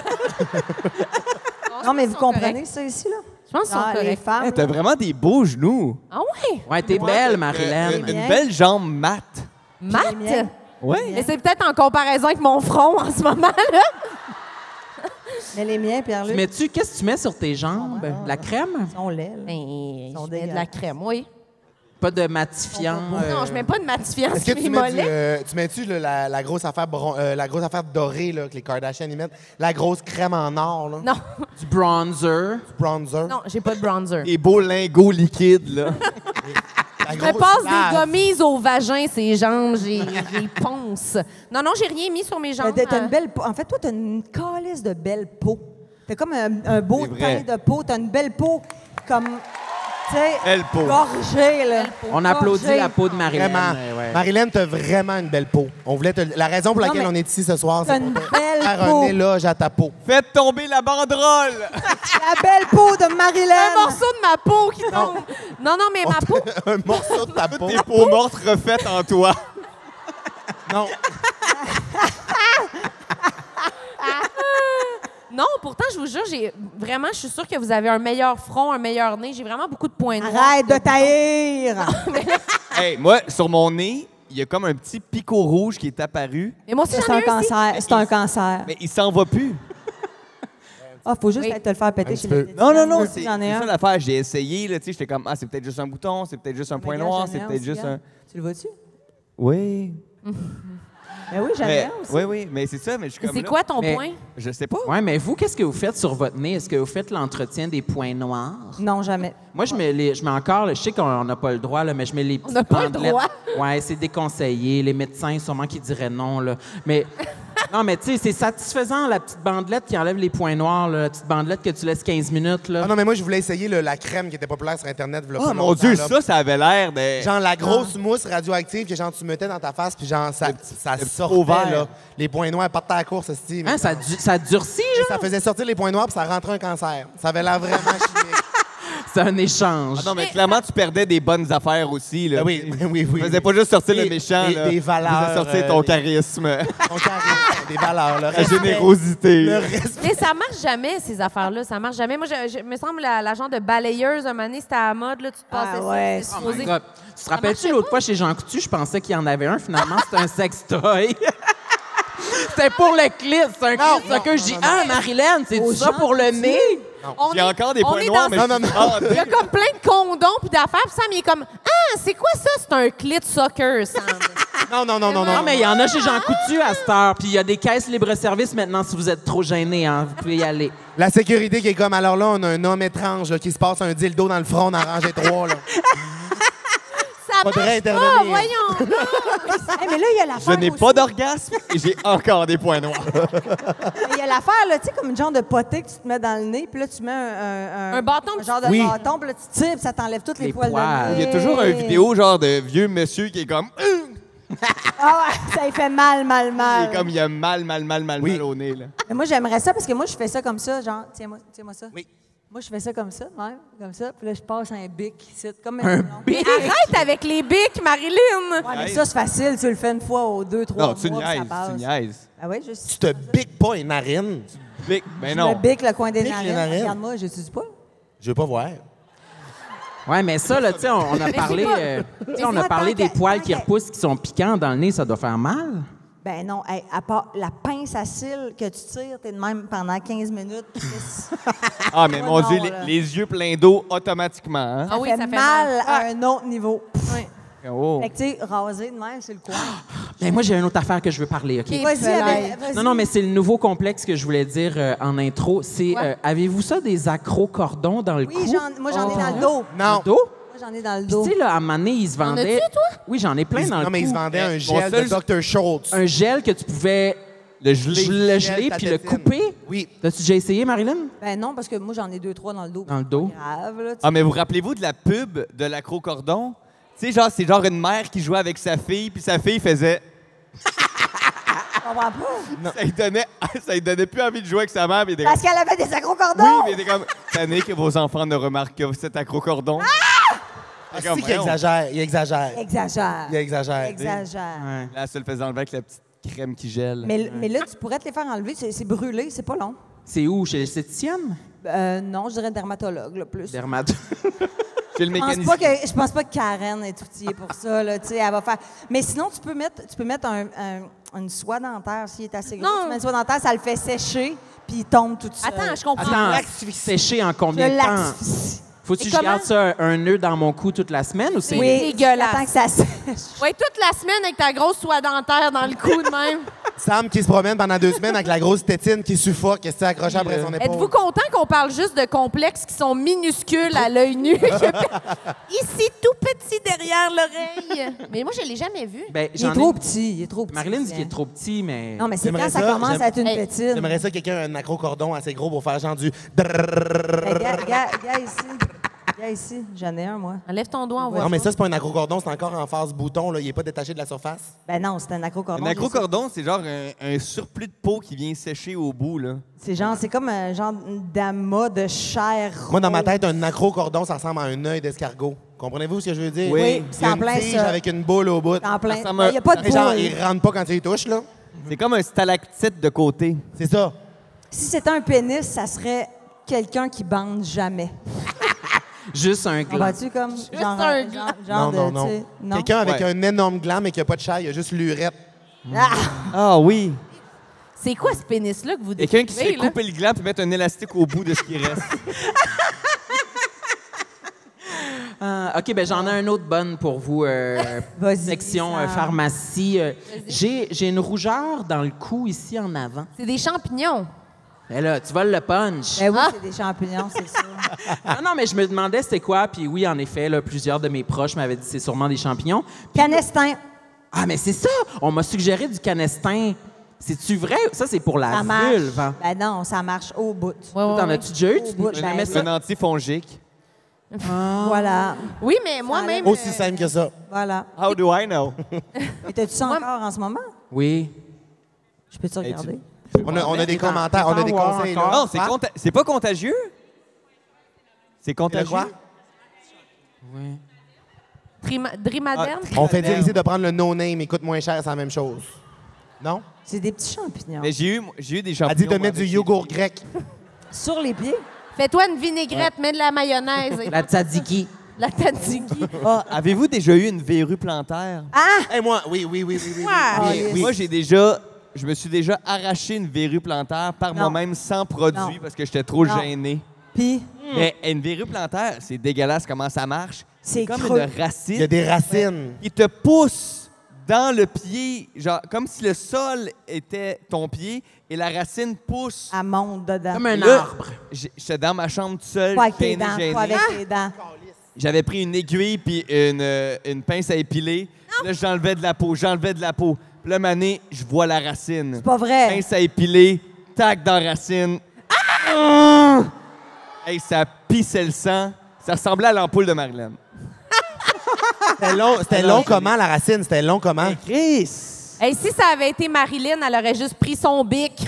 Non, mais vous sont comprenez corrects. ça ici, là? Je pense qu'ils sont Ah, les corrects. femmes. T'as vraiment des beaux genoux. Ah ouais? Ouais, t'es belle, Marilyn. bien. Une belle jambe mate. Matt? miens. Ouais. Mais c'est peut-être en comparaison avec mon front en ce moment, là. Mais les miens, Pierre-Luc, Mets-tu, qu'est-ce que tu mets sur tes jambes? La crème? sont laids, là. Ben, sont je mets de dégueulasses. la crème, oui. Pas de matifiant. Non, je mets pas de matifiant Est-ce que sur tu mes mets mollets. tu mets-tu là, la grosse affaire la grosse affaire dorée là, que les Kardashians y mettent, la grosse crème en or là, Non, Du bronzer. bronzer. non, j'ai pas de bronzer. Des beaux lingots liquides, là. La Je me grosse passe lave. des gommises au vagin, ces jambes, j'ai ponce. Non, j'ai rien mis sur mes jambes. T'as une belle peau. En fait, toi, t'as une calice de belle peau. T'as comme un beau C'est vrai. teint de peau. T'as une belle peau comme, tu sais, Belle peau. gorgée, là. On applaudit Gorgée. la peau de Marilyn. Vraiment. ouais. Marilyn, t'as vraiment une belle peau. On voulait la raison pour laquelle mais on est ici ce soir, t'as c'est une pour te belle faire peau. un éloge à ta peau. Faites tomber la banderole! La belle peau de Marilyn. Un morceau de ma peau qui tombe. Non, mais ma peau. Un morceau de ta peau. Tes peaux mortes refaites en toi. Non. Non, pourtant, je vous jure, je suis sûre que vous avez un meilleur front, un meilleur nez. J'ai vraiment beaucoup de points noirs. Arrête de taillir. Hey, moi, sur mon nez, il y a comme un petit picot rouge qui est apparu, Mais moi aussi, C'est j'en ai un un aussi. cancer. C'est un cancer. mais il s'en va plus. Ah, faut juste Oui. te le faire péter Un chez petit le peu. Non, j'en c'est ai c'est un. ça l'affaire. J'ai essayé, là, tu sais, j'étais comme, c'est peut-être juste un bouton, c'est peut-être juste un point Regarde, noir, j'en ai c'est un peut-être aussi, juste un... regarde. Tu le vois-tu? Oui. Ben oui, j'en ai un aussi. Oui, mais c'est ça, mais je suis Mais comme c'est là, quoi ton Mais- point? Je sais pas. Ouais, mais vous, qu'est-ce que vous faites sur votre nez? Est-ce que vous faites l'entretien des points noirs? Non, jamais. Moi, je mets encore, je sais qu'on n'a pas le droit, là, mais je mets les petites n'a pas le bandelettes. droit? Ouais, c'est déconseillé. Les médecins, sûrement, qui diraient non, là. Mais, non, mais tu sais, c'est satisfaisant, la petite bandelette qui enlève les points noirs, là, la petite bandelette que tu laisses 15 minutes, là. Ah non, mais moi, je voulais essayer la crème qui était populaire sur Internet. v'là Oh pas mon longtemps, Dieu, là. ça avait l'air de... Genre la grosse mousse radioactive que genre tu mettais dans ta face, puis genre ça le petit sortait, pot vert. là. Les points noirs partaient à la course, aussi. Hein, ça durcit, genre? Ça faisait sortir les points noirs, puis ça rentrait un cancer. Ça avait l'air vraiment chimique. C'est un échange. Ah non, mais clairement, tu perdais des bonnes affaires aussi, là. Ah oui, oui. Tu faisais pas juste sortir le Des- méchant, là. des valeurs, Tu faisais sortir ton des- charisme, Ton charisme, des valeurs, le ta respect. générosité. Le respect. Mais ça marche jamais, ces affaires-là. Ça marche jamais. Moi, je me semble, la genre de balayeuse, un moment donné, c'était à la mode, là. Tu te passais ouais, ça. Oh my God. Tu te rappelles-tu l'autre fois chez Jean Coutu, je pensais qu'il y en avait un, finalement, c'était un sextoy. C'était pour le clit, c'est un clit sucker. Je dis, ah, Marilyn, c'est Aux ça gens pour le nez? On J'ai est- encore des on points est noirs, dans- mais Non, je non, suis non. bandé. Il y a comme plein de condoms puis d'affaires. Puis Sam, il est comme, ah, c'est quoi ça? C'est un clit soccer, Sam. Non. Non, mais il y en a chez Jean Coutu à cette heure. Puis il y a des caisses libre-service maintenant si vous êtes trop gêné, hein. Vous pouvez y aller. La sécurité qui est comme, alors là, on a un homme étrange là, qui se passe un dildo dans le front dans rangée 3, là. Ça Faudrait marche pas, intervenir. voyons. Hey, mais là, il y a Je l'affaire n'ai aussi. pas d'orgasme et j'ai encore des points noirs. Il y a l'affaire, là, tu sais, comme une genre de potée que tu te mets dans le nez, puis là, tu mets Un bâton un que genre de Oui. bâton, puis là, tu tires, puis ça t'enlève toutes les Les poils poils. de nez. Il y a toujours une vidéo genre de vieux monsieur qui est comme... Ah ouais, ça lui fait mal. Il est comme il a mal au nez, là. Mais moi, j'aimerais ça, parce que moi, je fais ça comme ça, genre, tiens-moi ça. Oui. Moi, je fais ça comme ça, même, comme ça, puis là, je passe un bic ici, comme Un Mais arrête avec les bics, Marilyn. Ouais, mais ça, c'est facile, tu le fais une fois ou deux, trois Non, tu mois, puis ça niaises, passe. tu niaises. Ah oui, juste. Tu te piques pas une narine. Big, ben Je non. me bic le coin des Bic les narines. narines. Regarde-moi, j'utilise pas. Je veux pas voir. Ouais, mais ça, là, tu sais, on a parlé, pas- tu sais, on a moi, parlé tant des que- poils tant qui que- repoussent, qui sont piquants dans le nez, ça doit faire mal. Ben non, hey, à part la pince à cils que tu tires, t'es de même pendant 15 minutes. Chris. Ah, mais mon non, Dieu, là. les yeux pleins d'eau automatiquement, hein? Ah oui, fait ça fait mal mal. à un autre niveau. Ouais. Oh. Fait que, tu sais, rasé de même, c'est le coin. Mais moi, j'ai une autre affaire que je veux parler, OK? Et Vas-y, puis, vas-y. Non, mais c'est le nouveau complexe que je voulais dire en intro. C'est, Quoi? avez-vous ça, des accro-cordons dans le cou? Oui, moi, j'en ai dans le dos. Non. Le dos? Moi, j'en ai dans le Puis, dos. tu sais, là, à un moment donné, ils se vendaient... as-tu, toi? Oui, j'en ai plein dans le Non, mais ils cou. se vendaient un Mon gel seul- de Dr. Schultz. Un gel que tu pouvais Le gelé. le Gel geler puis le tatétine. couper. Oui. T'as-tu déjà essayé, Marilyn? Ben non, parce que moi, j'en ai 2-3 dans le dos. Dans le dos? Grave, là. Ah, mais vous rappelez-vous de la pub de l'accro-cordon? Tu sais, genre, c'est genre une mère qui jouait avec sa fille, puis sa fille faisait... Je comprends pas. Ça lui donnait plus envie de jouer avec sa mère, mais il était Parce comme... qu'elle avait des accro-cordons. Oui, mais il était comme... Tanné que vos enfants ne remarquent que cet accro-cordon. Ah, comme, c'est qu'il exagère. Il exagère. Exagère. Il exagère. Exagère. Ouais. Là, elle se le faisait enlever avec la petite crème qui gèle. Mais là, tu pourrais te les faire enlever. C'est brûlé, c'est pas long. C'est où? Chez l'esthéticienne? Non, je dirais dermatologue, là, plus. Dermato. Chez le Je pense mécanicien. je pense pas que Karen est outillée pour ça. Là, tu sais, elle va faire. Mais sinon, tu peux mettre une soie dentaire s'il est assez gros. Non. Tu mets une soie dentaire, ça le fait sécher, puis il tombe tout seul. Attends, je comprends. Attends, sécher en Je combien de temps? l'asphyxie. Faut-tu que Et je garde comment? ça un nœud dans mon cou toute la semaine ou c'est... Oui, dégueulasse. attends que ça sèche. Ouais, toute la semaine avec ta grosse soie dentaire dans le cou de même. Sam qui se promène pendant 2 semaines avec la grosse tétine qui suffoque, qui s'est accrochée après son épaule. Êtes-vous content qu'on parle juste de complexes qui sont minuscules à l'œil nu? Ici, tout petit derrière l'oreille. Mais moi, je l'ai jamais vu. Ben, Il est trop petit, il est trop petit. Marilyn dit qu'il est trop petit, mais... Non, mais c'est J'aimerais quand ça ça, commence à être une Hey, pétine. J'aimerais ça quelqu'un un acrocordon assez gros pour faire genre du... Gars ici, j'en ai un, moi. Enlève ton doigt, on voit. Non, mais ça, c'est pas un acrocordon, c'est encore en phase bouton, là. Il est pas détaché de la surface. Ben non, c'est un acrocordon. Un acrocordon, c'est genre un surplus de peau qui vient sécher au bout, là. C'est comme un genre d'amas de chair. Moi, dans ma rose. tête, un acrocordon, ça ressemble à un œil d'escargot. Comprenez-vous ce que je veux dire? Oui, Il c'est y a en une plein tige ça. avec une boule au bout. En plein. Ça ressemble à- Il n'y a pas de Et genre, boule. il rentre pas quand tu y touches, là. C'est comme un stalactite de côté. C'est ça. Si c'était un pénis, ça serait quelqu'un qui bande jamais. Juste un gland. Comprends-tu comme genre, un genre Non, de, non, tu sais, non. Quelqu'un avec un énorme gland, mais qui a pas de chair, il a juste l'urette. Ah! Ah oui. C'est quoi ce pénis-là que vous Quelqu'un qui se fait décrivez, là? couper le gland puis mettre un élastique au bout de ce qui reste. OK, ben j'en ai un autre bonne pour vous. Vas-y, Section Sam. pharmacie. J'ai une rougeur dans le cou ici en avant. C'est des champignons. Ben là, tu voles le punch. Ben oui, Ah! c'est des champignons, c'est ça. Non, mais je me demandais c'était quoi. Puis oui, en effet, là, plusieurs de mes proches m'avaient dit c'est sûrement des champignons. Puis- Canestin, Ah, mais c'est ça! On m'a suggéré du canestin. C'est-tu vrai? Ça, c'est pour la ça marche. vulve. Hein? Ben non, ça marche au bout. T'en as-tu déjà eu? Au bout, ben J'aimais oui. ça. Un antifongique. Voilà, Oui, mais moi-même. Aussi simple que ça. voilà. How do I know? Et t'as-tu ça Moi- encore en ce moment? Oui. Je peux-tu regarder? On a des commentaires, on a des conseils. là. Non, c'est Ah, c'est pas contagieux. C'est le contagieux. quoi? Oui. Drimaderne? On fait dire ici de prendre le no-name, il coûte moins cher, c'est la même chose. Non? C'est des petits champignons. Mais j'ai eu des champignons. Elle dit de mettre du avec- yogourt grec. Sur les pieds? Fais-toi une vinaigrette, mets de la mayonnaise. Et La tzatziki. la tzatziki. Ah, avez-vous déjà eu une verrue plantaire? Et moi, oui. Ah, Oui, yes. oui. Moi, je me suis déjà arraché une verrue plantaire par Non. moi-même sans produit Non. parce que j'étais trop Non. gêné. Puis, Mais une verrue plantaire, c'est dégueulasse comment ça marche. C'est comme creux. une racine Il y a des racines. qui te pousse dans le pied, genre comme si le sol était ton pied et la racine pousse. elle monte dedans. Comme un Là, arbre. J'étais dans ma chambre tout seul, Pas avec tes gêné, dents, gêné. pas avec tes dents. J'avais pris une aiguille puis une pince à épiler. Là, j'enlevais de la peau. Puis là, mané, je vois la racine. C'est pas vrai. Pince à épiler, tac dans la racine. Ah! Hey, ça pissait le sang. Ça ressemblait à l'ampoule de Marilyn. C'était long comment, la racine? C'était long comment? Chris! Hey, si ça avait été Marilyn, elle aurait juste pris son bic.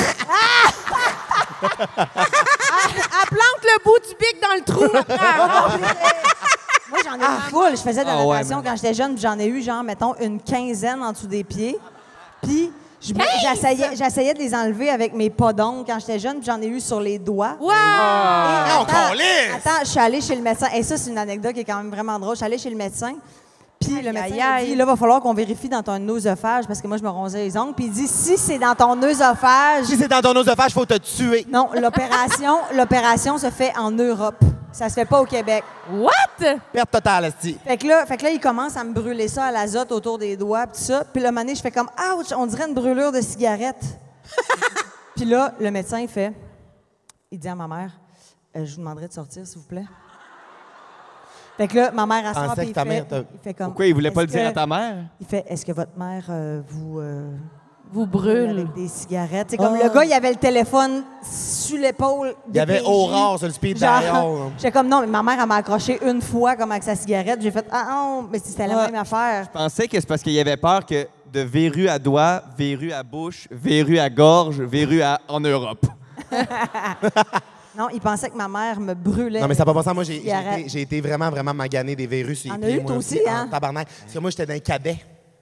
Elle plante le bout du bic dans le trou. Moi, j'en ai eu full. Je faisais de la Ah ouais, natation mais- quand j'étais jeune, puis j'en ai eu, genre, mettons, une quinzaine en dessous des pieds. Puis, j'essayais de les enlever avec mes pas d'ongles quand j'étais jeune, puis j'en ai eu sur les doigts. Wow! Non, Attends, câlisse! attends, je suis allée chez le médecin. Et ça, c'est une anecdote qui est quand même vraiment drôle. Je suis allée chez le médecin. Puis le médecin aïe, m'a aïe. dit, là, il va falloir qu'on vérifie dans ton œsophage, parce que moi, je me ronzais les ongles. Puis il dit, si c'est dans ton œsophage... Si c'est dans ton oesophage, faut te tuer. Non, l'opération se fait en Europe. Ça se fait pas au Québec. What? Perte totale, esti. Fait que là, il commence à me brûler ça à l'azote autour des doigts, pis tout ça. Puis là, un moment donné, je fais comme, ouch, on dirait une brûlure de cigarette. Puis là, le médecin, il dit à ma mère, je vous demanderai de sortir, s'il vous plaît. Fait que là, ma mère, elle sort, Pensais puis que ta mère il fait comme... Pourquoi il voulait pas le Est-ce dire que- à ta mère? Il fait, est-ce que votre mère vous Brûle. avec des cigarettes? C'est comme le gars, il avait le téléphone sur l'épaule. Il y avait DPJ. Aurore sur le speed dial. J'étais comme, non, mais ma mère, elle m'a accroché une fois comme avec sa cigarette. J'ai fait, ah non, mais c'était la Ouais. même affaire. Je pensais que c'est parce qu'il avait peur que de verrue à doigt, verrue à bouche, verrue à gorge, verrue en Europe. Non, il pensait que ma mère me brûlait. Non, mais ça n'a pas passé. Moi, Cigarette. j'ai été vraiment magané des verrues sur les T'en as pieds, eu, moi toi aussi, hein? en tabarnak. Parce que moi, j'étais d'un cadet.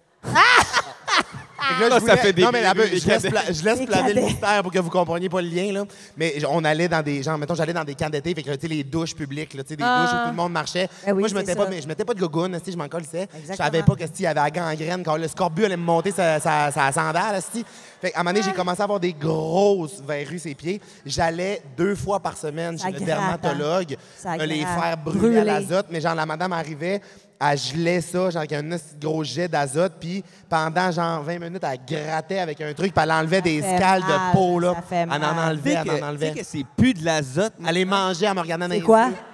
Ça fait des non, mais verrues, des je laisse, cadets. je laisse Des planer le cadets. mystère pour que vous compreniez pas le lien, là. Mais on allait dans des, genre, mettons, j'allais dans des camps d'été, fait que, tu sais, les douches publiques, là, tu sais, des douches où tout le monde marchait. Ben oui, Moi, je c'est mettais ça. pas de gogoune, je m'en colissais. Je Exactement. savais pas que, il y avait la gangrène, quand le scorbut allait me monter sa sandale, esti. Fait qu'à un moment donné, j'ai commencé à avoir des grosses verrues sur les pieds. J'allais 2 fois par semaine Ça chez le gratte, hein? dermatologue, Ça me les gratte. faire brûler à Brûler. l'azote. Mais genre, la madame arrivait, elle gelait ça, genre avec un petit gros jet d'azote, puis pendant genre 20 minutes, elle grattait avec un truc, puis elle enlevait des scales de peau, là. Ça fait Elle en mal. enlevait, elle en Tu sais enlevait. que c'est plus de l'azote. Elle les mangeait en me regardant dans les C'est quoi? yeux.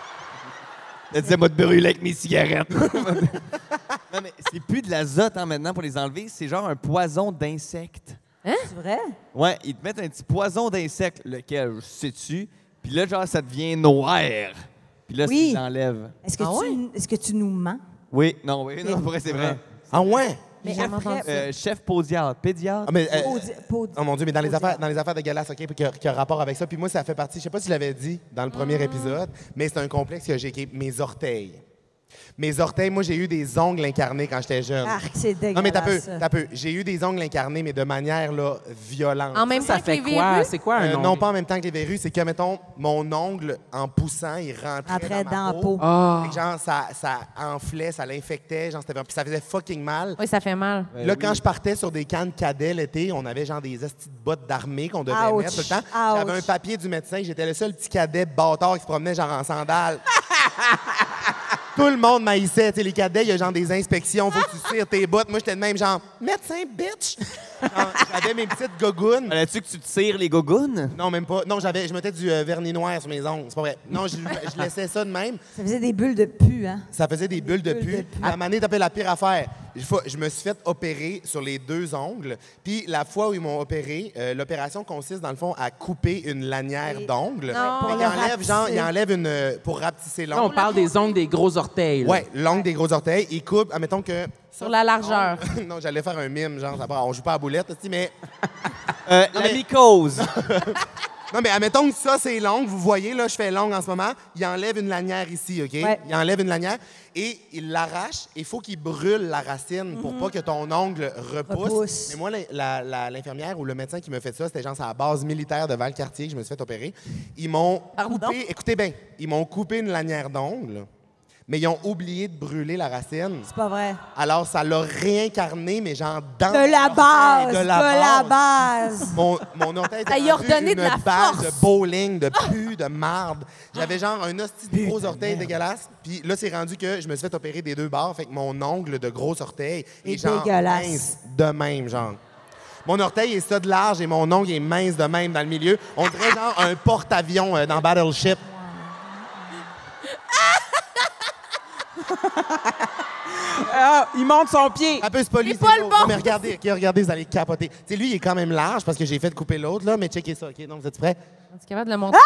Elle disait, moi, de brûler avec mes cigarettes. Non, mais c'est plus de l'azote maintenant pour les enlever. C'est genre un poison d'insectes. C'est vrai? Ouais, ils te mettent un petit poison d'insectes, lequel, sais-tu? Puis là, genre, ça devient noir. Puis là, Oui. ils l'enlèvent. Est-ce que tu nous mens? Oui, non, vrai, c'est vrai. Ah ouais? Mais jamais entendu après, Chef pédiatre. Ah, mais, Podi- oh mon Dieu, mais dans les Podi- affaires dégueulasses, OK, qui a rapport avec ça. Puis moi, ça fait partie, je sais pas si je l'avais dit dans le premier épisode, mais c'est un complexe que j'ai, qui est mes orteils. Mes orteils, moi, j'ai eu des ongles incarnés quand j'étais jeune. Arc, c'est dégueulasse. Non, mais ça. t'as peu. J'ai eu des ongles incarnés, mais de manière, là, violente. En même temps Ça que fait les quoi? verrues? C'est quoi un ongle? Non, pas en même temps que les verrues, c'est que, mettons, mon ongle, en poussant, il rentrait dans dans la ma peau. Ah. Fait que genre, ça enflait, ça l'infectait, genre, puis ça faisait fucking mal. Oui, ça fait mal. Là, quand je partais sur des camps de cadets l'été, on avait genre des estis de bottes d'armée qu'on devait Ouch. mettre tout le temps. Ouch. J'avais un papier du médecin, j'étais le seul petit cadet bâtard qui se promenait genre en sandales. Tout le monde m'haïssait. Tu sais, les cadets, il y a genre des inspections, faut que tu tires tes bottes. Moi, j'étais de même genre, médecin, bitch! Genre, j'avais mes petites gogounes. Fallait-tu que tu tires les gogounes? Non, même pas. Non, je mettais du vernis noir sur mes ongles. C'est pas vrai. Non, je laissais ça de même. Ça faisait des bulles de pu, hein? Ça faisait des bulles de Bulles de pu. pu. À un moment donné, t'appelles la pire affaire. Je me suis fait opérer sur les 2 ongles. Puis la fois où ils m'ont opéré, l'opération consiste, dans le fond, à couper une lanière d'ongles. Non. Pour Fait le qu'il enlève, rapetisser. genre, il enlève une... pour rapetisser Là, on l'ongle. parle des ongles des gros orteils. là. Ouais, l'ongle des gros orteils. Il coupe, admettons que... Sur la largeur. non, j'allais faire un mime, genre, ça part, on joue pas à boulette, mais... La mais- mycose. Non, mais admettons que ça, c'est l'ongle. Vous voyez, là, je fais l'ongle en ce moment. Il enlève une lanière ici, OK? Ouais. Il enlève une lanière et il l'arrache. Il faut qu'il brûle la racine pour pas que ton ongle repousse. Mais moi, l'infirmière ou le médecin qui me fait ça, c'était genre à la base militaire de Valcartier que je me suis fait opérer. Ils m'ont coupé... Écoutez bien, ils m'ont coupé une lanière d'ongle, mais ils ont oublié de brûler la racine. C'est pas vrai. Alors, ça l'a réincarné, mais genre dans De la l'orteil, base! De la base! Mon orteil était Ça y a rendu redonné de une la balle force. de bowling, de pu, de marde. J'avais genre un hostie de gros orteil dégueulasse. Puis là, c'est rendu que je me suis fait opérer des 2 bords. Fait que mon ongle de gros orteil est Et genre dégueulasse. mince de même, genre. Mon orteil est ça de large et mon ongle est mince de même dans le milieu. On dirait genre un porte-avions dans Battleship. Ah, il monte son pied. Un peu c'est pas lui, C'est pas le l'autre. bon. Non, mais regardez, OK, regardez, vous allez capoter. Tu sais, lui, il est quand même large parce que j'ai fait couper l'autre, là, mais checkez ça, OK? Donc, vous êtes prêts? Tu es capable de le montrer?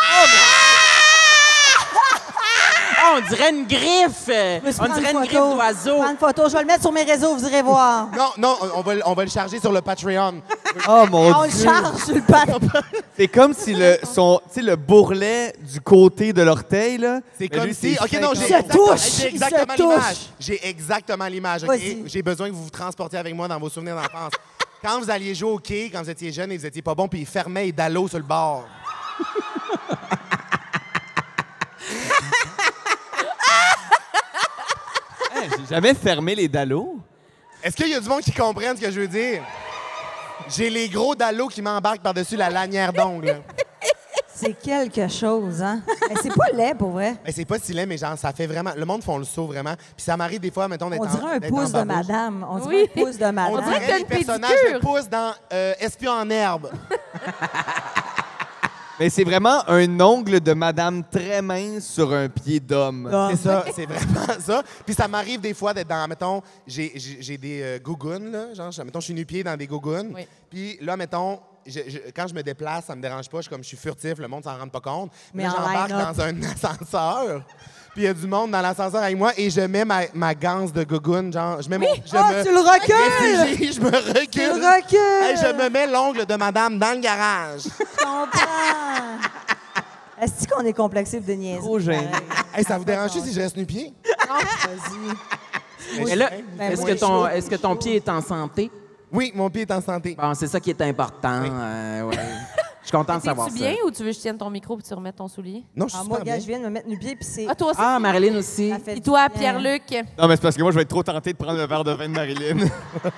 Ah, on dirait une griffe. On dirait une griffe d'oiseau. Prends une photo, je vais le mettre sur mes réseaux, vous irez voir. Non, on va le charger sur le Patreon. Oh mon On le Dieu. charge sur le patin. C'est comme si le bourrelet du côté de l'orteil, là. C'est mais comme lui, si. c'est OK, non, fin j'ai Il se touche, j'ai il se exactement touche. l'image. J'ai exactement l'image, OK? Vas-y. J'ai besoin que vous vous transportiez avec moi dans vos souvenirs d'enfance. Quand vous alliez jouer au quai, quand vous étiez jeune et vous étiez pas bon, puis il fermait les dallos sur le bord. Hey, j'ai jamais fermé les dallos. Est-ce qu'il y a du monde qui comprenne ce que je veux dire? J'ai les gros dallos qui m'embarquent par-dessus la lanière d'ongle. C'est quelque chose, hein? Mais c'est pas laid, pour vrai. Mais c'est pas si laid, mais genre, ça fait vraiment. Le monde font le saut vraiment. Puis ça m'arrive des fois, mettons, d'être On dirait un d'être en pouce de babouche. madame. On dirait Oui. un pouce de On madame. dirait que dirait t'as les une personnages pédicure. de pouce dans Espion en herbe. Mais c'est vraiment un ongle de madame très mince sur un pied d'homme. C'est ça, c'est vraiment ça. Puis ça m'arrive des fois d'être dans, mettons, j'ai des gougounes, là. Genre, mettons, je suis nu-pied dans des gougounes. Oui. Puis là, mettons, quand je me déplace, ça me dérange pas. Je suis furtif, le monde s'en rend pas compte. Mais là, en j'embarque line-up. dans un ascenseur. Puis il y a du monde dans l'ascenseur avec moi et je mets ma ganse de gougoune, genre, je mets mon... Oh, tu le recules! réfugie, je me recule. Tu le recules! Hey, je me mets l'ongle de madame dans le garage. Je comprends. Est-ce qu'on est complexé de niaiser? Trop gêné. Hey, ça vous dérange si je reste nu-pied? Vas-y. Mais là, Ben, est-ce que ton pied est en santé? Oui, mon pied est en santé. Bon, c'est ça qui est important. Oui. Ouais. Je suis content de savoir Es-tu ça. bien ou tu veux que je tienne ton micro et tu remettes ton soulier? Non, je suis Ah, moi, super gars, bien. je viens de me mettre nu-pied, puis c'est... Ah, toi aussi? Ah, Marilyn aussi. ça fait Et du toi, bien. Pierre-Luc? Non, mais c'est parce que moi, je vais être trop tenté de prendre le verre de vin de Marilyn. Non,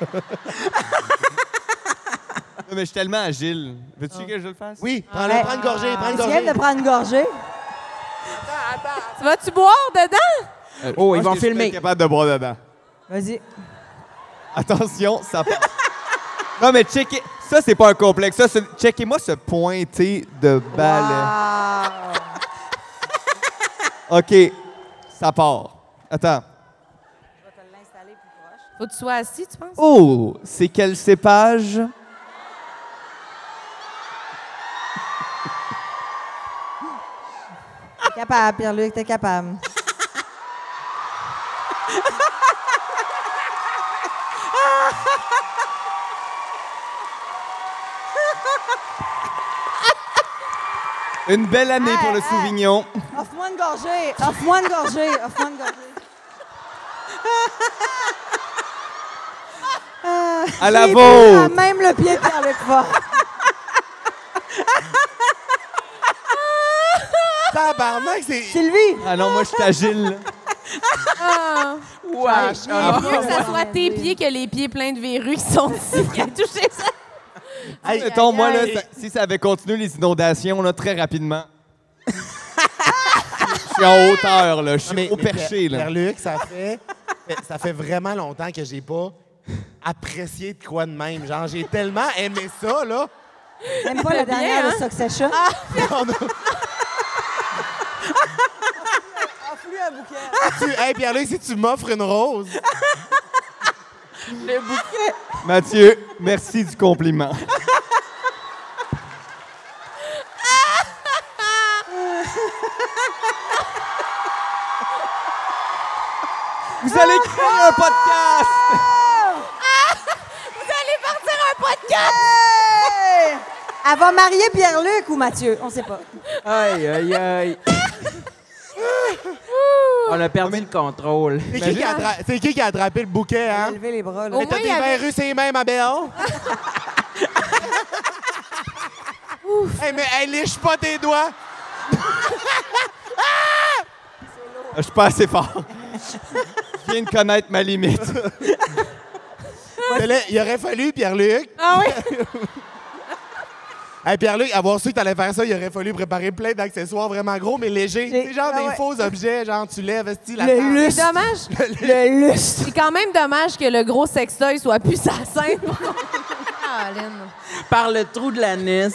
mais je suis tellement agile. Veux-tu que je le fasse? Oui, prends une gorgée, prends une Tu gorgée. viens de prendre une gorgée? Tu vas-tu boire dedans? Oh, ils Je pense vont que je suis filmer. capable de boire dedans. Vas-y. Attention, ça part. Non, mais checkez. Ça, c'est pas un complexe. Ça, checkez-moi ce pointé de balle. Wow! OK. Ça part. Attends. Je vais te l'installer plus proche. Faut que tu sois assis, tu penses? Oh, c'est quel cépage? T'es capable, Pierre-Luc, t'es capable. Une belle année pour le Sauvignon. Offre-moi une gorgée. Offre-moi une gorgée. Offre-moi une gorgée. À la J'ai vôtre. bu même le pied de Pierre-Luc Fort. Tabarnak, c'est... Sylvie! Ah non, moi, je suis agile. Wesh! C'est mieux que ça soit tes pieds que les pieds pleins de verrues qui sont ici qui a touché ça. Hey, Mettons, moi, là, si ça avait continué les inondations, là, très rapidement. Je suis en hauteur, là. Je suis au perché, là. Pierre-Luc, ça fait vraiment longtemps que j'ai pas apprécié de quoi de même. Genre, j'ai tellement aimé ça, là. Même pas la dernière hein? de Succession. Offre-lui un bouquet. Hey, Pierre-Luc, si tu m'offres une rose... Le bouquet! Mathieu, merci du compliment. Vous allez créer un podcast! Vous allez partir un podcast! Hey! Elle va marier Pierre-Luc ou Mathieu? On sait pas. Aïe, aïe, aïe. On a perdu le contrôle. C'est qui qui a attrapé le bouquet, hein? Lever les bras, là. Au Hey, t'as moins, des il y avait- verrues ses mains, ma belle. Hey, mais elle liche pas tes doigts. Je suis pas assez fort. Je viens de connaître ma limite. Mais là, il aurait fallu, Pierre-Luc. Ah oui? Hey, Pierre-Luc, avoir su que t'allais faire ça, il aurait fallu préparer plein d'accessoires vraiment gros, mais légers. C'est genre des faux objets, genre tu lèves, esti, la Le table. lustre. C'est dommage. Le lustre. C'est quand même dommage que le gros sextoy soit plus sa scène. Ah, Lynn. Par le trou de l'anis.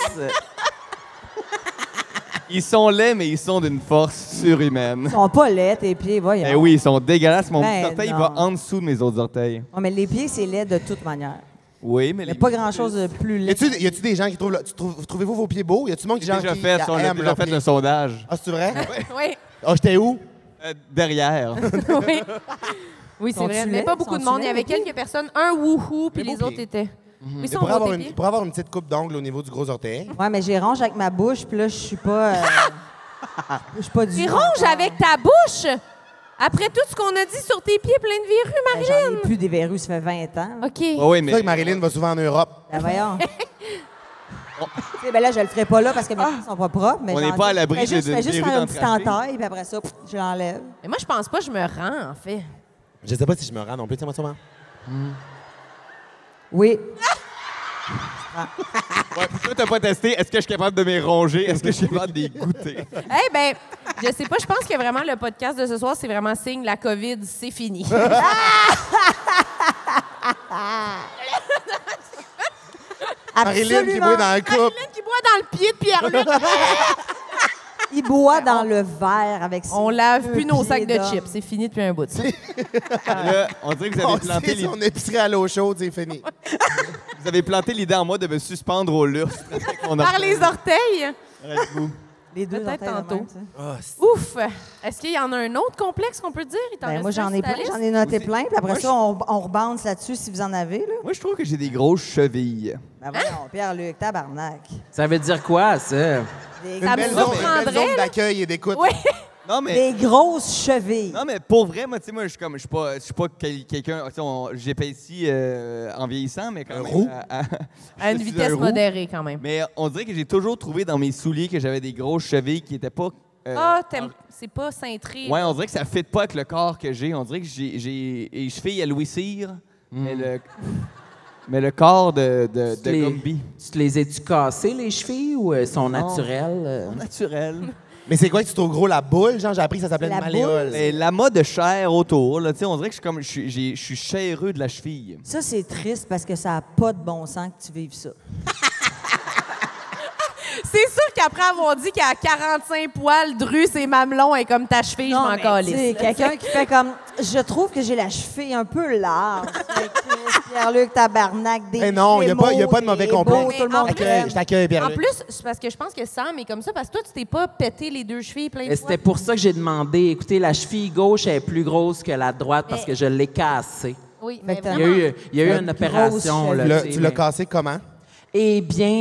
Ils sont laids, mais ils sont d'une force surhumaine. Ils sont pas laids, tes pieds, voyons. Eh oui, ils sont dégueulasses. Mon Ben petit orteil, il non. va en dessous de mes autres orteils. Ouais, mais les pieds, c'est laid de toute manière. Oui, mais Il n'y a pas grand-chose de plus laid. Y a-tu des gens qui trouvez-vous vos pieds beaux? Y a-tu monde qui J'ai gens déjà qui fait, on a aiment déjà leurs fait pieds? le sondage. Ah, c'est vrai? Oui. Ah, j'étais où? Derrière. Oui, oui c'est Sont-tu vrai. Mais laids? pas beaucoup de Sont-tu monde. Il y laids, avait les pieds? quelques personnes, un wouhou, puis Des les beaux autres pieds. étaient. Oui, Mais ils sont pour beaux, avoir, tes une, pieds. pour avoir une petite coupe d'ongles au niveau du gros orteil. Ouais, mais j'ai ronge avec ma bouche, puis là, je suis pas... je suis pas du... Tu ronges avec ta bouche! Après tout ce qu'on a dit sur tes pieds pleins de verrues, Ben, j'en ai Marilyn! plus des verrues, ça fait 20 ans. là. OK. Oui, C'est ça mais que Marilyn va souvent en Europe. Ben voyons. Tu sais, ben là, je le ferai pas là parce que mes pieds sont pas propres. Mais On n'est j'en- pas à l'abri je fais juste- d'une je fais juste verrue faire un petit d'entracher. entaille, puis après ça, je l'enlève. Mais moi, je pense pas que je me rends, en fait. Je sais pas si je me rends non plus. Tiens-moi ça, Oui. ouais, puis toi, t'as pas testé. Est-ce que je suis capable de me ronger? Est-ce que je suis capable de les goûter? Eh ben, je sais pas, je pense que vraiment le podcast de ce soir, c'est vraiment signe la COVID, c'est fini. Marilyn qui boit dans le couple. Marilyn qui boit dans le pied de Pierre-Luc. Il boit dans le verre avec ses On lave deux plus nos sacs pieds de d'homme. chips. C'est fini depuis un bout. Ça. Là, on dirait que vous On avez planté sait l'idée. son épicerie à l'eau chaude, c'est fini. Vous avez planté l'idée en moi de me suspendre au lustre. Par les orteils. Arrête-vous. Les deux Peut-être orteils de tantôt. même, tu sais. Ouf! Est-ce qu'il y en a un autre complexe qu'on peut dire? Il t'en Ben, reste moi, j'en un ai sur ta plein. liste? J'en ai noté plein. Puis après Moi, ça, on rebalance là-dessus si vous en avez. Là. Moi, je trouve que j'ai des grosses chevilles. Ben voyons, Pierre-Luc, tabarnak. Ça veut dire quoi, ça? Des, Ça me Une surprendrait, belle zone là. d'accueil et d'écoute. Oui. Non, mais... des grosses chevilles. Non, mais pour vrai, moi, tu sais, moi, je suis pas quelqu'un. Tu sais, j'épaissis en vieillissant, mais quand Un même. roux? À une je suis vitesse un roux. modérée, quand même. Mais on dirait que j'ai toujours trouvé dans mes souliers que j'avais des grosses chevilles qui étaient pas. Ah, c'est pas cintré. Ouais, on dirait que ça ne fit pas avec le corps que j'ai. On dirait que j'ai les chevilles à Louis Cyr, mais le corps de Tu te les- Gumby. Tu te les as-tu cassés, les chevilles, ou sont naturelles? Naturel. Mais c'est quoi que tu trouves gros, la boule? Genre, j'ai appris que ça s'appelait La une malléole. Mais l'amas de chair autour, là, tu sais, on dirait que je suis chaireux de la cheville. Ça, c'est triste parce que ça n'a pas de bon sens que tu vives ça. C'est sûr qu'après avoir dit qu'il y a 45 poils drus ses mamelons et comme ta cheville, je m'en Tu calisse. sais, quelqu'un qui fait comme... Je trouve que j'ai la cheville un peu large. Pierre-Luc, tabarnak, des Mais non, il n'y a pas de mauvais des beaux, complexe. tout le monde Je t'accueille, En Pierre-Luc. plus, c'est parce que je pense que Sam est comme ça, parce que toi, tu t'es pas pété les deux chevilles plein de Et fois. c'était pour ça que j'ai demandé. Écoutez, la cheville gauche est plus grosse que la droite parce que je l'ai cassée. Oui, mais Fait que Il y a vraiment. eu une grosse opération. cheville. Là, Tu l'as cassé comment? Eh bien,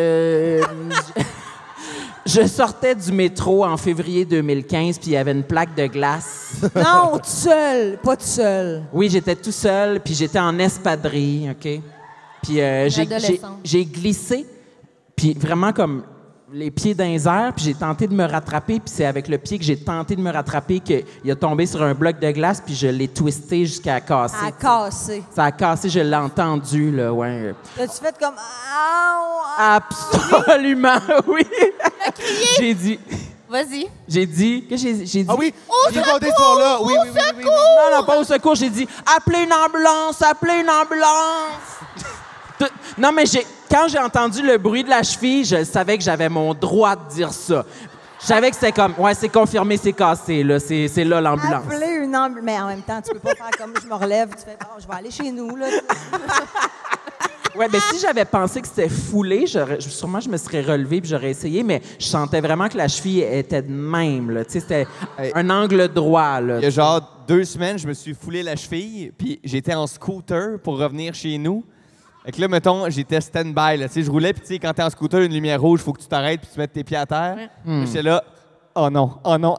je sortais du métro en février 2015, puis il y avait une plaque de glace. Non, tout seul, pas tout seul. Oui, j'étais tout seul, puis j'étais en espadrille, OK? Puis Adolescent. j'ai glissé, puis vraiment comme les pieds dans les airs, puis j'ai tenté de me rattraper, puis c'est avec le pied que j'ai tenté de me rattraper qu'il a tombé sur un bloc de glace, puis je l'ai twisté jusqu'à casser. À casser. Ça a cassé, je l'ai entendu, là, ouais. T'as-tu fait comme... Ah, Absolument, oui. J'ai dit... Vas-y. J'ai dit... Que j'ai dit? Ah oui, j'ai compté ce là. Oui, oui, oui, oui, oui. Non, non, pas au secours. J'ai dit appelez une ambulance, appelez une ambulance. Non, mais quand j'ai entendu le bruit de la cheville, je savais que j'avais mon droit de dire ça. Je savais que c'était comme, ouais, c'est confirmé, c'est cassé, là. C'est là l'ambulance. appeler une ambulance. Mais en même temps, tu peux pas faire comme je me relève, tu fais, bon, je vais aller chez nous, là. Ouais, ben si j'avais pensé que c'était foulé, sûrement je me serais relevé puis j'aurais essayé, mais je sentais vraiment que la cheville était de même, là. Tu sais, c'était un angle droit, là. Il y a genre 2 semaines, je me suis foulé la cheville, puis j'étais en scooter pour revenir chez nous. Fait que là, mettons, j'étais stand-by, là. Tu sais, je roulais, puis tu sais, quand t'es en scooter, une lumière rouge, faut que tu t'arrêtes puis tu mettes tes pieds à terre. J'étais là, oh non, ah ouais.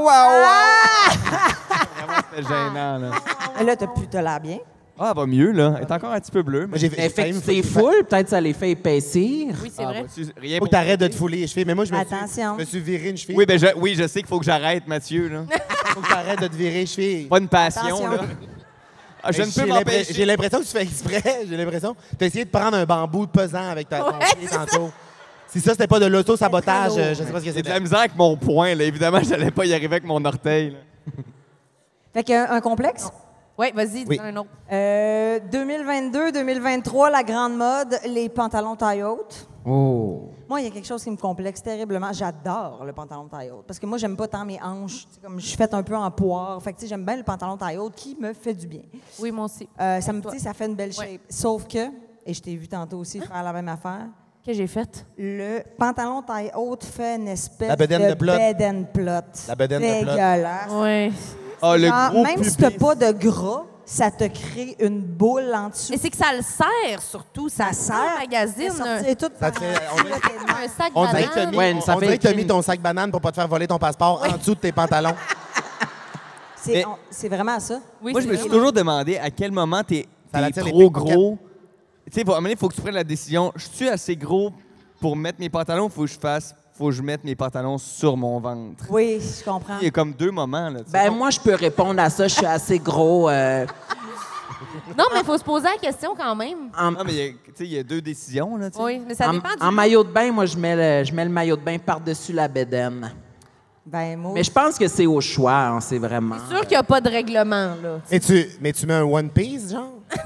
Vraiment, c'était gênant, là. Mais là, t'as l'air bien. Ah, elle va mieux, là. Elle est encore un petit peu bleue. Moi, j'ai Mais fait failli que me c'est fouler. full, peut-être ça les fait épaissir. Oui, c'est vrai. Rien Faut que t'arrêtes de te fouler les chevilles. Mais moi, je Attention. me suis viré une cheville. Oui, ben je sais qu'il faut que j'arrête, Mathieu, là. Faut que t'arrêtes de te virer les chevilles. Pas une passion, Attention. là. Ah, je ne peux J'ai m'empêcher. l'impression que tu fais exprès. J'ai l'impression. Tu as essayé de prendre un bambou pesant avec ton pied tantôt. Si ça, c'était pas de l'auto-sabotage, C'est très je sais pas ce que J'ai de c'était. la misère avec mon poing, là. Évidemment, je n'allais pas y arriver avec mon orteil, là. Fait qu'un complexe. Oui, vas-y, Oui. dis un autre. 2022-2023, la grande mode, les pantalons taille haute. Oh. Moi, il y a quelque chose qui me complexe terriblement. J'adore le pantalon taille haute parce que moi, j'aime pas tant mes hanches. C'est comme je suis faite un peu en poire. Fait que, tu sais, j'aime bien le pantalon taille haute qui me fait du bien. Oui, moi aussi. Ça me dit, ça fait une belle shape. Ouais. Sauf que, et je t'ai vu tantôt aussi faire la même affaire, Qu'est-ce que j'ai fait? le pantalon taille haute fait une espèce La bedaine de plot. bedaine plot. La bedaine de plot. Dégueulasse. Oui. Ah, le Genre, gros même pubis. si t'as pas de gras, ça te crée une boule en dessous. Mais c'est que ça le sert surtout. Ça sert. Magazine. C'est tout Ça te fait- Un sac On dirait que t'as banane. mis, Ouais, ça on fait dirait que t'as une- mis ton sac banane pour pas te faire voler ton passeport en dessous de tes pantalons. Mais- C'est vraiment ça. Oui, Moi, je c'est me suis vrai. toujours demandé à quel moment t'es Ça l'attire les trop pickpockets. gros. Tu sais, à un moment donné, il faut que tu prennes la décision. Je suis assez gros pour mettre mes pantalons, faut que je mette mes pantalons sur mon ventre. Oui, je comprends. Il y a comme 2 moments, là. tu sais. Ben, moi, je peux répondre à ça. Je suis assez gros. Non, mais il faut se poser la question quand même. En, Non, mais tu sais, il y a 2 décisions, là, tu sais. Oui, mais ça en- dépend du... en maillot de bain, moi, je mets le maillot de bain par-dessus la bédaine. Ben, moi, Mais je pense que c'est au choix, hein, c'est vraiment. C'est sûr qu'il n'y a pas de règlement, là. Mais tu mets un One Piece, genre?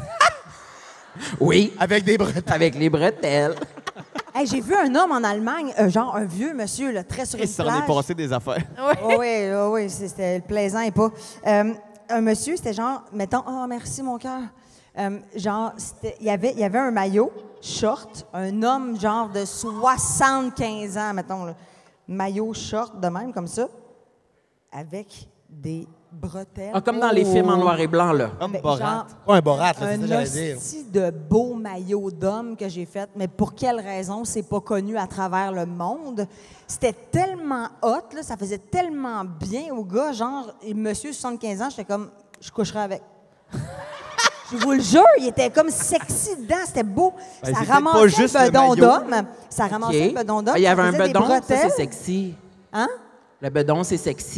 Oui, Avec des bretelles. avec les bretelles. hey, j'ai vu un homme en Allemagne, genre un vieux monsieur, là, très sur une Et ça en est plage. passé des affaires. Oui, c'était plaisant et pas. Un monsieur, c'était genre, mettons, oh merci mon cœur. Genre, il y avait un maillot, short, un homme genre de 75 ans, mettons, là. Maillot short de même, comme ça, avec des bretelles. Ah, comme dans les films en noir et blanc, là. Comme Ben, Borat. genre, Pas un Borat, là, c'est ça un que j'allais dire. hostie de beau maillot d'homme que j'ai fait, mais pour quelle raison c'est pas connu à travers le monde? C'était tellement hot, là, ça faisait tellement bien au gars, genre, et monsieur 75 ans, j'étais comme, je coucherais avec. Je vous le jure, il était comme sexy dedans, c'était beau. Ben, Ça c'est peut-être ramassait pas juste le le bedon maillot. d'homme. Ça ramassait OK. le bedon d'homme. Ah, il y ça avait un faisait des bedon, ça, c'est bretelles. sexy. Hein? Le bedon, c'est sexy.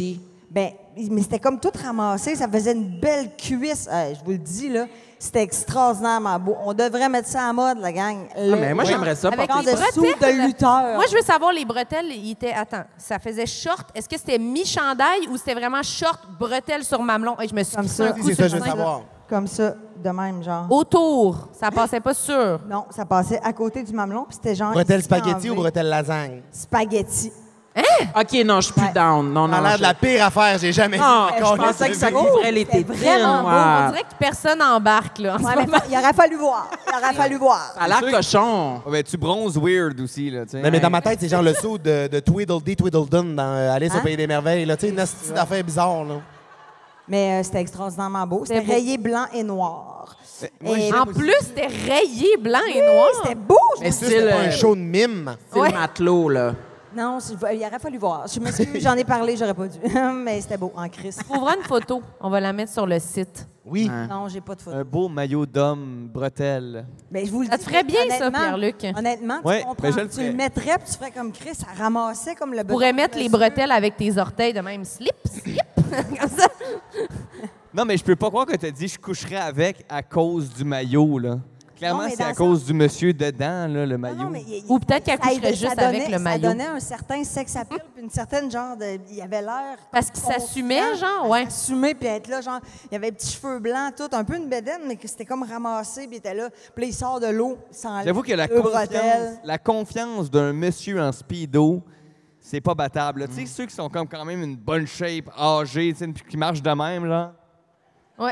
Ben, mais c'était comme tout ramassé. Ça faisait une belle cuisse. Je vous le dis, là. C'était extraordinairement beau. On devrait mettre ça en mode, la gang. mais moi, j'aimerais ça Avec porter les ça. Dessous de lutteur. Moi, je veux savoir, les bretelles, il était... Attends, ça faisait short. Est-ce que c'était mi-chandail ou c'était vraiment short, bretelles sur mamelon? Et je me suis Comme pris ça. un coup C'est sur ça, je le veux sein. savoir. Comme ça, de même, genre. Autour. Ça passait pas sûr. Non, ça passait à côté du mamelon, puis c'était genre... Bretelles ici en spaghetti V. ou bretelles lasagne? Spaghetti. OK, non, je suis plus Ouais. down. Non, Ça a non. l'air de la pire affaire, j'ai jamais Non, vu. je pensais que ça couvrait les C'était tétines, vraiment beau. On moi. dirait que personne embarque, là. en ce Ouais, mais moment. il aurait fallu voir. Il aurait fallu voir. Ça a l'air cochon. Ah, ben, tu bronzes weird aussi, là, tu sais. Non, mais dans ma tête, c'est genre le saut de Tweedledee Tweedledum dans Alice au Hein? Pays des Merveilles. Là. Tu sais, une astuce d'affaires bizarre. Là. Mais c'était extraordinairement beau. C'était C'était beau. rayé blanc et noir. Moi, Et- En plus, c'était rayé blanc et noir. C'était beau. je Mais vous dis. style, C'était pas un show de mime. c'est Ouais. le matelot, là. Non, il aurait fallu voir. Je m'excuse, j'en ai parlé, j'aurais pas dû. Mais c'était beau, en crise. On trouvera une photo. On va la mettre sur le site. Oui. Ouais. Non, j'ai pas de photo. un beau maillot d'homme, bretelle. Mais je vous le Ça dis, te ferait bien, ça, honnêtement- Pierre-Luc. Honnêtement, Ouais, tu comprends. mais je le Tu ferais. le mettrais, puis tu ferais comme Chris, ça ramassait comme le Tu pourrais mettre les bretelles avec tes orteils de même. Slip, slip. Comme ça. Non, mais je peux pas croire que tu as dit je coucherais avec à cause du maillot, là. Clairement, Non, mais c'est à dans cause du monsieur dedans, là, le maillot. Non, mais Ou peut-être qu'elle ça coucherait aidait- juste ça avec donnait- le maillot. Ça donnait un certain sex appeal, puis une certaine genre de... Il avait l'air... Parce qu'il confiant, s'assumait, genre, ouais. S'assumer, puis être là, genre... Il avait les petits cheveux blancs, tout, un peu une bédaine, mais que c'était comme ramassé, puis il était là. Puis là, il sort de l'eau, sans J'avoue que la confiance d'un monsieur en speedo, c'est pas battable. là. Tu sais, ceux qui sont comme quand même une bonne shape, âgés, tu sais, puis qui marchent de même, là. Ouais.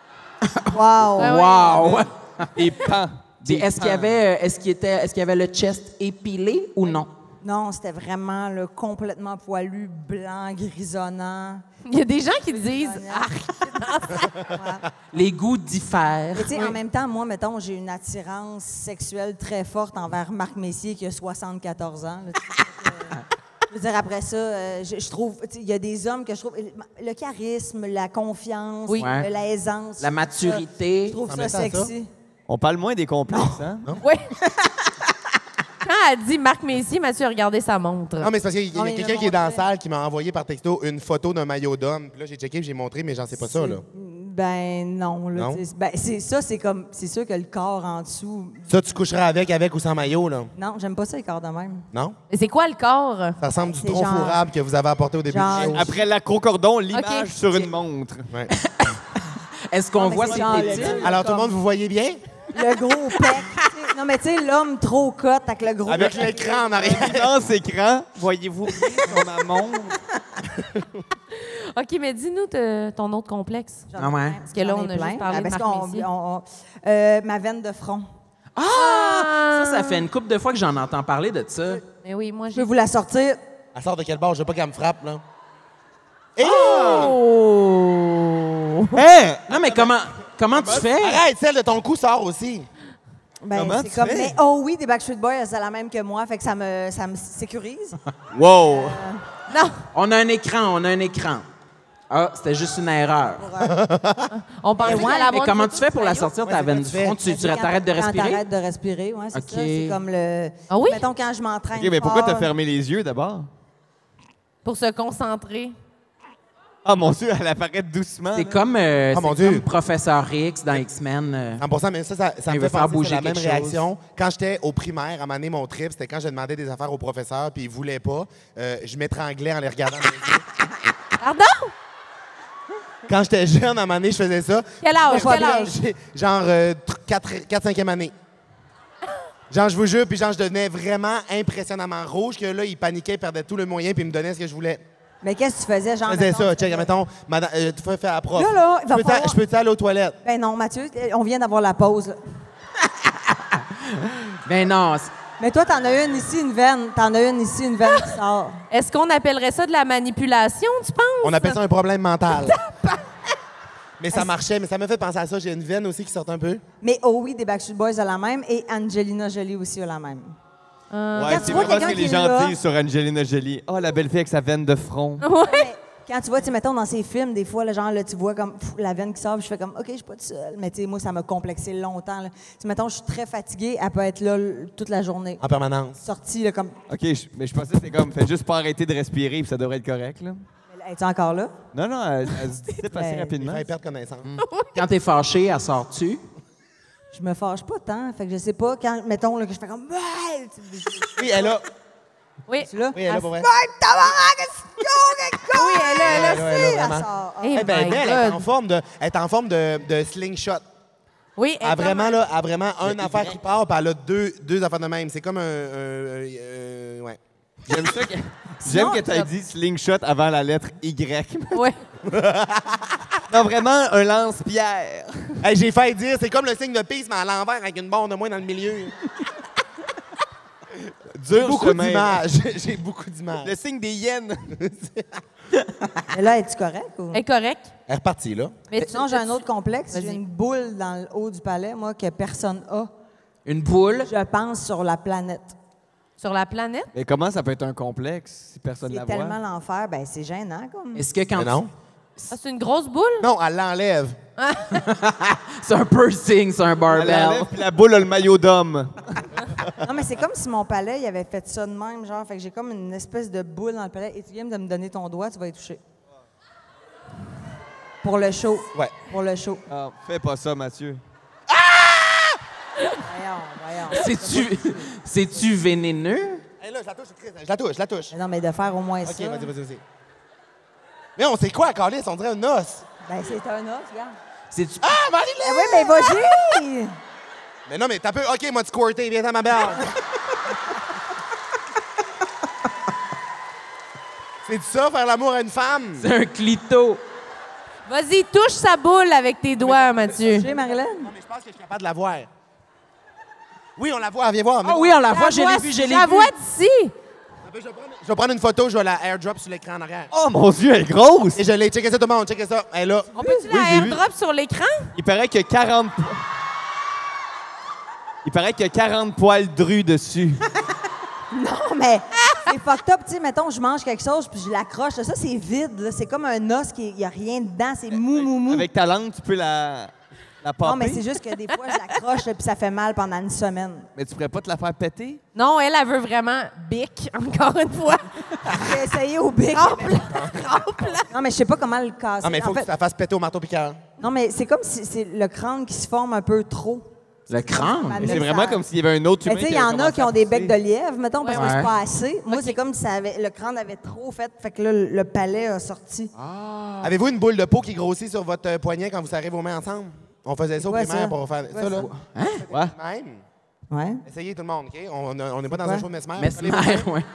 Wow! Ouais, ouais. Wow! Et pan. Puis est-ce qu'il y avait le chest épilé ou non? Non, c'était vraiment là, complètement poilu, blanc, grisonnant. Il y a des gens qui disent Les goûts diffèrent. Mais tu sais, en même temps, moi, mettons, j'ai une attirance sexuelle très forte envers Marc Messier qui a 74 ans. là, tu sais, je veux dire, après ça, je trouve, tu sais, il y a des hommes que je trouve, le charisme, la confiance, Oui. Ouais. la aisance. La maturité. Je trouve En ça même temps, sexy. On parle moins des complexes, hein? Oui. Quand elle dit Marc Messier, Mathieu a regardé sa montre. Non, mais c'est parce qu'il y Non, a mais quelqu'un il qui est me dans la montrait. salle qui m'a envoyé par texto une photo d'un maillot d'homme. Puis là, j'ai checké, j'ai montré, mais j'en sais pas ça, là. Ben non, là, Non? tu sais, ben, c'est comme, c'est sûr que le corps en dessous. Ça, tu coucheras avec ou sans maillot, là. Non, j'aime pas ça, les corps de même. Non? Et c'est quoi le corps? Ça ressemble du C'est tronc genre- fourrable que vous avez apporté au début genre- du show. Après l'acrocordon, l'image Ok. sur une montre. Ouais. Est-ce qu'on Non, mais voit c'est ses genre tétines? le- Alors, tout le monde, vous voyez bien? Le gros pec. tu sais. Non, mais tu sais, l'homme trop cut avec le gros Avec pec. l'écran en arrière. Immense écran, voyez-vous bien sur ma montre? OK, mais dis-nous ton autre complexe. J'en ai Ah ouais. plein. Parce que là, J'en ai on a plein. juste parlé de Parce Marc qu'on- Messier. ma veine de front. Ça fait une couple de fois que j'en entends parler de ça. Mais oui, moi, Je j'ai... peux vous la sortir. Elle sort de quel bord? Je veux pas qu'elle me frappe, là. Et Oh! Hein? Non, mais comment tu fais? Arrête, celle de ton cou sort aussi. Ben, Comment c'est tu comme, fais? mais oh oui, des Backstreet Boys, c'est la même que moi, fait que ça me sécurise. Wow! Non, On a un écran. Ah, c'était juste une erreur. on pensait ouais, qu'elle allait Mais avoir comment une tu fais pour la photo de sortir, Ouais, ta c'est veine quoi du tu fais? front? Tu Quand- t'arrêtes de Quand respirer? t'arrêtes de respirer, oui, c'est OK. ça. C'est comme le... Ah oui? Mettons, quand je m'entraîne OK, mais pourquoi fort, t'as fermé les yeux d'abord? Pour se concentrer. Ah, mon Dieu, elle apparaît doucement. C'est là. comme, Oh, mon Dieu. comme Professeur X dans X-Men. 100%, mais ça Il me veut fait faire penser bouger c'est la même quelque chose. réaction. Quand j'étais au primaire, à un moment donné, mon trip, c'était quand je demandais des affaires au professeur, puis il voulait pas. Je m'étranglais en les regardant dans les yeux. Pardon? Quand j'étais jeune, à un moment donné, je faisais ça. Quel âge? Moi, Quel âge? Genre 4-5e année. Genre, je vous jure, puis genre, je devenais vraiment impressionnamment rouge, que là, il paniquait, il perdait tout le moyen, puis il me donnait ce que je voulais. Mais qu'est-ce que tu faisais, genre? Je faisais mettons, ça, tu check, faisais- mettons, madame, tu fais faire à prof. Là, il va falloir- Je peux aller aux toilettes? Ben non, Mathieu, on vient d'avoir la pause. là. Ben non, Mais toi, t'en as une ici, une veine. T'en as une ici, une veine qui sort. Est-ce qu'on appellerait ça de la manipulation, tu penses? On appelle ça un problème mental. Mais ça marchait, mais ça me fait penser à ça. J'ai une veine aussi qui sort un peu. Mais oh oui, des Backstreet Boys a la même et Angelina Jolie aussi a la même. Ouais, Quand c'est tu vois vraiment ce quelqu'un que les qui est gens là- disent sur Angelina Jolie. Oh, la belle fille avec sa veine de front. Mais quand tu vois, tu sais, mettons, dans ces films, des fois, là, genre, là, tu vois comme pff, la veine qui sort, puis je fais comme, OK, je suis pas toute seule. Mais tu sais, moi, ça m'a complexé longtemps. Là. Tu sais, mettons, je suis très fatiguée, elle peut être là toute la journée. En permanence. Sortie, là, comme. OK, mais je pensais que c'était comme, fais juste pas arrêter de respirer, puis ça devrait être correct, là. Es-tu encore là? Non, non, elle se dissipe assez Ben, Il rapidement. fait perdre connaissance. Quand t'es fâché, elle sort-tu? Je me fâche pas tant. Fait que je sais pas, quand, mettons, là, que je fais comme... Oui, elle a. Oui. Tu là? Oui, elle a, pour vrai. Oui, elle a, elle a, vraiment. elle sort. Eh Eh ben, my elle est God. en forme de slingshot. Oui, Elle a vraiment, là, a vraiment une affaire qui part, puis elle a deux affaires de même. C'est comme ouais. J'aime ça que... J'aime que tu aies dit slingshot avant la lettre Y. Oui. Non, vraiment, un lance-pierre. Hey, j'ai failli dire, c'est comme le signe de peace, mais à l'envers, avec une barre de moins dans le milieu. Dur Beaucoup chemin. d'images. J'ai beaucoup d'images. Le signe des hyènes. Mais là, es-tu correct? Ou... Elle est correcte. Elle est repartie, là. Mais Sinon, j'ai un autre complexe. J'ai Vas-y. une boule dans le haut du palais, moi, que personne a. Une boule? Je pense sur la planète. Sur la planète? Mais comment ça peut être un complexe si personne ne la C'est voit? tellement l'enfer, ben c'est gênant, comme. Est-ce que quand Mais non. Ah, c'est une grosse boule? Non, elle l'enlève. c'est un piercing, c'est un Elle barbell. enlève, puis la boule a le maillot d'homme. Non, mais c'est comme si mon palais, il avait fait ça de même, genre. Fait que j'ai comme une espèce de boule dans le palais. Et tu viens de me donner ton doigt, tu vas y toucher. Pour le show. Ouais. Pour le show. Ah, fais pas ça, Mathieu. Voyons. C'est-tu vénéneux? Hey, là, je la touche, Chris. Je la touche. Mais non, mais de faire au moins OK, ça. vas-y. Mais on sait quoi, Carlis? On dirait un os. Ben, c'est un os, regarde. C'est-tu... Ah, Ben Marie-Lève! oui, mais vas-y! Mais non, mais t'as peu. OK, moi, tu squirté. Viens à ma belle. C'est ça, faire l'amour à une femme? C'est un clito. Vas-y, touche sa boule avec tes doigts, Mathieu. J'ai Marilyn? Non, mais je pense que je suis capable de la voir. Oui, on la voit. Viens voir. Ah oui, on la voit, je l'ai vu, je l'ai La vu. voix d'ici. Je vais prendre une photo, je vais la airdrop sur l'écran en arrière. Oh mon Dieu, elle est grosse! Et je l'ai. Checkez ça, tout le monde. Checkez ça. Elle est là. On peut-tu la j'ai vu. airdrop sur l'écran? Il paraît qu'il y a 40... Il paraît qu'il y a 40 poils drus dessus. Non, mais c'est fucked up. Tu sais, mettons, je mange quelque chose puis je l'accroche. Ça, c'est vide. là. C'est comme un os qui n'y a rien dedans. C'est mou. Avec ta langue, tu peux la popper. Non, mais c'est juste que des fois, je l'accroche puis ça fait mal pendant une semaine. Mais tu pourrais pas te la faire péter? Non, elle veut vraiment bic, encore une fois. J'ai essayé au bic. Non, mais je sais pas comment le casser. Non, mais il faut En que fait, tu la fasses péter au marteau piqueur. non, mais c'est comme si c'est le crâne qui se forme un peu trop. Le crâne? Mais c'est vraiment comme s'il y avait un autre Mais humain tu sais, il qui y avait en a qui ont commencé des à becs pousser. de lièvre, mettons, parce que Ouais. c'est pas assez. Moi, c'est comme si le crâne avait trop fait que là, le palais a sorti. Avez-vous une boule de peau qui grossit sur votre poignet quand vous serrez vos mains ensemble? On faisait ça au Ouais, primaire ça. pour faire ça, là. Ouais. Même. Ouais. Essayez tout le monde, OK? On n'est pas dans quoi? un show de Mesmer. Mesmer, ouais.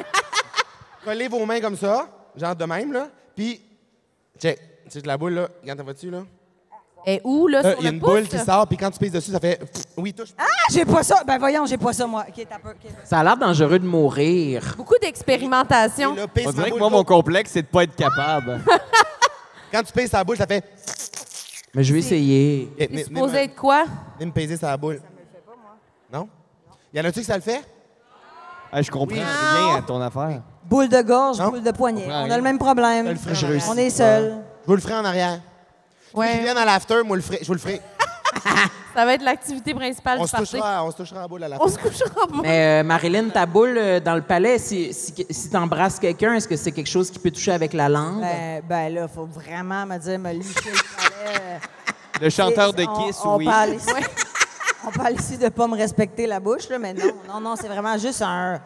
Collez vos mains comme ça, genre de même, là. Puis, check. Tu sais, la boule, là, regarde, t'en vas-tu, là? Et où, là, Là, sur il y a le une pouce? boule qui sort, puis quand tu pèses dessus, ça fait... Oui, touche. Ah, j'ai pas ça. Ben voyons, j'ai pas ça, moi. OK, t'as peur. OK. Ça a l'air dangereux de mourir. Beaucoup d'expérimentation. Et là, pèse On ma dirait que boule, moi, là. mon complexe, c'est de pas être capable. Quand tu pèses sa boule, ça fait... Mais je vais essayer. Eh, C'est supposé être quoi? Venez me peser sa boule. Ça me le fait pas, moi. Non? Y en a-tu que ça le fait? Ah, je comprends rien à ton affaire. Boule de gorge, Non? boule de poignet. comprends On rien. a le même problème. Je le ferai en arrière. On est seuls. Je vous le ferai en arrière. Je Ouais. viens dans l'after, moi, je vous le ferai. Ça va être l'activité principale On du se party. touchera à boule à la On fin. se couchera pas. Mais Marilyn, ta boule dans le palais, si t'embrasses quelqu'un, est-ce que c'est quelque chose qui peut toucher avec la langue? Ben là, faut vraiment me dire, me licher le palais. Le chanteur de On- Kiss, on oui. Parle ici, on parle ici de pas me respecter la bouche, là, mais non, c'est vraiment juste un...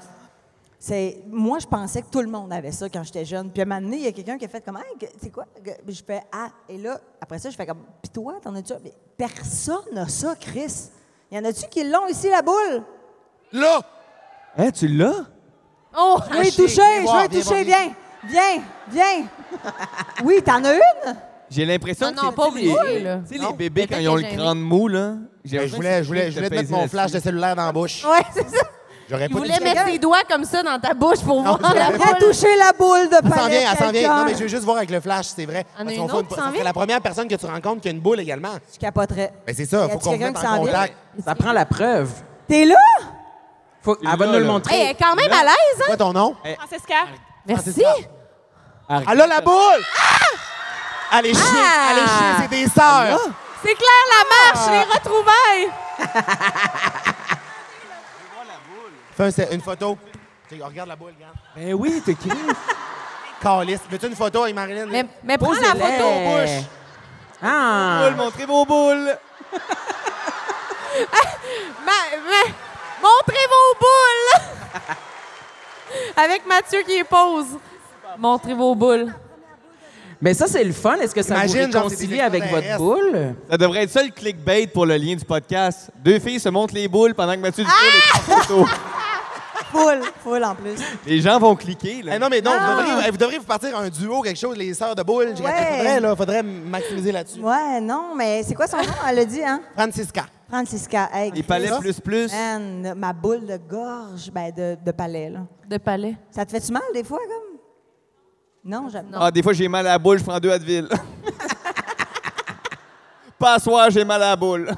Moi, je pensais que tout le monde avait ça quand j'étais jeune. Puis à un moment donné, il y a quelqu'un qui a fait comme, hey, c'est quoi? Puis je fais, ah. Et là, après ça, je fais comme, puis toi, t'en as-tu? Mais personne n'a ça, Chris. Y en a-tu qui l'ont ici, la boule? Là! Hein, tu l'as? Oh! Je vais y toucher, viens voir, je vais y toucher, viens viens. Oui, t'en as une? J'ai l'impression Non, que non, c'est pas tu sais, les- obligé, là. Tu sais, les bébés, Peut-être quand ils ont le qu'elle est crâne mou, là. j'ai Ben, l'impression je voulais que te c'est mettre mon flash de cellulaire dans la bouche. Ouais, c'est ça. J'aurais Il pas voulait dit- mettre ses doigts comme ça dans ta bouche pour voir je la l'aurais Viens boule. toucher la boule de Elle s'en palais. vient, elle s'en vient. quelqu'un. Non, mais je veux juste voir avec le flash, c'est vrai. Il y en a Parce une qu'on autre faut qui ça s'en serait vient? la première personne que tu rencontres qui a une boule également. Je capoterais. Ben c'est ça, Y il a-t-il faut qu'on quelqu'un mette qui en s'en vient? contact. Ça prend la preuve. T'es là? Elle va Là, nous le là. montrer. Hey, elle est quand même à l'aise, hein? Quoi ton nom? Francesca. Merci. Elle a la boule! Elle est chier, elle est chier, c'est des sœurs. C'est clair, la marche, les retrouvailles. Fais une photo. Tu sais, regarde la boule, regarde. Ben oui, t'es qui? Calice. Veux-tu une photo avec Marilyn? Mais prends la Posez-les. photo. bouche. Ah! Boule, montrez vos boules. Montrez vos boules! Avec Mathieu qui les pose. Montrez vos boules. Mais ça, c'est le fun. Est-ce que ça Imagine, vous genre, réconcilie c'est des avec votre extraterrestres. boule? Ça devrait être ça le clickbait pour le lien du podcast. Deux filles se montrent les boules pendant que Mathieu Dufour les prend en photo. Full en plus. Les gens vont cliquer. Là. Non, mais non, vous devriez vous partir un duo, quelque chose, les sœurs de boules. Ouais. Faudrait maximiser là-dessus. Ouais, non, mais c'est quoi son nom? Elle a dit, hein? Francisca. Francisca. Hey, Les palais plus. Man, ma boule de gorge, de palais, là. De palais. Ça te fait-tu mal des fois, comme? Non, j'aime pas. Ah, des fois, j'ai mal à la boule, je prends 2 Advil. Pas à soir, j'ai mal à la boule.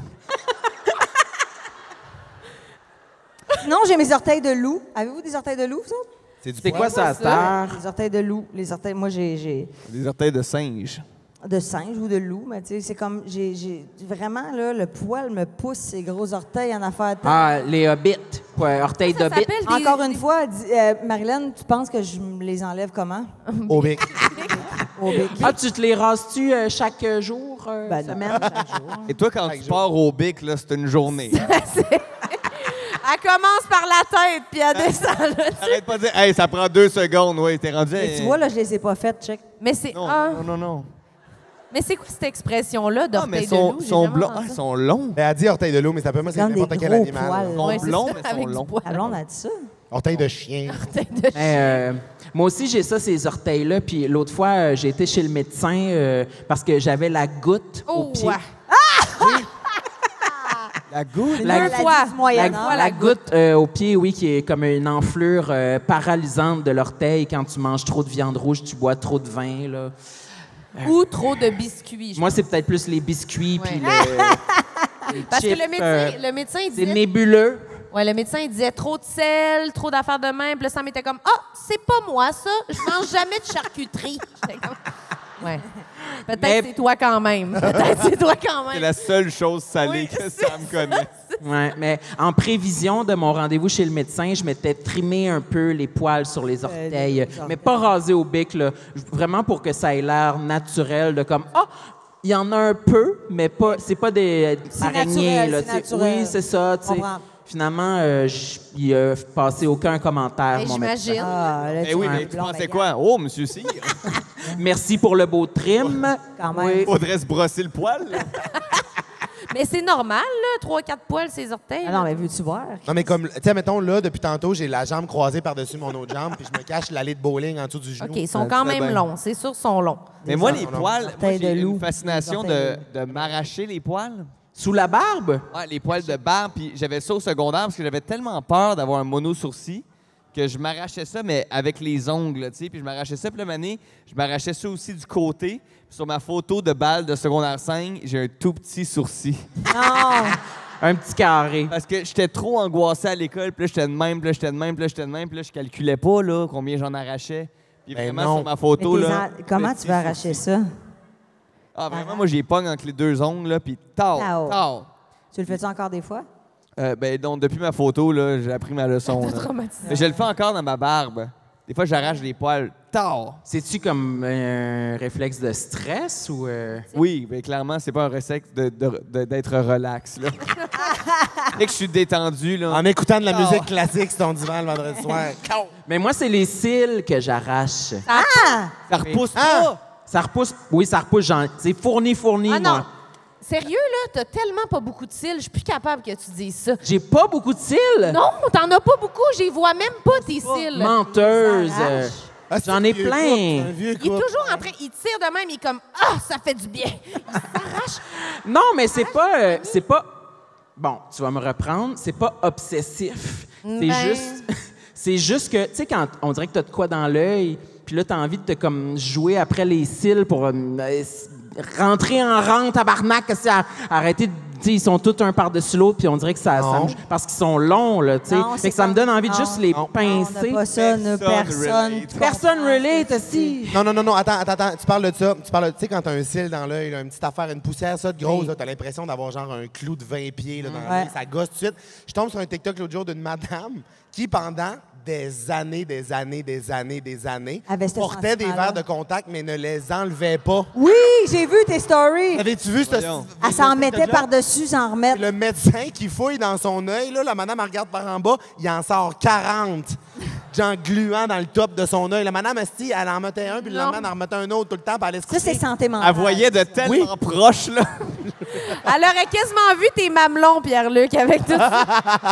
Non, j'ai mes orteils de loup. Avez-vous des orteils de loup, vous autres? C'est quoi ça, à cette heure? Les orteils de loup. Les orteils, moi, j'ai Des orteils de singe. de singe ou de loup, mais tu sais, c'est comme, j'ai vraiment, là, le poil me pousse ces gros orteils en affaire de temps. Ah, les hobbits. Ouais, orteils Ça d'hobbit. s'appelle des- Encore une fois, Marilyn, tu penses que je me les enlève comment? Au bic. Au bic. Ah, tu te les rases-tu chaque jour, Ben non, semaine? chaque jour. Et toi, quand tu pars au bic, là, c'est une journée. Elle commence par la tête, puis elle descend là. Arrête pas de dire, hey, ça prend 2 secondes. Oui, t'es rendu. Et tu vois, là, je les ai pas faites, check. Mais c'est Non, ah, non. mais c'est quoi cette expression-là Ah, d'orteil mais de sont, loup? J'ai sont jamais blonds. entendu Ah, ça. sont longs. Elle a dit orteil de loup, mais ça peut moi, c'est Comme n'importe des quel gros animal. poils. là. Sont Ouais, c'est blonds, ça, mais avec sont du longs. poil. La blonde a dit ça. Orteil de chien. Orteil de chien. Mais, moi aussi, j'ai ça, ces orteils-là. Puis l'autre fois, j'ai été chez le médecin parce que j'avais la goutte au pied. ouais. La goutte. Une La- maladie fois. du La, Moyen-Âge. la goutte au pied, oui, qui est comme une enflure paralysante de l'orteil. Quand tu manges trop de viande rouge, tu bois trop de vin, là. Ou trop de biscuits. Moi, c'est peut-être plus les biscuits Ouais. puis les Parce que chips, le médecin, il c'est disait... nébuleux. Ouais, le médecin, il disait trop de sel, trop d'affaires de même. Puis là, ça m'était comme, ah, c'est pas moi, ça. Je mange jamais de charcuterie. J'étais comme, ouais. Peut-être Mais- c'est toi quand même. Peut-être c'est toi quand C'est même. la seule chose salée Oui, que c'est Sam connaît. Ouais, mais en prévision de mon rendez-vous chez le médecin, je m'étais trimé un peu les poils sur les orteils, les orteils. mais pas rasé au bic, là. Vraiment pour que ça ait l'air naturel, de comme, ah, il y en a un peu, mais pas, c'est pas des araignées, naturel, là. c'est tu sais. naturel. Oui, c'est ça, tu sais. Comprends. Finalement, il a passé aucun commentaire, Mais mon médecin. j'imagine. Ah, là, Eh oui, as mais un tu blond, pensais mais quoi? Oh, monsieur Cyr, Merci pour le beau trim. Quand même. Oui. faudrait se brosser le poil. Mais c'est normal, là, 3-4 poils, ses orteils. Ah là. non, mais veux-tu voir? Non, mais comme, tu sais, mettons, là, depuis tantôt, j'ai la jambe croisée par-dessus mon autre jambe, puis je me cache l'allée de bowling en dessous du genou. OK, ils sont Ça quand fait même bien. longs. C'est sûr, ils sont longs. Mais moi, Non, les non, poils, orteils moi, j'ai de loup. une fascination Orteils de m'arracher les poils. Sous la barbe? Ouais, les poils de barbe. Puis j'avais ça au secondaire parce que j'avais tellement peur d'avoir un mono-sourcil que je m'arrachais ça, mais avec les ongles, tu sais. Puis je m'arrachais ça. Puis là, mané, je m'arrachais ça aussi du côté. Puis sur ma photo de balle de secondaire 5, j'ai un tout petit sourcil. Non! Un petit carré. Parce que j'étais trop angoissé à l'école. Puis là, j'étais de même, puis là, j'étais de même, puis là, j'étais de même. Puis là, je calculais pas là, combien j'en arrachais. Puis Ben vraiment, non. sur ma photo, Mais là... comment petit tu vas arracher sourcil. ça? Ah, vraiment, moi, j'ai pogne entre les 2 ongles, là, puis tard, Tao. tard. Tu le fais-tu encore des fois? Ben, donc, depuis ma photo, là, j'ai appris ma leçon. là. Traumatisant. Mais je le fais encore dans ma barbe. Des fois, j'arrache les poils tard. C'est-tu comme un réflexe de stress ou... Oui, mais clairement, c'est pas un réflexe d'être relax, là. Dès que je suis détendu, là. En écoutant de la Ah. musique classique sur ton divan le vendredi soir. Mais moi, c'est les cils que j'arrache. Ça repousse Ah! pas. Ça repousse, oui, ça repousse, c'est fourni, Ah non. moi. Sérieux, là, t'as tellement pas beaucoup de cils. Je suis plus capable que tu dises ça. J'ai pas beaucoup de cils. Non, t'en as pas beaucoup. Je les vois même pas, tes cils. Menteuse. Ça arrache. Ah, c'est J'en un ai vieux plein. couple, c'est un vieux Il est couple. toujours en train... Il tire de même, il est comme « Ah, ça fait du bien! » Il s'arrache. Non, mais c'est pas... Bon, tu vas me reprendre. C'est pas obsessif. C'est Ben. juste... C'est juste que, tu sais, quand on dirait que t'as de quoi dans l'œil, puis là, t'as envie de te comme jouer après les cils pour rentrer en rang, tabarnak, arrêter de tu sais, ils sont tous un par-dessus l'autre, puis on dirait que Non. parce qu'ils sont longs, là, tu sais. Non, Fait c'est que ça me comme- donne envie de non. juste les Non. pincer. On n'a pas ça, nous, personne. Personne relate, aussi. Non, attends, tu parles de ça. Tu sais, quand t'as un cil dans l'œil, là, une petite affaire, une poussière, ça, de grosse, Oui. là, t'as l'impression d'avoir genre un clou de 20 pieds là, dans Ouais. l'œil, ça gosse tout de suite. Je tombe sur un TikTok l'autre jour d'une madame qui, pendant des années, Avait ce portait des sentiment-là. verres de contact, mais ne les enlevait pas. Oui, j'ai vu tes stories. Avais-tu vu ce Voyons. Elle s'en ce mettait TikTok-là? par-dessus, s'en remettre. Le médecin qui fouille dans son œil, là, la madame elle regarde par en bas, il en sort 40, genre gluants dans le top de son œil. La madame, esti, elle en mettait un, puis le Non. lendemain, elle en remettait un autre tout le temps, puis elle allait se Ça, c'est coucher. santé mentale. Elle voyait de tellement proche, là. Elle aurait quasiment vu tes mamelons, Pierre-Luc, avec tout ça.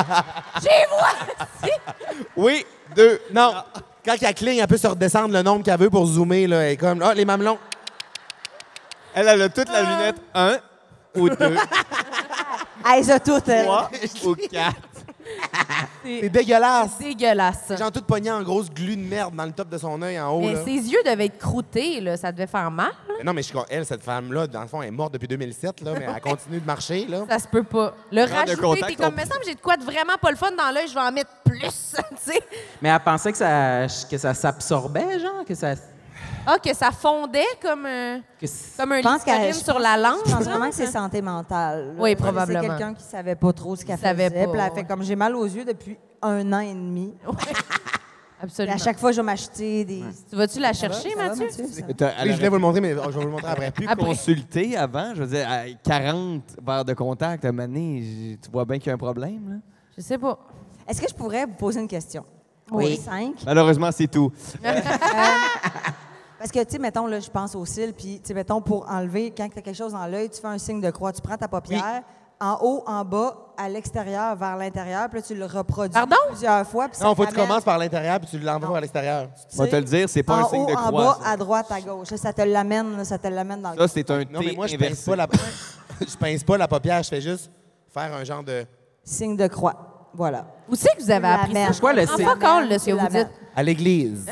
Oui, 2. Non, quand elle cligne, elle peut se redescendre le nombre qu'elle veut pour zoomer, là. Elle est comme, ah, les mamelons. Elle a toute la lunette 1 ou 2, Elle les a toutes, elle. 3 ou 4. C'est dégueulasse. Dégueulasse. C'est genre tout pogné en grosse glu de merde dans le top de son œil en haut, Mais là. ses yeux devaient être croûtés, là. Ça devait faire mal. Mais non, mais elle, cette femme-là, dans le fond, elle est morte depuis 2007, là, mais elle continue de marcher, là. Ça se peut pas. Le Prends de rajouter, contact, t'es comme, on- me semble, j'ai de quoi de vraiment pas le fun dans l'œil, je vais en mettre plus, tu sais. Mais elle pensait que ça s'absorbait, genre, que ça... Ah, que ça fondait comme, que c- comme un Je pense listerine sur la langue. Je pense genre. vraiment que c'est santé mentale. là. Oui, probablement. C'est quelqu'un qui savait pas trop ce qu'elle savait faisait. pas, Puis elle fait ouais. comme j'ai mal aux yeux depuis 1 an et demi. Puis Absolument. à chaque fois, je vais m'acheter des. Tu vas-tu la Ça va, chercher, ça va, Mathieu? Ça va? Oui, je voulais vous le montrer, mais je vais vous le montrer après. Pu Après. consulter avant, je veux dire, à 40 verres de contact à un moment donné, tu vois bien qu'il y a un problème, là. Je sais pas. Est-ce que je pourrais vous poser une question? Oui. 5. Malheureusement, c'est tout. Parce que, tu sais, mettons, là, je pense au cils, puis, tu sais, mettons, pour enlever, quand tu as quelque chose dans l'œil, tu fais un signe de croix. Tu prends ta paupière, en haut, en bas, à l'extérieur, vers l'intérieur, puis là, tu le reproduis Pardon? plusieurs fois. Puis Non, ça faut que tu t'amène, commences par l'intérieur, puis tu l'envoies vers l'extérieur. tu On va sais, te le dire, c'est pas un en signe haut, de en croix. bas, ça. à droite, à gauche. Ça te l'amène dans le Ça, c'est un T Non, mais moi, je pince inversé. pas la... je pince pas la paupière, je fais juste faire un genre de... signe de croix. Voilà. Où c'est que vous avez appris ça? C'est quoi le En signe? fuck all, là, ce que Tu vous l'amènes. dites. À l'église.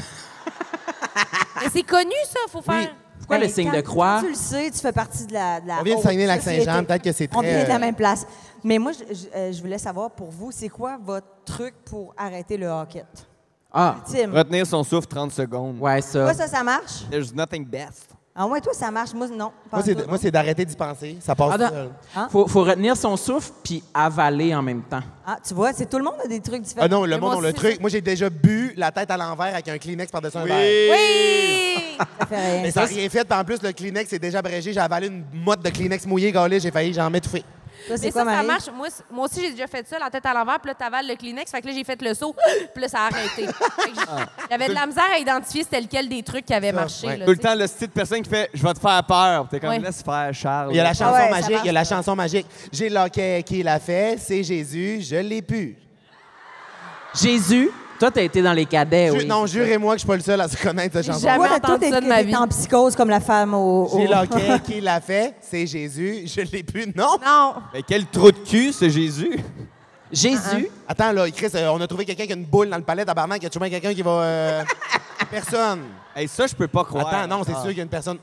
Mais c'est connu, ça, faut faire. Pourquoi le Ben, signe quand- de croix? quand tu le sais, tu fais partie de la On vient de haute Saguenay-Lac-Saint-Jean, société. peut-être que c'est On vient de très... la même place. Mais moi, je voulais savoir pour vous, c'est quoi votre truc pour arrêter le hockey? Ah, Tim. Retenir son souffle 30 secondes. ouais, ça. Toi, ça marche? There's nothing best. Ah ouais, toi, ça marche. Moi, non. pas Moi, en tout. moi, c'est d'arrêter d'y penser. Ça passe Attends. tout seul. Faut retenir son souffle puis avaler en même temps. Ah, tu vois, c'est tout le monde a des trucs différents. Ah non, le Mais monde moi a le aussi, truc. c'est- Moi, j'ai déjà bu la tête à l'envers avec un Kleenex par-dessus un verre. Oui! Ça fait rien. Mais ça n'a rien fait. Puis en plus, le Kleenex est déjà abrégé. J'ai avalé une motte de Kleenex mouillé, gars. J'ai failli, j'en m'étouffer. Toi, c'est Mais quoi, ça Marie? marche. Moi aussi, j'ai déjà fait ça, la tête à l'envers, puis là, t'avales le Kleenex. Fait que là, j'ai fait le saut, puis là, ça a arrêté. Fait que j'avais de la misère à identifier c'était lequel des trucs qui avaient Ça, marché. ouais. là, Tout le tu sais. temps, le style de personne qui fait « Je vais te faire peur ». T'es comme Ouais. « Laisse faire, Charles ». Il y a la chanson ouais, ça magique. marche, Il y a la ça. chanson magique. J'ai l'hockey qui l'a fait. C'est Jésus. Je l'ai pu. Jésus, toi, t'as été dans les cadets, oui. Non, jurez-moi que je suis pas le seul à se connaître cette chanson. Jamais Toi, entendu toi, ça de ma t'es vie. en psychose comme la femme au... J'ai l'hockey qui l'a fait. C'est Jésus. Je l'ai pu. Non. Non. Mais quel trou de cul, ce Jésus. Jésus, Attends, là, Chris, on a trouvé quelqu'un qui a une boule dans le palais, tabarnak. Il y a toujours bien quelqu'un qui va... Personne. Hey, ça, je peux pas croire. Attends, non, c'est Ah. sûr qu'il y a une personne...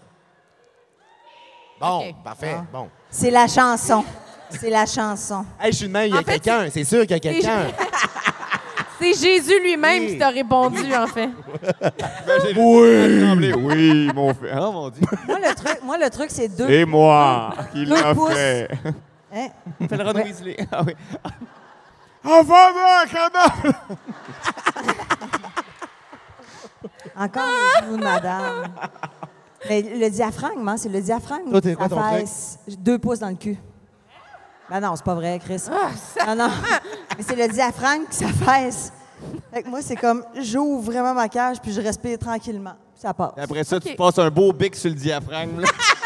Bon, OK. parfait, bon. C'est la chanson. C'est la chanson. Hey, je suis de même, il y a En fait, quelqu'un. C'est sûr qu'il y a quelqu'un. C'est Jésus lui-même Oui. qui t'a répondu, en fait. Oui. Oui, mon frère. Oh, mon Dieu. Moi, le truc, c'est deux... Et moi, qui Deux l'a pouces. fait. Hein? Fais le Ron Ouais. Weasley. Ah oui. Enfin, canard! Encore des genoux de madame. Mais le diaphragme, hein, c'est le diaphragme. Toi, t'es quoi Ça ton truc? fesse 2 pouces dans le cul. Ben non, c'est pas vrai, Chris. Non, non. Mais c'est le diaphragme qui s'affaisse. Fait que moi, c'est comme, j'ouvre vraiment ma cage puis je respire tranquillement. Ça passe. Et après ça, OK. tu passes un beau bic sur le diaphragme. Là.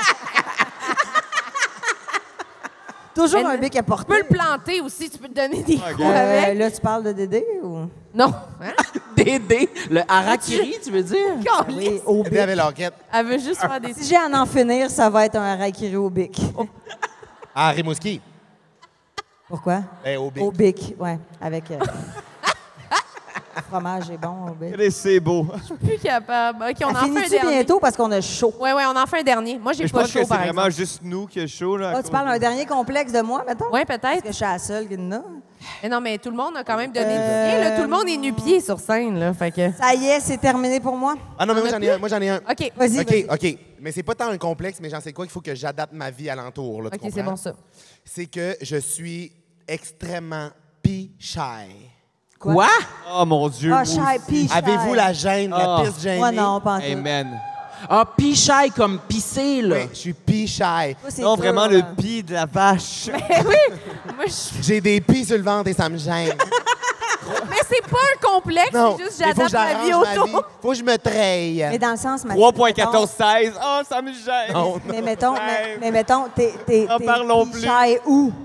Toujours Mais un bic à Tu porter. peux le planter aussi, tu peux te donner des coups OK. avec. Là, tu parles de Dédé ou? Non. Hein? Dédé, le harakiri, tu veux dire? Oui, au Dédé bic. avait l'enquête. Elle veut juste faire des... Si j'ai à en finir, ça va être un harakiri au bic. À Rimouski. Pourquoi? Ben, au Bic. Au bic, ouais. Avec. Le fromage est bon. Ben. C'est beau. Plus capable. OK, on en fait un Finis-tu dernier. bientôt parce qu'on a chaud? Oui, on en fait un dernier. Moi, j'ai Mais je pas pense chaud, que c'est par vraiment exemple. juste nous qui a chaud. Là, à Ah, cause tu parles d'un dernier complexe de moi, mettons? Oui, Parce peut-être. que je suis la seule qui en a. Mais non, mais tout le monde a quand même donné du bien. Là. Tout le monde est nu-pied sur scène. Là, fait que... Ça y est, c'est terminé pour moi. Ah non, mais moi, j'en ai un. OK. Vas-y, vas-y. OK. Mais c'est pas tant un complexe, mais j'en sais quoi qu'il faut que j'adapte ma vie alentour. Là, tu OK, c'est comprends? bon, ça. C'est que je suis extrêmement shy. Quoi? Oh mon Dieu. Ah, moi shy, aussi. pis shy. Avez-vous la gêne, la Ah. piste gênée? Moi, non, pas en tout. Amen. Ah, pichaille comme pisser, là. Oui, je suis pis shy. Toi, c'est Non, dur, vraiment là. le pis de la vache. Moi, je... J'ai des pis sur le ventre et ça me gêne. Mais c'est pas un complexe, Non, c'est juste il faut que j'adapte ma vie j'arrange ma vie. autour. Faut que je me treille. Mais dans le sens... 3.1416. Oh, ça me gêne. Non, Mais mettons, t'es En parlons plus. shy où?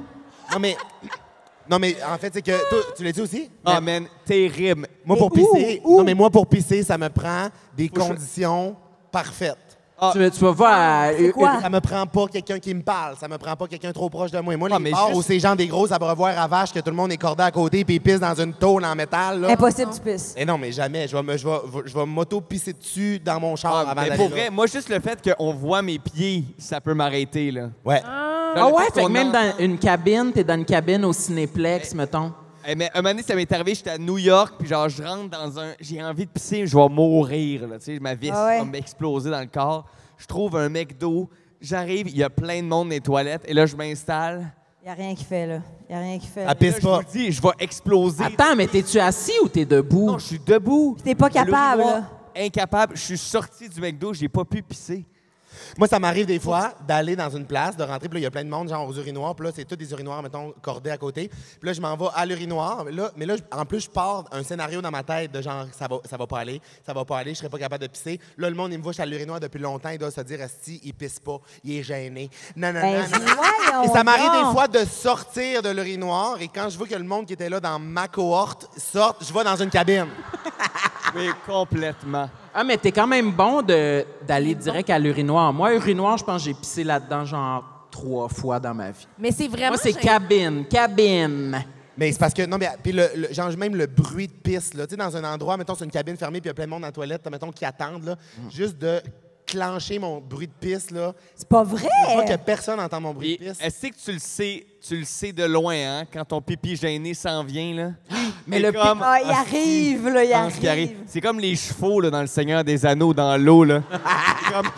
non, mais en fait, c'est que... Toi, tu l'as dit aussi? Oh, man, terrible. Moi, pour Mais où? pisser... Où? Non, mais moi, pour pisser, ça me prend des conditions parfaites. Tu vas voir... C'est quoi? Ça me prend pas quelqu'un qui me parle. Ça me prend pas quelqu'un trop proche de moi. Moi, Ah, les mais bars juste- où c'est genre des gros abreuvoirs à vache que tout le monde est cordé à côté puis ils pissent dans une tôle en métal, là. Impossible, tu pisses. Et non, mais jamais. Je vais m'auto-pisser dessus dans mon char Ah, avant mais d'aller pour là. vrai, moi, juste le fait qu'on voit mes pieds, ça peut m'arrêter, là. Ouais. Ah ouais, fait que même dans une cabine, t'es dans une cabine au Cinéplex, mettons. Eh, mais un moment donné, ça m'est arrivé, j'étais à New York, puis genre, je rentre dans un... J'ai envie de pisser, je vais mourir, là, tu sais, ma vessie Ah ouais. va m'exploser dans le corps. Je trouve un McDo, j'arrive, il y a plein de monde dans les toilettes, et là, je m'installe. Y a rien qui fait, là. Y a rien qui fait. Elle là. pisse Là, je pas. vous dis, je vais exploser. Attends, mais t'es-tu assis ou t'es debout? Non, je suis debout. T'es pas capable, L'urinoir, là. incapable. Je suis sorti du McDo, j'ai pas pu pisser. Moi, ça m'arrive des fois d'aller dans une place, de rentrer, puis là, il y a plein de monde, genre aux urinoirs, puis là, c'est tous des urinoirs, mettons, cordés à côté. Puis là, je m'en vais à l'urinoir. Mais là, en plus, je pars un scénario dans ma tête de genre, ça va pas aller, je serais pas capable de pisser. Là, le monde, il me voit, je suis à l'urinoir depuis longtemps, il doit se dire, asti, il pisse pas, il est gêné. Non. Ben, voyons Et ça m'arrive donc. des fois de sortir de l'urinoir, et quand je vois que le monde qui était là dans ma cohorte sort, je vais dans une cabine. Mais complètement. Ah, mais t'es quand même bon d'aller direct à l'urinoir. Moi, urinoir, je pense que j'ai pissé là-dedans genre 3 fois dans ma vie. Mais c'est vraiment... Moi, c'est cabine. Mais c'est parce que, non, mais, puis genre, même le bruit de pisse, là, tu sais, dans un endroit, mettons, c'est une cabine fermée, puis il y a plein de monde dans la toilette, mettons, qui attendent, là, juste de clencher mon bruit de pisse, là. C'est pas vrai! Je veux pas que personne n'entende mon bruit Et de pisse. est-ce que tu le sais de loin, hein, quand ton pipi gêné s'en vient, là? Mais le comme, Ah, il ah, arrive, là, il je pense qu'il arrive. C'est comme les chevaux, là, dans Le Seigneur des Anneaux, dans l'eau, là. C'est comme...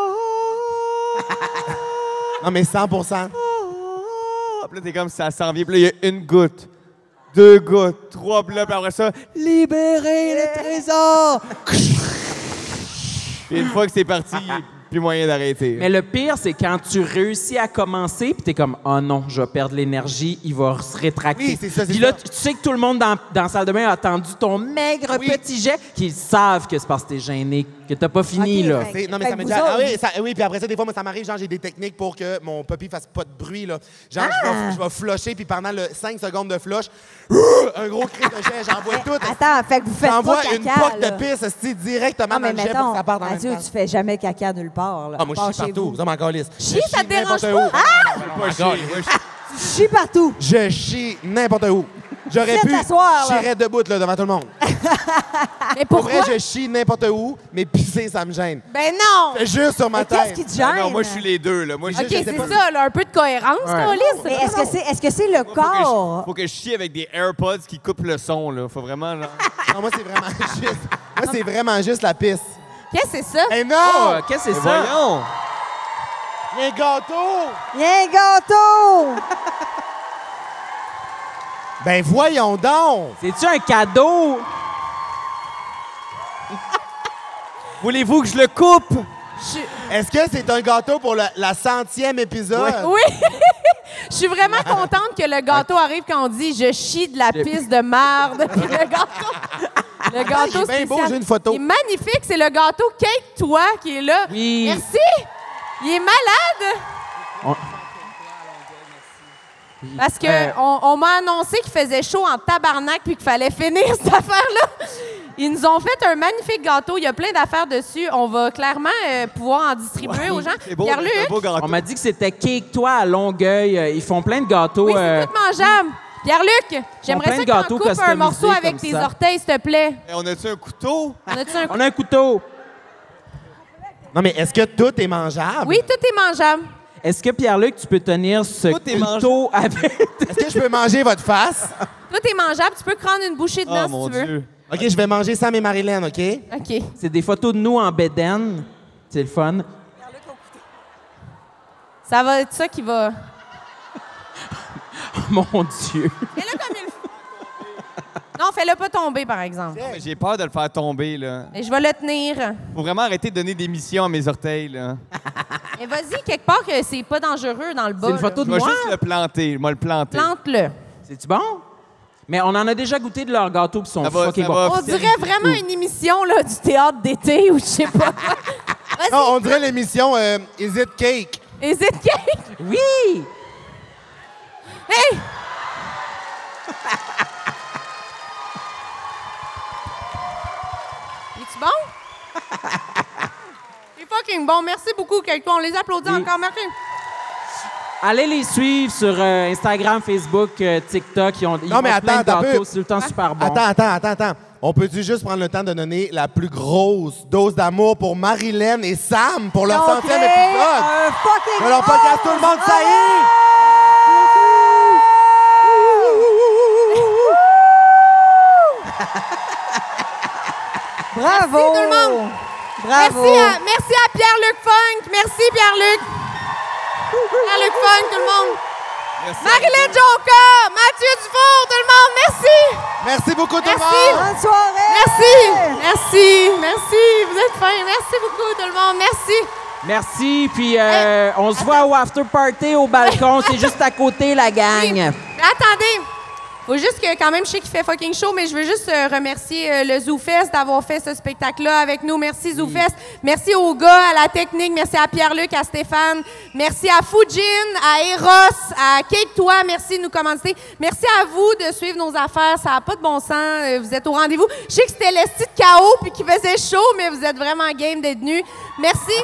Non, mais 100 Puis là, t'es comme, ça s'en vient. Puis là, il y a une goutte, 2 gouttes, 3, puis là, puis après ça, libérez le trésor! Puis une fois que c'est parti, il n'y a plus moyen d'arrêter. Mais le pire, c'est quand tu réussis à commencer, puis t'es comme, oh non, je vais perdre l'énergie, il va se rétracter. Oui, c'est ça, c'est Puis là, ça. tu sais que tout le monde dans la salle de bain a attendu ton maigre Oui. petit jet, qu'ils savent que c'est parce que t'es gêné, que t'as pas fini, Ok, là. fait- Non, mais Fait ça que m'est vous déjà... autres- oui, puis après ça, des fois, moi, ça m'arrive, genre, j'ai des techniques pour que mon puppy fasse pas de bruit, là. Genre, je vais flusher, puis pendant le 5 secondes de flush, un gros cri de jet, j'envoie tout. Attends, fait que vous faites J'envoie pas une caca, poque là. de pisse, esti, directement Non, dans mais le jet pour mettons, que ça parte en même Mathieu, temps. tu fais jamais caca nulle part, là. Ah, moi, je Part chie chez partout. vous. Ça m'en calisse. Chier, Je ça chie te dérange n'importe pas? où. Pas chier. Tu chies partout. Je chie n'importe où. J'aurais Viens pu t'asseoir, là. chierais debout là, devant tout le monde. Mais Pour pourquoi? vrai, je chie n'importe où, mais pisser, ça me gêne. Ben non! C'est juste sur ma Mais tête. qu'est-ce qui te gêne? Ah non, moi, je suis les deux, là. Moi, OK, je sais c'est pas. ça, là, un peu de cohérence, Carlis. Mais est-ce que c'est le corps? Faut que je chie avec des AirPods qui coupent le son, là. Faut vraiment, genre... Non, moi, c'est vraiment juste. Moi, c'est vraiment juste la pisse. Qu'est-ce que c'est ça? Eh non! Oh, qu'est-ce que c'est Mais ça? voyons! Un gâteau! Y'a un gâteau! Ben voyons donc! C'est-tu un cadeau? Voulez-vous que je le coupe? Est-ce que c'est un gâteau pour la 100e épisode? Oui! Je suis vraiment contente que le gâteau arrive quand on dit « je chie de la pisse de marde ». Puis le gâteau Il est bien spécial. beau, j'ai une photo. Il est magnifique, c'est le gâteau Cake Toi qui est là. Oui. Merci! Il est malade! On- Parce que on m'a annoncé qu'il faisait chaud en tabarnak puis qu'il fallait finir cette affaire-là. Ils nous ont fait un magnifique gâteau. Il y a plein d'affaires dessus. On va clairement pouvoir en distribuer aux gens. C'est beau, Pierre-Luc, c'est un beau gâteau. On m'a dit que c'était Cake Toi à Longueuil. Ils font plein de gâteaux. oui, c'est tout mangeable. Pierre-Luc, j'aimerais plein ça de que t'en gâteaux coupes un customisés morceau avec comme tes ça. orteils, s'il te plaît. On a-tu un couteau? On a un couteau. Non, mais est-ce que tout est mangeable? Oui, tout est mangeable. Est-ce que, Pierre-Luc, tu peux tenir ce Tout est couteau avec... Est-ce que je peux manger votre face? Tout est mangeable. Tu peux prendre une bouchée dedans Oh mon si tu veux. Dieu. OK, je vais manger Sam et Marilyn, OK? OK. C'est des photos de nous en bédaine. C'est le fun. Ça va être ça qui va... Mon Dieu. Fais-le comme il faut. Non, fais-le pas tomber, par exemple. Mais j'ai peur de le faire tomber, là. Et je vais le tenir. Faut vraiment arrêter de donner des missions à mes orteils, là. Et vas-y, quelque part que c'est pas dangereux dans le bas. C'est une photo Je de vais moi. juste le planter. Je vais le planter. Plante-le. C'est-tu bon? Mais on en a déjà goûté de leurs gâteaux qui sont Ça va- fucking ça va bons. On dirait vraiment une émission là, du théâtre d'été ou je sais pas quoi. Vas-y. Non, on dirait l'émission Is It Cake? Is it cake? Oui! Hey! Es-tu bon? C'est fucking bon. Merci beaucoup, quelqu'un. On les applaudit Oui. encore. Merci. Allez les suivre sur Instagram, Facebook, TikTok. Ils Non, mais font plein attends, de attends un gâteaux. peu. C'est tout le temps super bon. Attends. On peut-tu juste prendre le temps de donner la plus grosse dose d'amour pour Marilyn et Sam pour leur 100e épisode? Un fucking De leur podcast Tout le monde, ça y est! Bravo! Merci, tout le monde. Bravo! Merci à Pierre-Luc Funk. Merci, Pierre-Luc. Pierre-Luc Funk, tout le monde. Merci. Marilyn Jonca, Mathieu Dufour, tout le monde. Merci. Merci beaucoup, tout le Merci. monde! Bonne soirée! Merci. Vous êtes fins. Merci beaucoup, tout le monde. Merci. Merci. Puis on se voit au after party au balcon. C'est juste à côté, la gang. Mais attendez. Faut juste que, quand même, je sais qu'il fait fucking chaud, mais je veux juste remercier le ZooFest d'avoir fait ce spectacle-là avec nous. Merci, ZooFest. Merci aux gars, à la technique. Merci à Pierre-Luc, à Stéphane. Merci à Fujin, à Eros, à Cake Toi. Merci de nous commanditer. Merci à vous de suivre nos affaires. Ça n'a pas de bon sens. Vous êtes au rendez-vous. Je sais que c'était l'esti de chaos puis qu'il faisait chaud, mais vous êtes vraiment game d'être venus. Merci.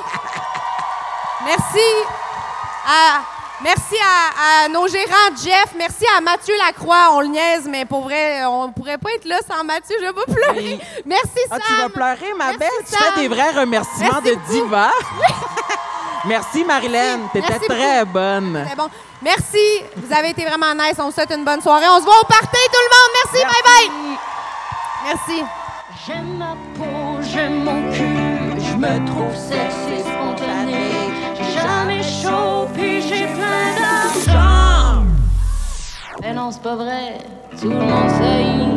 Merci à nos gérants, Jeff. Merci à Mathieu Lacroix. On le niaise, mais pour vrai, on pourrait pas être là sans Mathieu. Je vais pas pleurer. Merci, Sam. Ah, tu vas pleurer, ma Merci, belle? Tu Sam. fais des vrais remerciements Merci de beaucoup. diva. Merci, Marilyn. T'étais Merci très bonne. C'est bon. Merci. Vous avez été vraiment nice. On vous souhaite une bonne soirée. On se voit au party, tout le monde. Merci. Bye-bye. Merci. J'aime ma peau, j'aime mon cul, je me trouve sexy spontané. J'ai jamais chaud, puis j'ai plein d'argent. Mais non, c'est pas vrai, tout le monde sait.